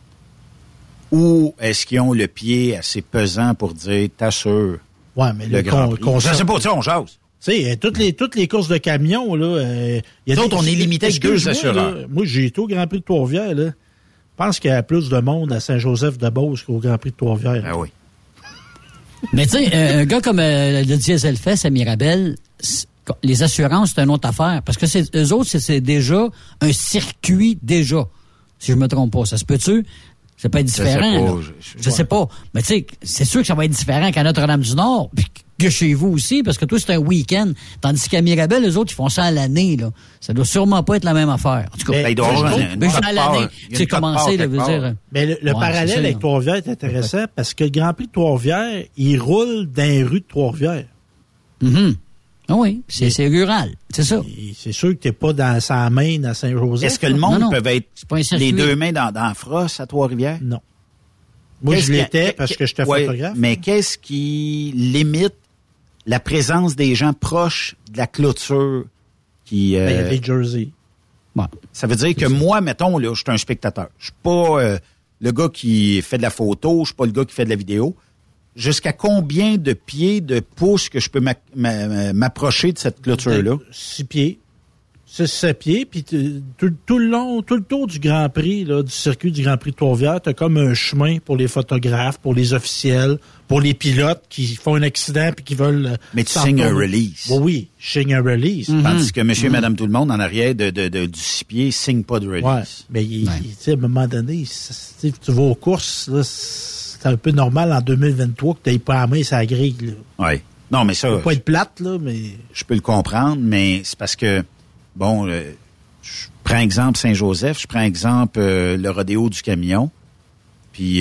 Speaker 7: Ou est-ce qu'ils ont le pied assez pesant pour dire, t'assures?
Speaker 9: Ouais, mais
Speaker 7: le Grand Prix. Je sais pas, on jase.
Speaker 9: Tu sais, toutes les courses de camions, là,
Speaker 7: on est limité avec 2 assureurs.
Speaker 9: Moi, j'ai été au Grand Prix de Trois-Rivières, là. Je pense qu'il y a plus de monde à Saint-Joseph-de-Beauce qu'au Grand Prix de Trois-Rivières.
Speaker 7: Ah oui.
Speaker 8: Mais tu sais, un gars comme le Diesel Fest à Mirabel, les assurances, c'est une autre affaire. Parce que eux autres, c'est déjà un circuit déjà. Si je me trompe pas. Ça se peut-tu? Ça peut être différent. Je sais pas. Mais tu sais, c'est sûr que ça va être différent qu'à Notre-Dame-du-Nord, puis que chez vous aussi, parce que toi, c'est un week-end. Tandis qu'à Mirabel, les autres, ils font ça à l'année, là. Ça doit sûrement pas être la même affaire. En tout cas,
Speaker 7: il doit avoir
Speaker 8: à l'année. Tu sais, commencer, là, veut dire.
Speaker 9: Mais le parallèle avec Trois-Rivières est intéressant parce que le Grand Prix de Trois-Rivières, il roule dans les rues de Trois-Rivières.
Speaker 8: Oui, c'est rural, c'est ça.
Speaker 9: C'est sûr que t'es pas dans sa main à Saint-Joseph.
Speaker 7: Est-ce que le monde peut être les 2 mains dans la frosse à Trois-Rivières?
Speaker 9: Non. Moi, je l'étais parce que j'étais photographe.
Speaker 7: Mais qu'est-ce qui limite la présence des gens proches de la clôture qui...
Speaker 9: Il y a des jerseys.
Speaker 7: Bon. Ça veut dire que moi, mettons, là, je suis un spectateur. Je suis pas le gars qui fait de la photo, je suis pas le gars qui fait de la vidéo. Jusqu'à combien de pieds, de pouces que je peux m'approcher de cette clôture-là?
Speaker 9: 6 pieds. 6-7 pieds, puis tout le tour du Grand Prix, là, du circuit du Grand Prix de Trois-Rivières, t'as comme un chemin pour les photographes, pour les officiels, pour les pilotes qui font un accident puis qui veulent...
Speaker 7: Mais tu signes un release.
Speaker 9: Oui, je signe un release.
Speaker 7: Tandis que monsieur et madame tout le monde, en arrière du 6 pieds, signe pas de release.
Speaker 9: Ouais, mais tu sais, à un moment donné, tu vas aux courses, là, c'est un peu normal en 2023 que tu n'aies pas la main sur la grille.
Speaker 7: Oui. Non, mais ça...
Speaker 9: Ça peut pas être plate, là, mais...
Speaker 7: Je peux le comprendre, mais c'est parce que, bon, je prends exemple Saint-Joseph, je prends exemple le rodéo du camion, puis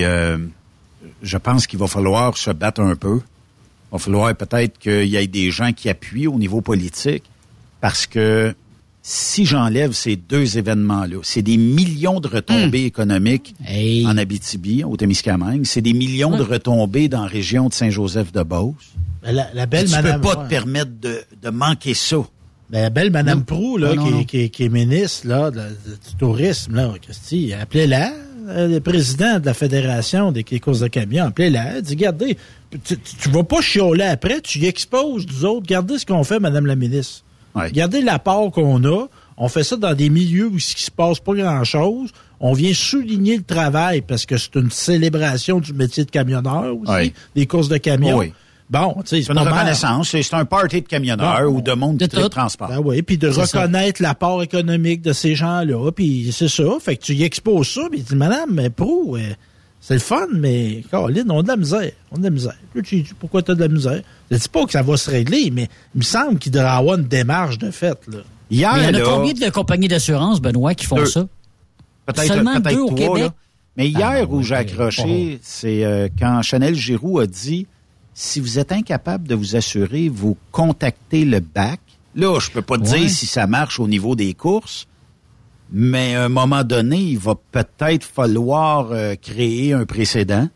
Speaker 7: je pense qu'il va falloir se battre un peu. Il va falloir peut-être qu'il y ait des gens qui appuient au niveau politique, parce que si j'enlève ces 2 événements-là, c'est des millions de retombées économiques en Abitibi, au Témiscamingue. C'est des millions de retombées dans la région de Saint-Joseph-de-Beauce.
Speaker 9: La belle
Speaker 7: tu
Speaker 9: madame,
Speaker 7: peux pas te permettre de manquer ça.
Speaker 9: Ben, la belle Mme Proulx, là, qui est ministre là, du tourisme, là, Christy, appelez-la, le président de la Fédération des courses de camions, appelez-la, dit, regardez, tu vas pas chioler après, tu y exposes nous autres, regardez ce qu'on fait, Mme la ministre.
Speaker 7: Ouais.
Speaker 9: Regardez l'apport qu'on a. On fait ça dans des milieux où il se passe pas grand-chose. On vient souligner le travail parce que c'est une célébration du métier de camionneur aussi, des courses de camions.
Speaker 7: Oui.
Speaker 9: Bon, tu sais,
Speaker 7: c'est une reconnaissance, c'est un party de camionneurs ou de monde qui traite transport.
Speaker 9: Ben oui, puis de reconnaître l'apport économique de ces gens-là, puis c'est ça. Fait que tu y exposes ça, puis tu dis, madame, mais Proulx, c'est le fun, mais Caroline, on a de la misère. Là, tu dis, pourquoi tu as de la misère? Je dis pas que ça va se régler, mais il me semble qu'il devrait avoir une démarche de fait. Là.
Speaker 8: Hier, mais il y en a combien de compagnies d'assurance, Benoît, qui font ça? Seulement 2 au Québec?
Speaker 7: Là. Mais hier, où j'ai accroché, c'est quand Chanel Giroux a dit, si vous êtes incapable de vous assurer, vous contactez le BAC. Là, je peux pas te dire si ça marche au niveau des courses, mais à un moment donné, il va peut-être falloir créer un précédent.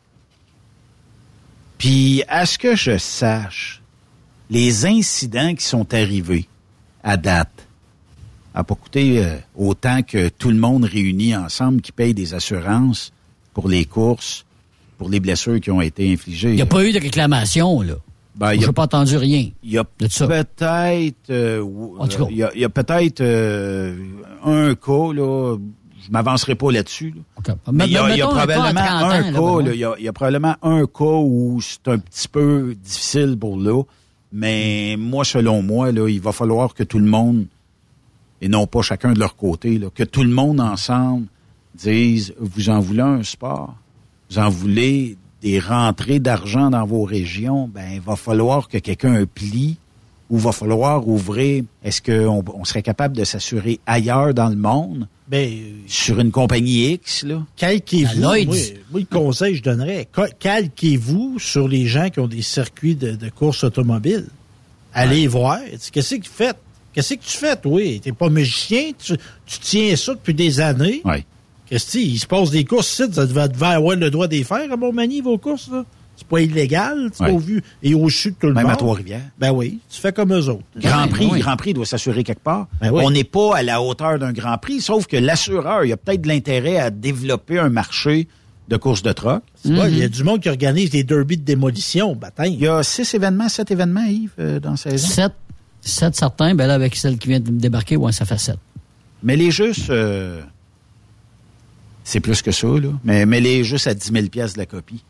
Speaker 7: Puis, à ce que je sache, les incidents qui sont arrivés à date n'a pas coûté autant que tout le monde réuni ensemble qui paye des assurances pour les courses, pour les blessures qui ont été infligées.
Speaker 8: Il n'y a pas eu de réclamation, là.
Speaker 7: Ben,
Speaker 8: je n'ai pas entendu rien.
Speaker 7: Il y a peut-être il y a peut-être un cas, là, je m'avancerai pas là-dessus. Là.
Speaker 8: Okay.
Speaker 7: Mais il y a probablement un cas, là, il y a probablement un cas où c'est un petit peu difficile pour là, mais moi, selon moi, là, il va falloir que tout le monde, et non pas chacun de leur côté, là, que tout le monde ensemble dise, vous en voulez un sport? vous en voulez des rentrées d'argent dans vos régions, ben il va falloir que quelqu'un plie ou va falloir ouvrir. Est-ce qu'on serait capable de s'assurer ailleurs dans le monde? Sur une compagnie X, là?
Speaker 9: Calquez-vous. Moi, le conseil que je donnerais, calquez-vous sur les gens qui ont des circuits de course automobile. Allez voir. Qu'est-ce que tu fais? Qu'est-ce que tu fais, toi? T'es pas magicien? Tu tiens ça depuis des années?
Speaker 7: Oui.
Speaker 9: Qu'est-ce que il se passe des courses ici? Ça devait avoir le droit d'y faire à Montmagny, vos courses, là? C'est pas illégal, c'est pas au vu et au chute de tout le monde.
Speaker 7: Même à Trois-Rivières.
Speaker 9: Ben oui, tu fais comme eux autres.
Speaker 7: Grand Prix doit s'assurer quelque part.
Speaker 9: Ben oui.
Speaker 7: On n'est pas à la hauteur d'un Grand Prix, sauf que l'assureur, il a peut-être de l'intérêt à développer un marché de courses de troc.
Speaker 9: Il y a du monde qui organise des derbies de démolition, bataille.
Speaker 7: Il y a 7 événements, Yves, dans la saison.
Speaker 8: 7 certains, ben là, avec celle qui vient de débarquer, ouais, ça fait 7.
Speaker 7: Mais les juste, c'est plus que ça, là. Mais les juste à 10 000 $ de la copie.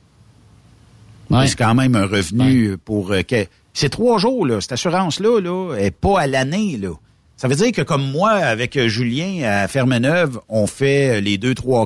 Speaker 7: Ouais. C'est quand même un revenu pour... c'est 3 jours, là. Cette assurance-là, là, est pas à l'année, là. Ça veut dire que comme moi, avec Julien à Fermeneuve, on fait les 2, 3,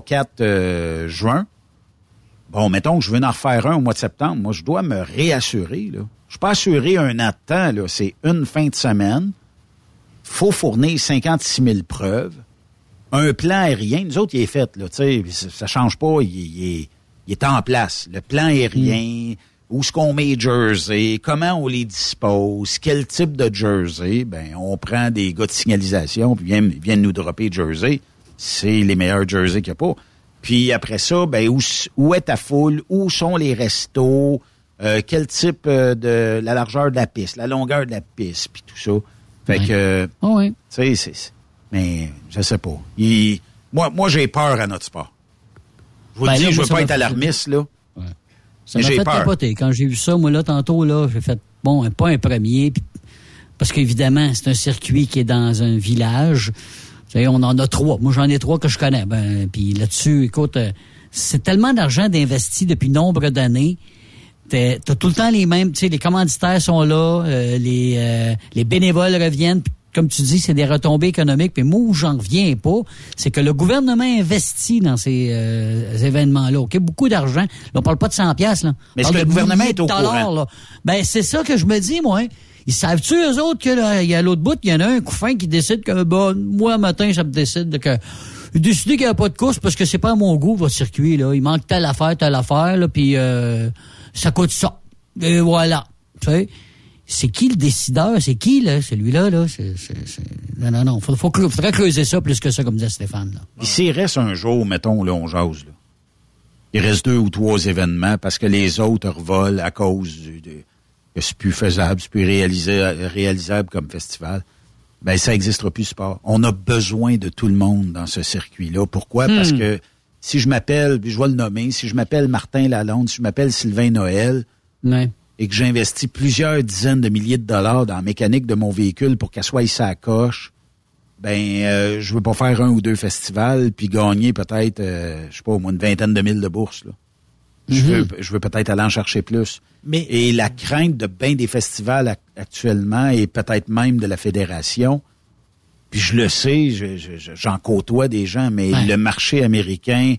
Speaker 7: 4 juin. Bon, mettons que je veux en refaire un au mois de septembre. Moi, je dois me réassurer, là. Je suis pas assuré un an de temps, là. C'est une fin de semaine. Faut fournir 56 000 preuves. Un plan aérien, nous autres, il est fait, là. Tu sais, ça change pas, il est en place. Le plan aérien, où est-ce qu'on met les jerseys, comment on les dispose, quel type de jersey. Ben, on prend des gars de signalisation, puis viennent nous dropper jersey. C'est les meilleurs jerseys qu'il n'y a pas. Puis après ça, ben, où est ta foule, où sont les restos, quel type de la largeur de la piste, la longueur de la piste, puis tout ça. Fait que, tu sais, mais je sais pas. Moi, j'ai peur à notre sport. Je vous dis, je veux pas être alarmiste, là.
Speaker 8: Ouais. Ça m'a fait capoter. Quand j'ai vu ça, moi, là, tantôt, là, j'ai fait, pas un premier, parce qu'évidemment, c'est un circuit qui est dans un village. Vous savez, on en a 3. Moi, j'en ai 3 que je connais. Ben, puis là-dessus, écoute, c'est tellement d'argent d'investi depuis nombre d'années. T'as tout le temps les mêmes, tu sais, les commanditaires sont là, les bénévoles reviennent. Comme tu dis, c'est des retombées économiques. Puis moi, où j'en reviens pas, c'est que le gouvernement investit dans ces événements-là. OK? Beaucoup d'argent. Là, on parle pas de 100 $, là.
Speaker 7: Mais est-ce que le gouvernement est au courant?
Speaker 8: Là. Ben, c'est ça que je me dis, moi. Ils savent-tu, eux autres, que là, il y a l'autre bout, il y en a un couffin qui décide que, moi, matin, ça me décide que... J'ai décidé qu'il n'y a pas de course parce que c'est pas à mon goût, votre circuit, là. Il manque telle affaire, là, puis ça coûte ça. Et voilà. Tu sais? C'est qui le décideur? C'est qui, là? Celui-là, là? Non. Faudrait creuser ça plus que ça, comme disait Stéphane, là.
Speaker 7: Puis s'il reste un jour, mettons, là, on jase, là. Il reste 2 ou 3 événements parce que les autres revolent à cause que c'est plus faisable, c'est plus réalisable comme festival. Ben, ça n'existera plus, sport. On a besoin de tout le monde dans ce circuit-là. Pourquoi? Parce que si je m'appelle, puis je vais le nommer, si je m'appelle Martin Lalonde, si je m'appelle Sylvain Noël, et que j'investis plusieurs dizaines de milliers de dollars dans la mécanique de mon véhicule pour qu'elle soit ici à coche, ben, je veux pas faire 1 ou 2 festivals puis gagner peut-être, je sais pas, au moins une vingtaine de mille de bourses, là. Je veux peut-être aller en chercher plus. Et la crainte de bien des festivals actuellement et peut-être même de la fédération, puis je le sais, j'en côtoie des gens, mais le marché américain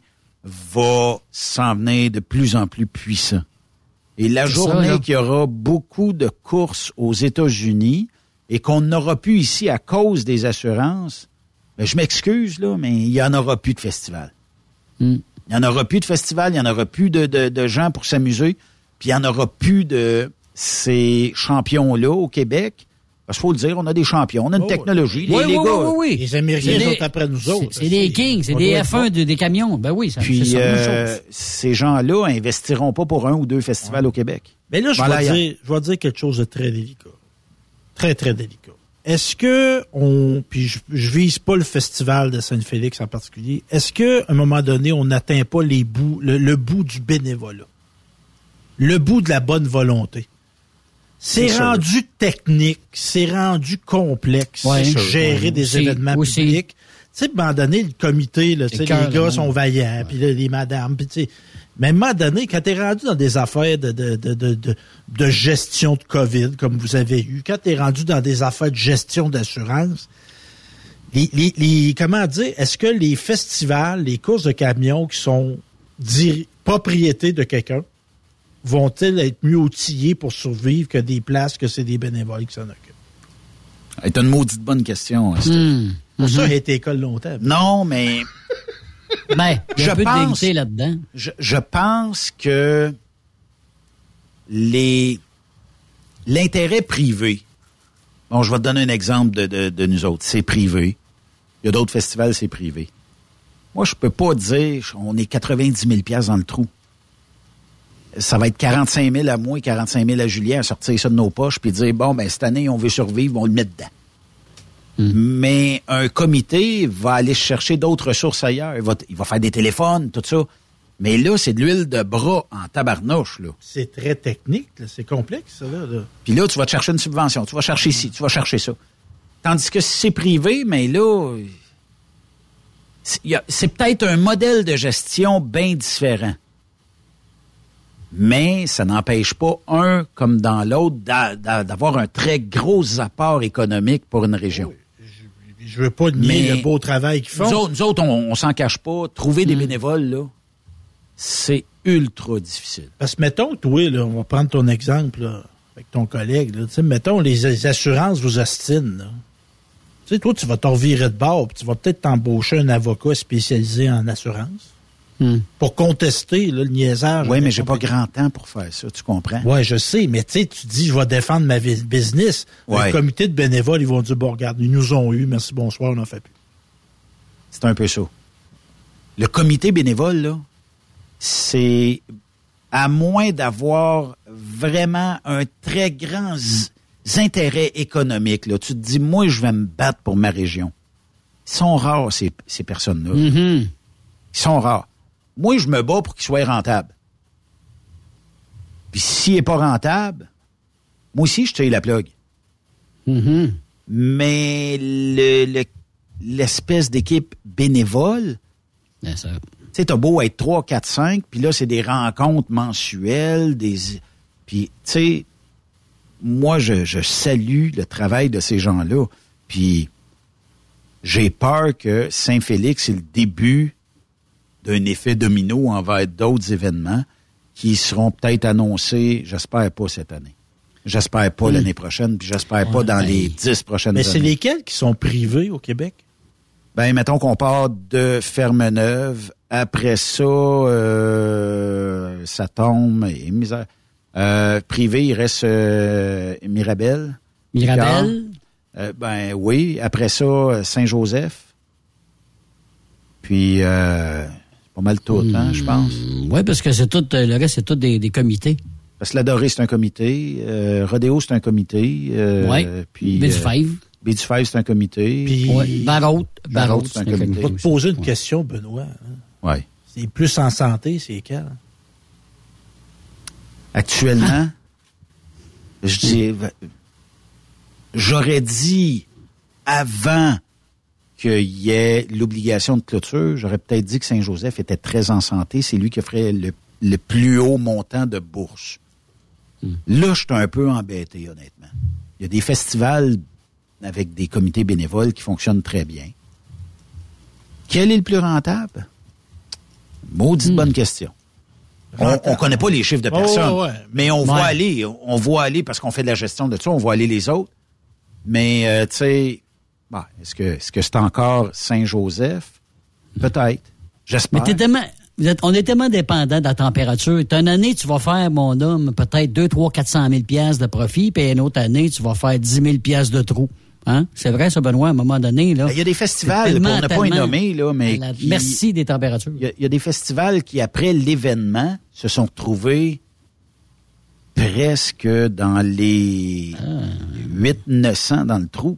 Speaker 7: va s'en venir de plus en plus puissant. Et la journée qu'il y aura beaucoup de courses aux États-Unis et qu'on n'aura plus ici à cause des assurances, ben je m'excuse, là, mais il n'y en aura plus de festival. Il n'y en aura plus de festival, il n'y en aura plus de gens pour s'amuser, puis il n'y en aura plus de ces champions-là au Québec. Parce qu'il faut le dire, on a des champions, on a une technologie. Les gars,
Speaker 9: les Américains sont après nous autres.
Speaker 8: C'est des Kings, c'est des F1 des camions. Ben oui,
Speaker 7: puis,
Speaker 8: c'est ça, même chose.
Speaker 7: Ces gens-là investiront pas pour 1 ou 2 festivals au Québec.
Speaker 9: Mais là, je vais dire quelque chose de très délicat. Très, très délicat. Est-ce que puis je vise pas le festival de Saint-Félix en particulier, est-ce que à un moment donné, on n'atteint pas le bout du bénévolat? Le bout de la bonne volonté? C'est rendu technique, c'est rendu complexe, gérer des événements publics. Tu sais, à un moment donné, le comité, là, les gars sont vaillants, puis les madames, puis tu sais. Mais à un moment donné, quand t'es rendu dans des affaires de gestion de COVID, comme vous avez eu, quand t'es rendu dans des affaires de gestion d'assurance, comment dire, est-ce que les festivals, les courses de camions qui sont propriétés de quelqu'un vont-ils être mieux outillés pour survivre que des places que c'est des bénévoles qui s'en occupent?
Speaker 7: C'est une maudite bonne question.
Speaker 9: Pour ça, il a été école longtemps.
Speaker 7: Non, mais...
Speaker 8: Ben, il y a un peu de vérité là-dedans.
Speaker 7: Je pense que l'intérêt privé... Bon, je vais te donner un exemple de nous autres. C'est privé. Il y a d'autres festivals, c'est privé. Moi, je peux pas dire on est 90 000 $ dans le trou. Ça va être 45 000 à moi et 45 000 à Julien à sortir ça de nos poches puis dire, bon, ben cette année, on veut survivre, on le met dedans. Mais un comité va aller chercher d'autres ressources ailleurs. Il va faire des téléphones, tout ça. Mais là, c'est de l'huile de bras en tabarnouche, là.
Speaker 9: C'est très technique, là. C'est complexe, ça, là.
Speaker 7: Puis là, tu vas te chercher une subvention, tu vas chercher ci, tu vas chercher ça. Tandis que si c'est privé, mais là, c'est peut-être un modèle de gestion bien différent. Mais ça n'empêche pas, un comme dans l'autre, d'avoir un très gros apport économique pour une région.
Speaker 9: Oui. Je veux pas nier le beau travail qu'ils font.
Speaker 7: Nous autres, on s'en cache pas. Trouver des bénévoles, là, c'est ultra difficile.
Speaker 9: Parce que, mettons, toi, là, on va prendre ton exemple là, avec ton collègue. Là, mettons, les assurances vous ostinent. Là. Tu sais, toi, tu vas t'en virer de bord, puis tu vas peut-être t'embaucher un avocat spécialisé en assurance pour contester là, le niaisage.
Speaker 7: Oui, mais j'ai pas grand temps pour faire ça, tu comprends?
Speaker 9: Oui, je sais, mais tu sais, tu dis, je vais défendre ma business.
Speaker 7: Ouais.
Speaker 9: Le comité de bénévoles, ils vont dire, bon, regarde, ils nous ont eu, merci, bonsoir, on n'en fait plus.
Speaker 7: C'est un peu ça. Le comité bénévole, là, c'est à moins d'avoir vraiment un très grand intérêt économique. Là. Tu te dis, moi, je vais me battre pour ma région. Ils sont rares, ces personnes-là. Ils sont rares. Moi, je me bats pour qu'il soit rentable. Puis s'il n'est pas rentable, moi aussi, je tire la plug. Mais l'espèce d'équipe bénévole, tu sais, t'as beau être 3, 4, 5, puis là, c'est des rencontres mensuelles, puis, tu sais, moi, je salue le travail de ces gens-là. Puis, j'ai peur que Saint-Félix, c'est le début d'un effet domino envers d'autres événements qui seront peut-être annoncés, j'espère pas cette année. J'espère pas l'année prochaine, puis j'espère pas dans les 10 prochaines années.
Speaker 9: Mais c'est lesquels qui sont privés au Québec?
Speaker 7: Ben, mettons qu'on part de Fermeneuve. Après ça, ça tombe. Et misère. Privé, il reste Mirabel.
Speaker 8: Mirabel?
Speaker 7: Ben oui. Après ça, Saint-Joseph. Puis, pas mal tout, hein, je pense.
Speaker 8: Oui, parce que c'est tout, le reste, c'est tout des comités.
Speaker 7: Parce que l'Adoré, c'est un comité. Rodéo, c'est un comité.
Speaker 8: Oui.
Speaker 7: Puis
Speaker 8: B-du-Five.
Speaker 7: B-du-Five, c'est un comité.
Speaker 9: Puis
Speaker 8: Barraute,
Speaker 7: c'est un comité.
Speaker 9: Je vais te poser une question, Benoît. Hein.
Speaker 7: Oui.
Speaker 9: C'est plus en santé, c'est quel?
Speaker 7: Actuellement, j'aurais dit avant qu'il y ait l'obligation de clôture, j'aurais peut-être dit que Saint-Joseph était très en santé. C'est lui qui offrait le plus haut montant de bourse. Là, je suis un peu embêté, honnêtement. Il y a des festivals avec des comités bénévoles qui fonctionnent très bien. Quel est le plus rentable? Maudite bonne question. On connaît pas les chiffres de personnes, mais on voit aller parce qu'on fait de la gestion de ça, on voit aller les autres. Mais, tu sais, est-ce que c'est encore Saint-Joseph? Peut-être. J'espère.
Speaker 8: Mais on est tellement dépendant de la température. Une année, tu vas faire, mon homme, peut-être 200 000, 300 000, 400 000 piastres de profit, puis une autre année, tu vas faire 10 000 piastres de trou. Hein? C'est vrai, ça, Benoît, à un moment donné. Là.
Speaker 7: Il y a des festivals, pour ne pas y nommer, là, mais...
Speaker 8: Merci des températures.
Speaker 7: Il y a des festivals qui, après l'événement, se sont retrouvés presque dans les 800-900 dans le trou.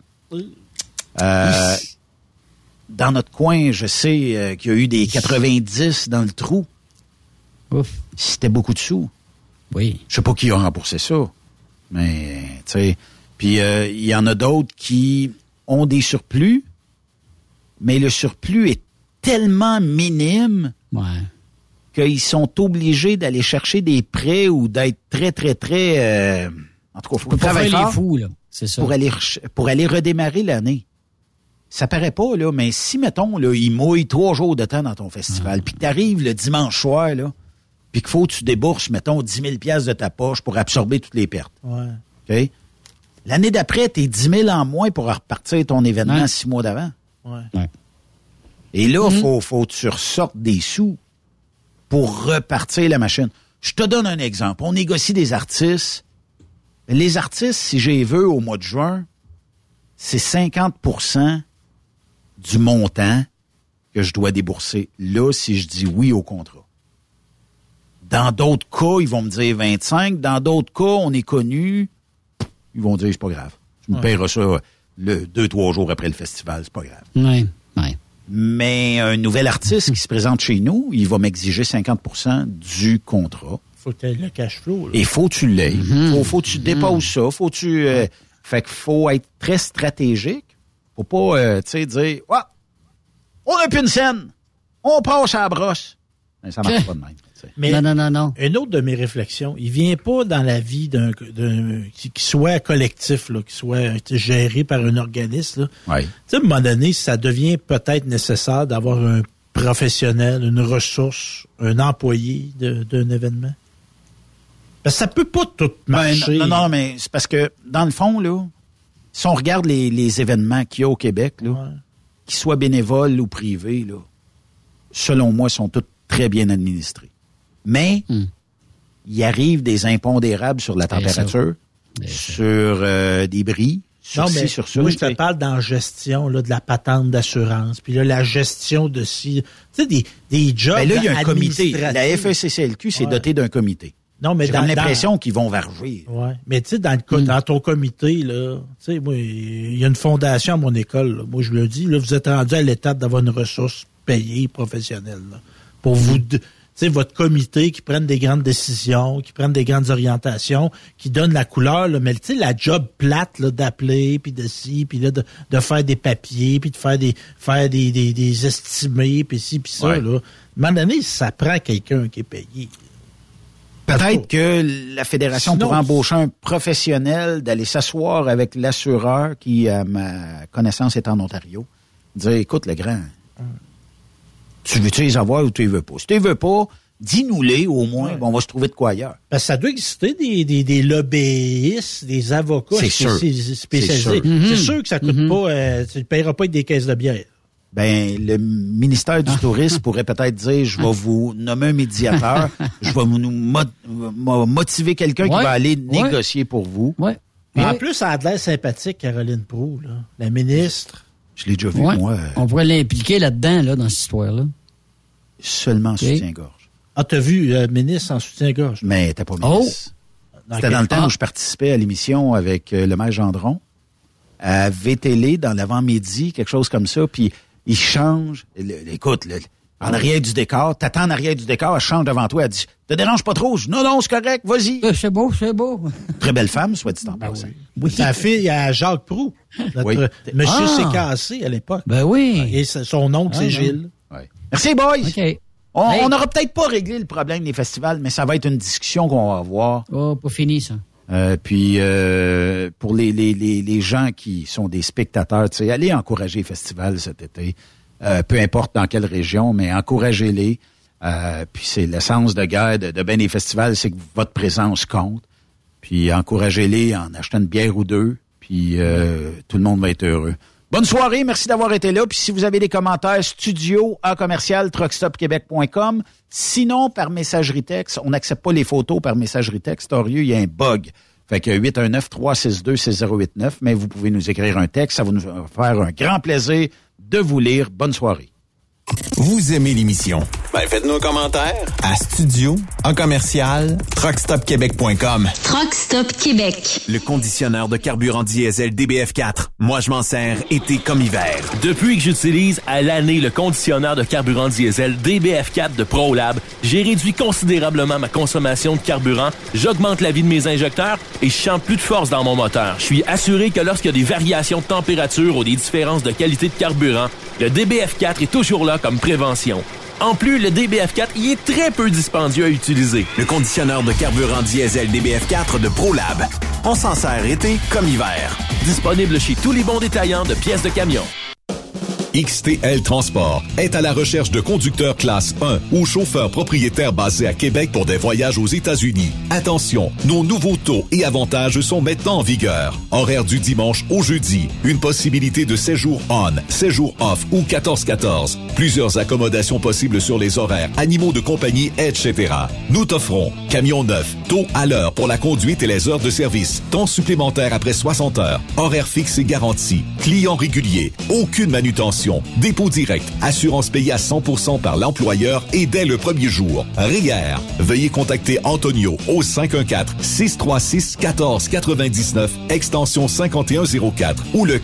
Speaker 7: Dans notre coin, je sais qu'il y a eu des 90 dans le trou.
Speaker 8: Ouf.
Speaker 7: C'était beaucoup de sous.
Speaker 8: Oui.
Speaker 7: Je sais pas qui a remboursé ça, mais, tu sais... Puis, il y en a d'autres qui ont des surplus, mais le surplus est tellement minime qu'ils sont obligés d'aller chercher des prêts ou d'être très, très, très... en tout cas, il faut travailler fort
Speaker 8: les fous, là. C'est ça.
Speaker 7: Pour aller redémarrer l'année. Ça paraît pas, là, mais si, mettons, là, il mouille 3 jours de temps dans ton festival, puis que t'arrives le dimanche soir, là, puis qu'il faut que tu débourses, mettons, 10 000 $ de ta poche pour absorber toutes les pertes.
Speaker 9: Ouais.
Speaker 7: OK? L'année d'après, t'es 10 000 en moins pour repartir ton événement 6 mois d'avant.
Speaker 9: Ouais.
Speaker 7: Et là, faut que tu ressortes des sous pour repartir la machine. Je te donne un exemple. On négocie des artistes. Les artistes, si j'ai vu au mois de juin, c'est 50% du montant que je dois débourser là si je dis oui au contrat. Dans d'autres cas, ils vont me dire 25. Dans d'autres cas, on est connu. Ils vont dire, c'est pas grave. Tu me paieras ça 2-3 jours après le festival, c'est pas grave.
Speaker 8: Oui.
Speaker 7: Mais un nouvel artiste qui se présente chez nous, il va m'exiger 50% du contrat.
Speaker 9: Faut que tu aies le cash flow. Là.
Speaker 7: Et faut que tu l'aies. Faut que tu déposes ça. Faut que tu... fait qu'il faut être très stratégique. Faut pas, dire, on a plus une scène. On passe à la brosse. Mais ça marche pas de même.
Speaker 9: Mais
Speaker 8: non.
Speaker 9: Une autre de mes réflexions, il vient pas dans la vie qui soit collectif, là, qui soit géré par un organisme.
Speaker 7: Ouais.
Speaker 9: Tu sais, à un moment donné, ça devient peut-être nécessaire d'avoir un professionnel, une ressource, un employé d'un événement. Parce que ça peut pas tout marcher.
Speaker 7: Non, mais c'est parce que, dans le fond, là, si on regarde les événements qu'il y a au Québec, là, qu'ils soient bénévoles ou privés, là, selon moi, sont tous très bien administrés. Mais, il arrive des impondérables sur la température, sur des bris, sur ci, sur ça.
Speaker 9: Moi, je te parle dans la gestion là, de la patente d'assurance, puis là, la gestion de ci. Tu sais, des jobs.
Speaker 7: Ben là, il y a un comité. La FECCLQ s'est dotée d'un comité.
Speaker 9: Non, mais
Speaker 7: j'ai l'impression qu'ils vont varger.
Speaker 9: Ouais. Mais tu sais, dans ton comité, là, tu sais, moi, il y a une fondation à mon école. Là. Moi, je le dis, là, vous êtes rendu à l'étape d'avoir une ressource payée professionnelle. Là, pour vous, tu sais, votre comité qui prenne des grandes décisions, qui prenne des grandes orientations, qui donne la couleur, là, mais tu sais, la job plate, là, d'appeler, puis de ci, puis là, de faire des papiers, puis de faire des estimés, puis ci, puis ça, là. À un moment donné, ça prend quelqu'un qui est payé.
Speaker 7: Peut-être que la Fédération pourrait embaucher un professionnel d'aller s'asseoir avec l'assureur qui, à ma connaissance, est en Ontario. Dire, écoute, le grand, tu veux-tu les avoir ou tu les veux pas? Si tu les veux pas, dis-nous-les au moins, on va se trouver de quoi ailleurs.
Speaker 9: Parce que ça doit exister des lobbyistes, des avocats spécialisés. C'est sûr que ça coûte pas, tu ne paieras pas avec des caisses de bière.
Speaker 7: Ben, le ministère du Tourisme pourrait peut-être dire, je vais vous nommer un médiateur, je vais motiver quelqu'un qui va aller négocier pour vous.
Speaker 8: Ouais.
Speaker 9: En plus, ça a de l'air sympathique, Caroline Proulx, là, la ministre.
Speaker 7: Je l'ai déjà vu, moi.
Speaker 8: On pourrait l'impliquer là-dedans, là, dans cette histoire-là.
Speaker 7: Seulement en soutien-gorge.
Speaker 9: Ah, t'as vu ministre en soutien-gorge?
Speaker 7: Mais t'es pas ministre. C'était dans le temps où je participais à l'émission avec le maire Gendron, à VTL, dans l'avant-midi, quelque chose comme ça, puis il change. Écoute, en arrière du décor, t'attends en arrière du décor, elle change devant toi, elle dit « Te dérange pas trop? » Non, c'est correct, vas-y.
Speaker 8: C'est beau.
Speaker 7: Très belle femme, soit dit en passant.
Speaker 9: Oui. Sa fille à Jacques Proulx. Monsieur s'est cassé à l'époque.
Speaker 8: Ben oui.
Speaker 9: Et son oncle, c'est Gilles.
Speaker 7: Ouais. Merci, boys.
Speaker 8: OK.
Speaker 7: On n'aura peut-être pas réglé le problème des festivals, mais ça va être une discussion qu'on va avoir.
Speaker 8: Oh, pas fini, ça.
Speaker 7: Puis pour les gens qui sont des spectateurs, tu sais, allez encourager les festivals cet été, peu importe dans quelle région, mais encouragez-les. Puis c'est l'essence de guerre de bien des festivals, c'est que votre présence compte. Puis encouragez-les en achetant une bière ou deux, puis tout le monde va être heureux. Bonne soirée, merci d'avoir été là. Puis si vous avez des commentaires, studio@truckstopquebec.com. Sinon, par messagerie texte, on n'accepte pas les photos par messagerie texte. Orieux, il y a un bug. Fait que 819-362-6089, mais vous pouvez nous écrire un texte. Ça va nous faire un grand plaisir de vous lire. Bonne soirée.
Speaker 1: Vous aimez l'émission?
Speaker 3: Ben, faites-nous un commentaire à studio@truckstopquebec.com.
Speaker 12: Truck Stop Québec.
Speaker 3: Le conditionneur de carburant diesel DBF4. Moi, je m'en sers été comme hiver.
Speaker 19: Depuis que j'utilise à l'année le conditionneur de carburant diesel DBF4 de ProLab, j'ai réduit considérablement ma consommation de carburant, j'augmente la vie de mes injecteurs et je sens plus de force dans mon moteur. Je suis assuré que lorsqu'il y a des variations de température ou des différences de qualité de carburant, le DBF4 est toujours là comme prévention. En plus, le DBF4 y est très peu dispendieux à utiliser.
Speaker 3: Le conditionneur de carburant diesel DBF4 de ProLab. On s'en sert été comme hiver.
Speaker 19: Disponible chez tous les bons détaillants de pièces de camion.
Speaker 5: XTL Transport est à la recherche de conducteurs classe 1 ou chauffeurs propriétaires basés à Québec pour des voyages aux États-Unis. Attention, nos nouveaux taux et avantages sont maintenant en vigueur. Horaire du dimanche au jeudi. Une possibilité de 7 jours on, 7 jours off ou 14-14. Plusieurs accommodations possibles sur les horaires, animaux de compagnie, etc. Nous t'offrons camion neuf, taux à l'heure pour la conduite et les heures de service, temps supplémentaire après 60 heures, horaire fixe et garanti, client régulier, aucune manutention, dépôt direct, assurance payée à 100% par l'employeur et dès le premier jour. REER. Veuillez contacter Antonio au 514-636-1499, extension 5104 ou le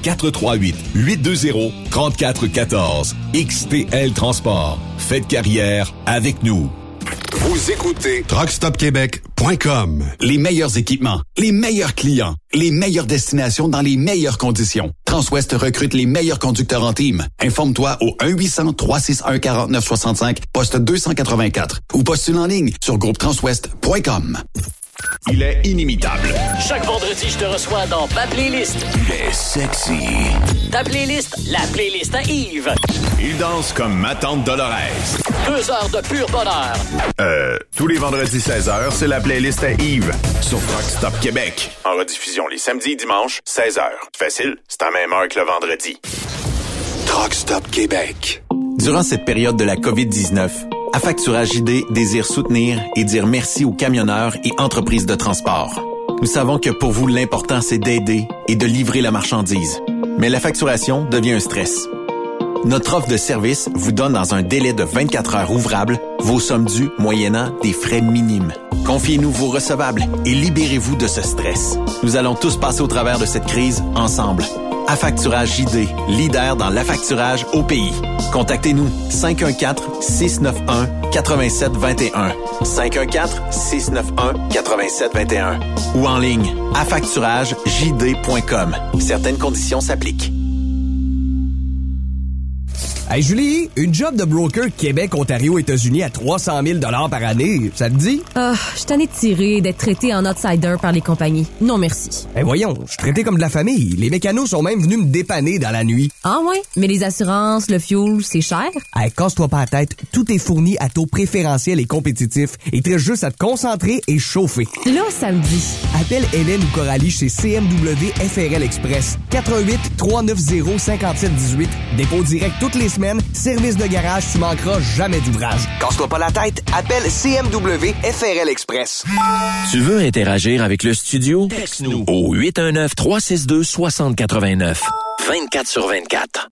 Speaker 5: 438-820-3414. XTL Transport. Faites carrière avec nous.
Speaker 2: Vous écoutez TruckStopQuébec.com.
Speaker 6: Les meilleurs équipements, les meilleurs clients, les meilleures destinations dans les meilleures conditions. Transwest recrute les meilleurs conducteurs en team. Informe-toi au 1-800-361-4965, poste 284 ou postule en ligne sur groupetranswest.com.
Speaker 1: Il est inimitable.
Speaker 4: Chaque vendredi, je te reçois dans ma playlist.
Speaker 1: Il est sexy.
Speaker 4: Ta playlist, la playlist à Yves.
Speaker 1: Il danse comme ma tante Dolores.
Speaker 4: 2 heures de pur bonheur.
Speaker 1: Tous les vendredis 16h, c'est la playlist à Yves sur Truck Stop Québec. En rediffusion les samedis et dimanches, 16h. Facile, c'est à même heure que le vendredi.
Speaker 2: Truck Stop Québec.
Speaker 3: Durant cette période de la COVID-19, Affacturage JD désire soutenir et dire merci aux camionneurs et entreprises de transport. Nous savons que pour vous, l'important, c'est d'aider et de livrer la marchandise. Mais la facturation devient un stress. Notre offre de service vous donne dans un délai de 24 heures ouvrables vos sommes dues moyennant des frais minimes. Confiez-nous vos recevables et libérez-vous de ce stress. Nous allons tous passer au travers de cette crise ensemble. Affacturage JD, leader dans l'affacturage au pays. Contactez-nous 514-691-8721. 514-691-8721. Ou en ligne, affacturagejd.com. Certaines conditions s'appliquent.
Speaker 14: Hey Julie, une job de broker Québec, Ontario, États-Unis à 300 000 $ par année, ça te dit?
Speaker 15: Ah, je suis tannée de tirer, d'être traité en outsider par les compagnies. Non merci.
Speaker 14: Eh voyons, je suis traité comme de la famille. Les mécanos sont même venus me dépanner dans la nuit.
Speaker 15: Ah ouais? Mais les assurances, le fuel, c'est cher?
Speaker 14: Hey, casse-toi pas la tête, tout est fourni à taux préférentiel et compétitif. Il te reste juste à te concentrer et chauffer.
Speaker 15: Là, ça me dit.
Speaker 14: Appelle Hélène ou Coralie chez CMW FRL Express. 88-390-5718. Dépôt direct toutes les semaines. Service de garage, tu manqueras jamais d'ouvrage.
Speaker 17: Casse-toi pas la tête, appelle CMW FRL Express.
Speaker 4: Tu veux interagir avec le studio? Texte-nous au 819-362-6089. 24/24.